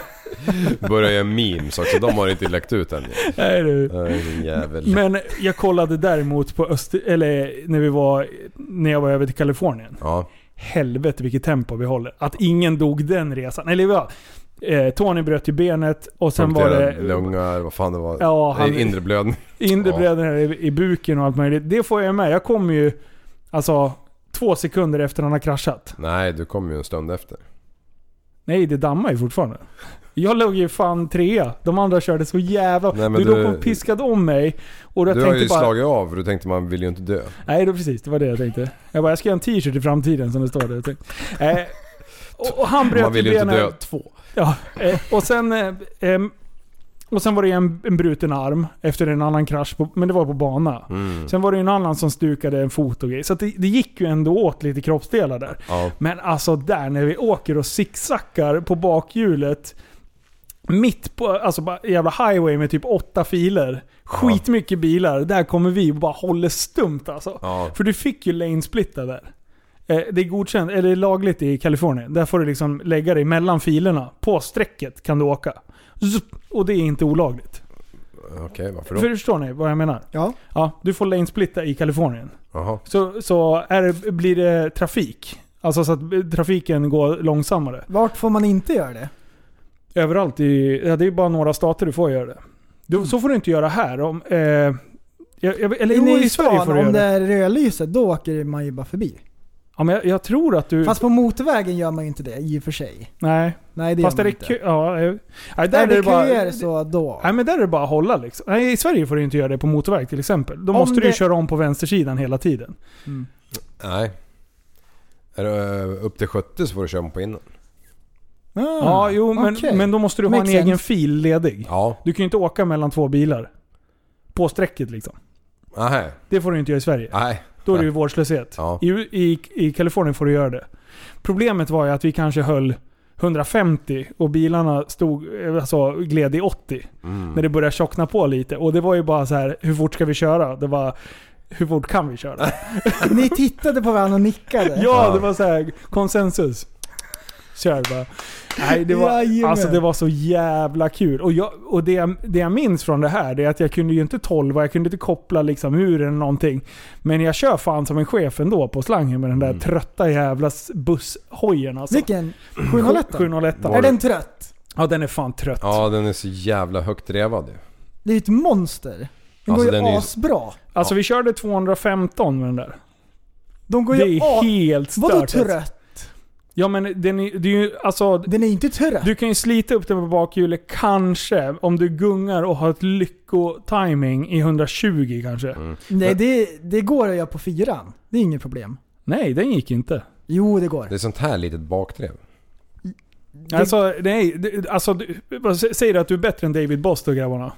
Börjar jag memes också. De har inte läckt ut än. Nej, du. Nej, jävel. Men jag kollade däremot på Öster... Eller när vi var... När jag var över till Kalifornien. Ja. Helvete vilket tempo vi håller. Att ingen dog den resan. Eller ja, eh, Tony bröt ju benet och sen var det lungar, vad fan det var. Ja, han, inre blödning. Inre blödning ja. i, i buken och allt möjligt. Det får jag med. Jag kom ju alltså två sekunder efter han har kraschat. Nej, du kom ju en stund efter. Nej, det dammar ju fortfarande. Jag låg ju fan trea. De andra körde så jävla... Nej, du, du kom piskade om mig. Och du tänkte har ju bara, slagit av för du tänkte man vill ju inte dö. Nej, det var precis. Det var det jag tänkte. Jag bara, jag ska göra en t-shirt i framtiden som det står där. Eh, och, och han bröt man vill ju inte dö två. Ja, eh, och sen... Eh, eh, och sen var det en, en bruten arm efter en annan krasch, på, men det var på bana. Mm. Sen var det en annan som stukade en fot och grej. Så det, det gick ju ändå åt lite kroppsdelar där. Ja. Men alltså där när vi åker och zigzackar på bakhjulet mitt på, alltså bara jävla highway med typ åtta filer. Skitmycket bilar. Där kommer vi och bara håller stumt alltså. Ja. För du fick ju lane splitta där. Eh, det är godkänt, eller lagligt i Kalifornien. Där får du liksom lägga dig mellan filerna. På strecket kan du åka. Och det är inte olagligt. Okej, okay, varför då? Förstår ni vad jag menar? Ja. Ja, du får lane splitta i Kalifornien. Aha. Så, så är det, blir det trafik. Alltså så att trafiken går långsammare. Vart får man inte göra det? Överallt i... Ja, det är bara några stater du får göra det. Du, mm. Så får du inte göra här. Om, eh, jag, jag, eller Inne jo, i i Sverige stan, får du om göra det är rödlyset, då åker man ju bara förbi. Ja, men jag, jag tror att du... Fast på motorvägen gör man ju inte det, i och för sig. Nej. Nej, det Fast gör man är inte. Kö, ja, nej, där där är det bara... köer så då... Nej, men där är det bara att hålla liksom. Nej, i Sverige får du inte göra det på motorväg till exempel. Då Om måste det... du ju köra om på vänstersidan hela tiden. Mm. Nej. Är det upp till sjuttio så får du köra på innan. Ah, ja, jo, men, okay. men då måste du ha Makes en egen sense. fil ledig. Ja. Du kan ju inte åka mellan två bilar. På sträcket liksom. Nej. Det får du inte göra i Sverige. Nej. Då är det ju vårdslöshet. Ja. I, i, I Kalifornien får du göra det. Problemet var ju att vi kanske höll hundrafemtio och bilarna stod, alltså gled i åttio. Mm. När det började tjockna på lite. Och det var ju bara så här: hur fort ska vi köra? Det var, hur fort kan vi köra? Ni tittade på varandra och nickade. Ja, det var så här konsensus. Kör bara. Nej, det var, alltså det var så jävla kul. Och, jag, och det, det jag minns från det här, det är att jag kunde ju inte tolva, jag kunde inte koppla liksom ur eller någonting. Men jag kör fan som en chef ändå på slangen med den där mm. trötta jävla busshojen alltså. Vilken? sju noll ett? sju noll ett. Är den trött? Ja, den är fan trött. Ja, den är så jävla högt revad ju. Det är ett monster. Den alltså, går ju den asbra. Är... Alltså ja. vi körde tvåhundrafemton med den där. De går det ju är a... helt stört. Vadå trött? Ja, men den är, det är ju, alltså, den är inte trött. Du kan ju slita upp den på bakhjulet kanske om du gungar och har ett lyckotiming i hundratjugo kanske. Mm. Nej, det, det går att göra på fyran. Det är inget problem. Nej, den gick inte. Jo, det går. Det är sånt här litet bakdrev. Det... Alltså, nej, det, alltså du, säger du att du är bättre än David Boss då, grabbarna?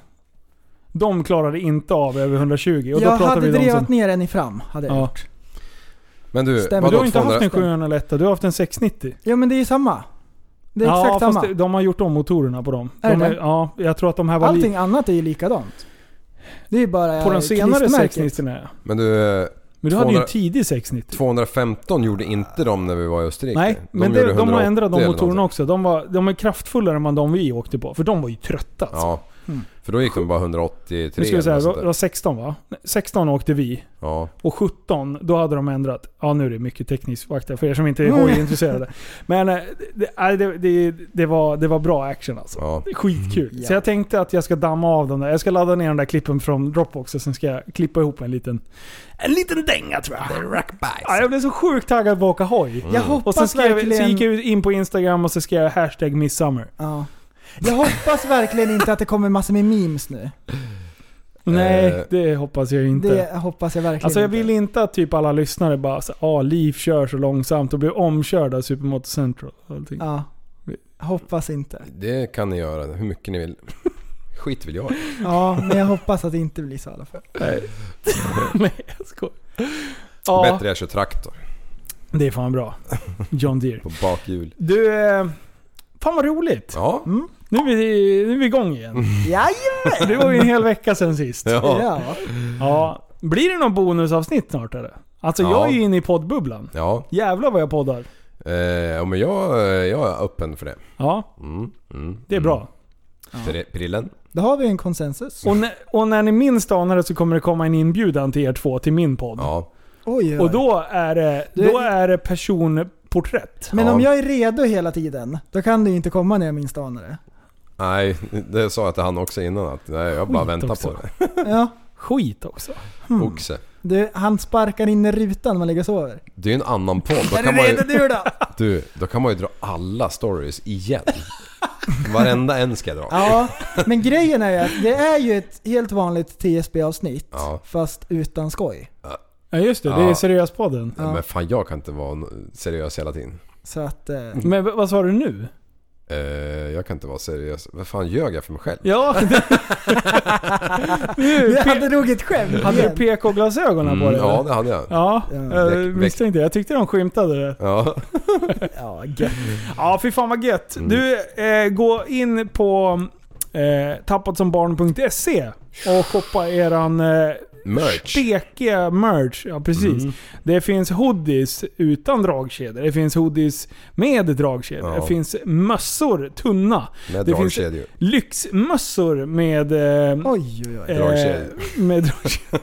De klarade inte av över hundratjugo. Och jag då hade vi drevat som... ner den i fram, hade jag ja. gjort. Men du, men du har inte haft en sjuhundraett, du har haft en sexhundranittio. Ja, men det är ju samma. Det är ja, exakt samma. Det, de har gjort om motorerna på dem. Är de det? Är, ja, jag tror att de här var... Allting li- annat är ju likadant. Det är ju bara på den senare sexhundranittio. Men du... Men du hade ju en tidig sexhundranittio. tvåhundrafemton gjorde inte de när vi var i Österrike. Nej, de men det, de har ändrat de motorerna också. De, var, de är kraftfullare än de vi åkte på. För de var ju trötta alltså. Ja. Mm. För då gick de bara hundraåttiotre. Nu ska vi säga, det var sexton va? sexton åkte vi. Ja. Och sjutton, då hade de ändrat. Ja, nu är det mycket tekniskt fakta för er som inte är hojintresserade. Men det, det, det, det, var, det var bra action alltså. Ja. Skitkul. Ja. Så jag tänkte att jag ska damma av dem där. Jag ska ladda ner den där klippen från Dropbox och sen ska jag klippa ihop en liten en liten dänga tror jag. Ja, jag blev så sjukt taggad på att åka hoj. Mm. Jag hoppas och sen ska jag, verkligen... så gick jag in på Instagram och så ska jag hashtag midsommar. Ja. Jag hoppas verkligen inte att det kommer massor med memes nu. Nej, det hoppas jag inte. Det hoppas jag verkligen Alltså jag inte. vill inte att typ alla lyssnare bara så, ah, Liv kör så långsamt och blir omkörd av Supermoto Central och allting. Ja, hoppas inte. Det kan ni göra, hur mycket ni vill. Skit vill jag. Ja, men jag hoppas att det inte blir så i alla fall. Nej, Nej jag skojar. Ja. Bättre jag kör traktor. Det är fan bra. John Deere. På bakhjul. Du, eh, fan vad roligt. Ja. Mm. Nu, är vi, nu är vi igång igen. Jajamän! Det var ju en hel vecka sen sist. Ja. Ja. Ja. Blir det någon bonusavsnitt snart eller? Alltså ja. jag är ju inne i poddbubblan. Ja. Jävlar vad jag poddar. Eh, ja, men jag, jag är öppen för det. Ja. Mm, mm, det är mm. bra. Ja. Prillen. Då har vi en konsensus. Och, när, och när ni minst anar det så kommer det komma en inbjudan till er två till min podd. Ja. Oj, oj. Och då är det, då är det personporträtt. Men ja. om jag är redo hela tiden, då kan det ju inte komma när jag minst anar det. Nej, det sa jag till han också innan att nej, jag bara Skit väntar också. på det. Ja. Skit också. Hmm. Oxe. Du, han sparkar in i rutan när man ligger och sover. Det är ju en annan podd. Då Är kan du man ju, redo du då? du, då kan man ju dra alla stories igen. Varenda en ska jag dra. Ja, men grejen är ju att det är ju ett helt vanligt T S B-avsnitt, ja. Fast utan skoj. Ja just det, det ja. är Seriöspodden. Ja. Men fan, jag kan inte vara seriös hela tiden. Så att... Eh... Men vad sa du nu? Uh, jag kan inte vara seriös. Vad fan ljög jag för mig själv? Ja. Du hade nog ett skämt. Hade du P K-glasögonen mm, på dig? Ja, det hade jag. Ja, jag misstänkte det. Jag tyckte de skymtade det. Ja. Ja, gött. Ja, fy fan vad gött. Mm. Du, eh, gå in på eh, tappatsombarn punkt se och shoppa eran eh, merch. Stekiga merch. Ja, precis. Mm. Det finns hoodies utan dragkedjor. Det finns hoodies med dragkedjor. Ja. Det finns mössor, tunna. Med det dragkedjor. Finns lyxmössor med eh, oj, oj, oj. Eh, dragkedjor. Med dragkedjor.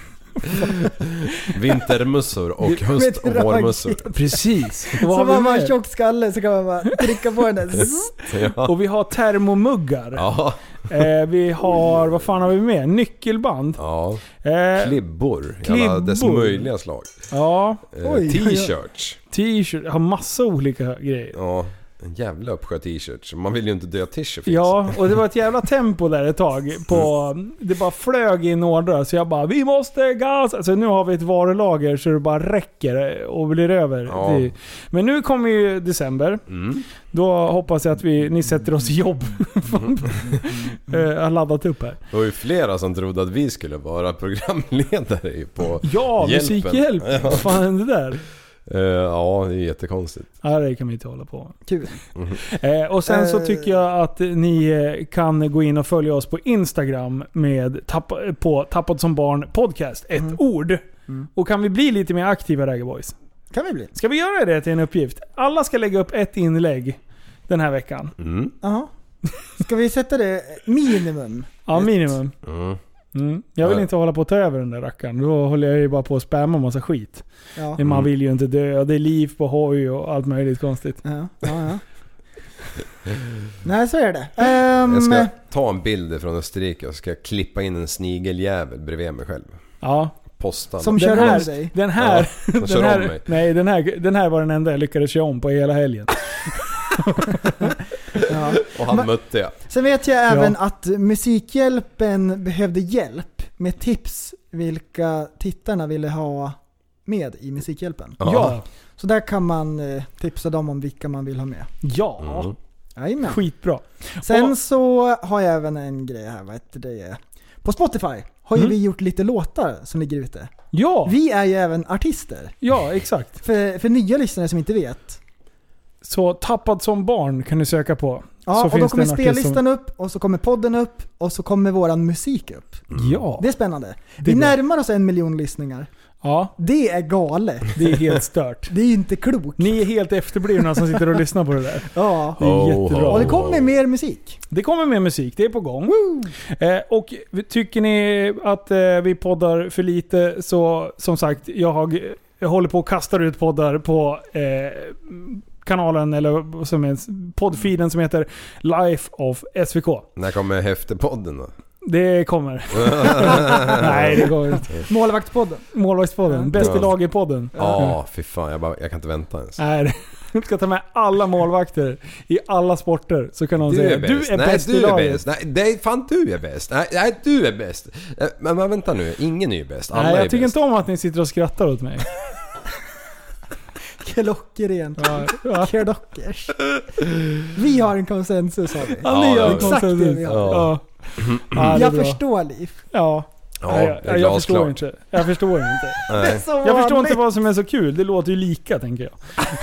Vintermussor och höst- och vårmussor. Precis. Så om man har en tjock skalle så kan man bara trycka på den. Ja. Och vi har termomuggar. Ja. Eh, vi har, vad fan har vi med? Nyckelband. Ja. Eh, klibbor. klibbor. Alla dess möjliga slag. Ja. Eh, Oj, t-shirts. T-shirt. Jag har massa olika grejer. Ja. En jävla uppsjö t-shirts. Man vill ju inte dö t-shirts. Ja, och det var ett jävla tempo där ett tag. På, det bara flög in ordrar. Så jag bara, vi måste gas. Alltså nu har vi ett varulager så det bara räcker och blir över. Ja. Det, men nu kommer ju december. Mm. Då hoppas jag att vi, ni sätter oss i jobb. Jag har laddat upp här. Det var ju flera som trodde att vi skulle vara programledare på Ja, hjälpen. musikhjälp. Ja. Vad fan är det där? Uh, ja, det är jättekonstigt. Ja, det kan vi inte hålla på. Kul. Mm. Eh, och sen så tycker jag att ni kan gå in och följa oss på Instagram med tappa, på Tappad som barn podcast. Ett mm. ord. Mm. Och kan vi bli lite mer aktiva, Ragga Boys? Kan vi bli? Ska vi göra det till en uppgift? Alla ska lägga upp ett inlägg den här veckan. Mm. Aha. Ska vi sätta det minimum? Ja, minimum. Mm. Mm. Jag vill inte hålla på att ta över den där rackaren. Då håller jag ju bara på att spamma massa skit. Ja. Man vill ju inte dö. Det är liv på hoj och allt möjligt konstigt. Ja, ja, ja. Nej, så är det. Um, jag ska ta en bild från Österrike och ska klippa in en snigeljävel bredvid mig själv. Ja. Posta. Som kör om dig. Den här, ja, den kör här om mig. Nej, den här, den här var den enda jag lyckades köra om på hela helgen. Ja. Och han mötte jag. Sen vet jag även ja. att Musikhjälpen behövde hjälp med tips vilka tittarna ville ha med i Musikhjälpen. Ja. Så där kan man eh, tipsa dem om vilka man vill ha med. Ja. Mm. Jajamän. Skitbra. Sen och, så har jag även en grej här. Vad heter det? På Spotify har ju mm. vi gjort lite låtar som ligger ute. Ja. Vi är ju även artister. Ja, exakt. För, för nya lyssnare som inte vet. Så Tappad som barn kan du söka på. Ja, så och finns då kommer som... spellistan upp och så kommer podden upp och så kommer våran musik upp. Mm. Ja. Det är spännande. Det är vi bra. Närmar oss en miljon lyssningar. Ja. Det är galet. Det är helt stört. Det är inte klokt. Ni är helt efterblivna som sitter och lyssnar på det där. Ja. Det är oh, jättebra. Och det kommer mer musik. Det kommer mer musik, det är på gång. Eh, och tycker ni att eh, vi poddar för lite så som sagt, jag, jag håller på att kasta ut poddar på eh, kanalen eller som är poddfeeden som heter Life of S V K. När kommer Häftepodden då? Det kommer. Nej, det kommer inte. Målvaktspodden. Målvaktspodden. Bäst i lag i podden. Ja, oh, fy fan. Jag, bara, jag kan inte vänta ens. Nej, du ska ta med alla målvakter i alla sporter. Så kan någon du säga, är bäst. du är Nej, bäst du i laget. Är bäst. Nej, det är fan du är bäst. Nej, nej, du är bäst. Men, men vänta nu, ingen är ju bäst. Alla Nej, jag är tycker bäst. inte om att ni sitter och skrattar åt mig. Klockrent. Ja, ja. Klockers. Vi har en konsensus, har vi. Ja, ni har en exakt konsensus. det vi har. Ja. Ja, jag bra. förstår, Liv. Ja. Ja, jag, jag, jag förstår inte. Jag förstår inte. Nej. Jag förstår inte vad som är så kul. Det låter ju lika, tänker jag.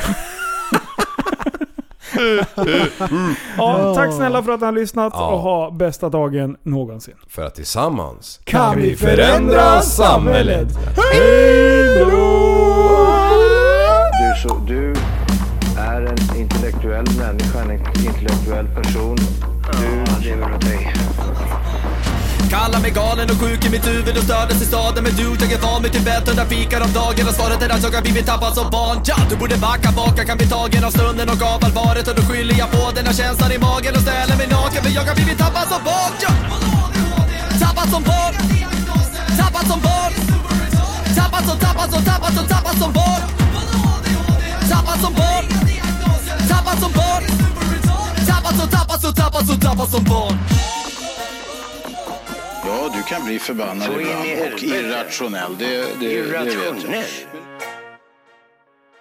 Ja, tack snälla för att ni har lyssnat ja. och ha bästa dagen någonsin. För att tillsammans kan vi förändra samhället. Hej då! Du, så, du är en intellektuell människa, en intellektuell person. Du lever åt dig. Kallar mig galen och sjuk i mitt huvud och stördes i staden. Men du, jag är van vid Tibet under fikar om dagen. Och svaret är att jag har blivit tappad som barn. Ja, du borde backa bak, jag kan bli tagen av stunden och av allvaret. Och då skyller jag på den här känslan i magen och ställer mig naken. För jag har blivit tappad som barn. Ja. Tappad som barn. Tappad som barn. Tappad som, tappad som, tappad som, tappad som barn. Tappad som barn. Tappad som barn. Tappad som, tappad som, tappad som, tappad som barn. Ja, du kan bli förbannad ibland och irrationell. Det, det, det vet jag.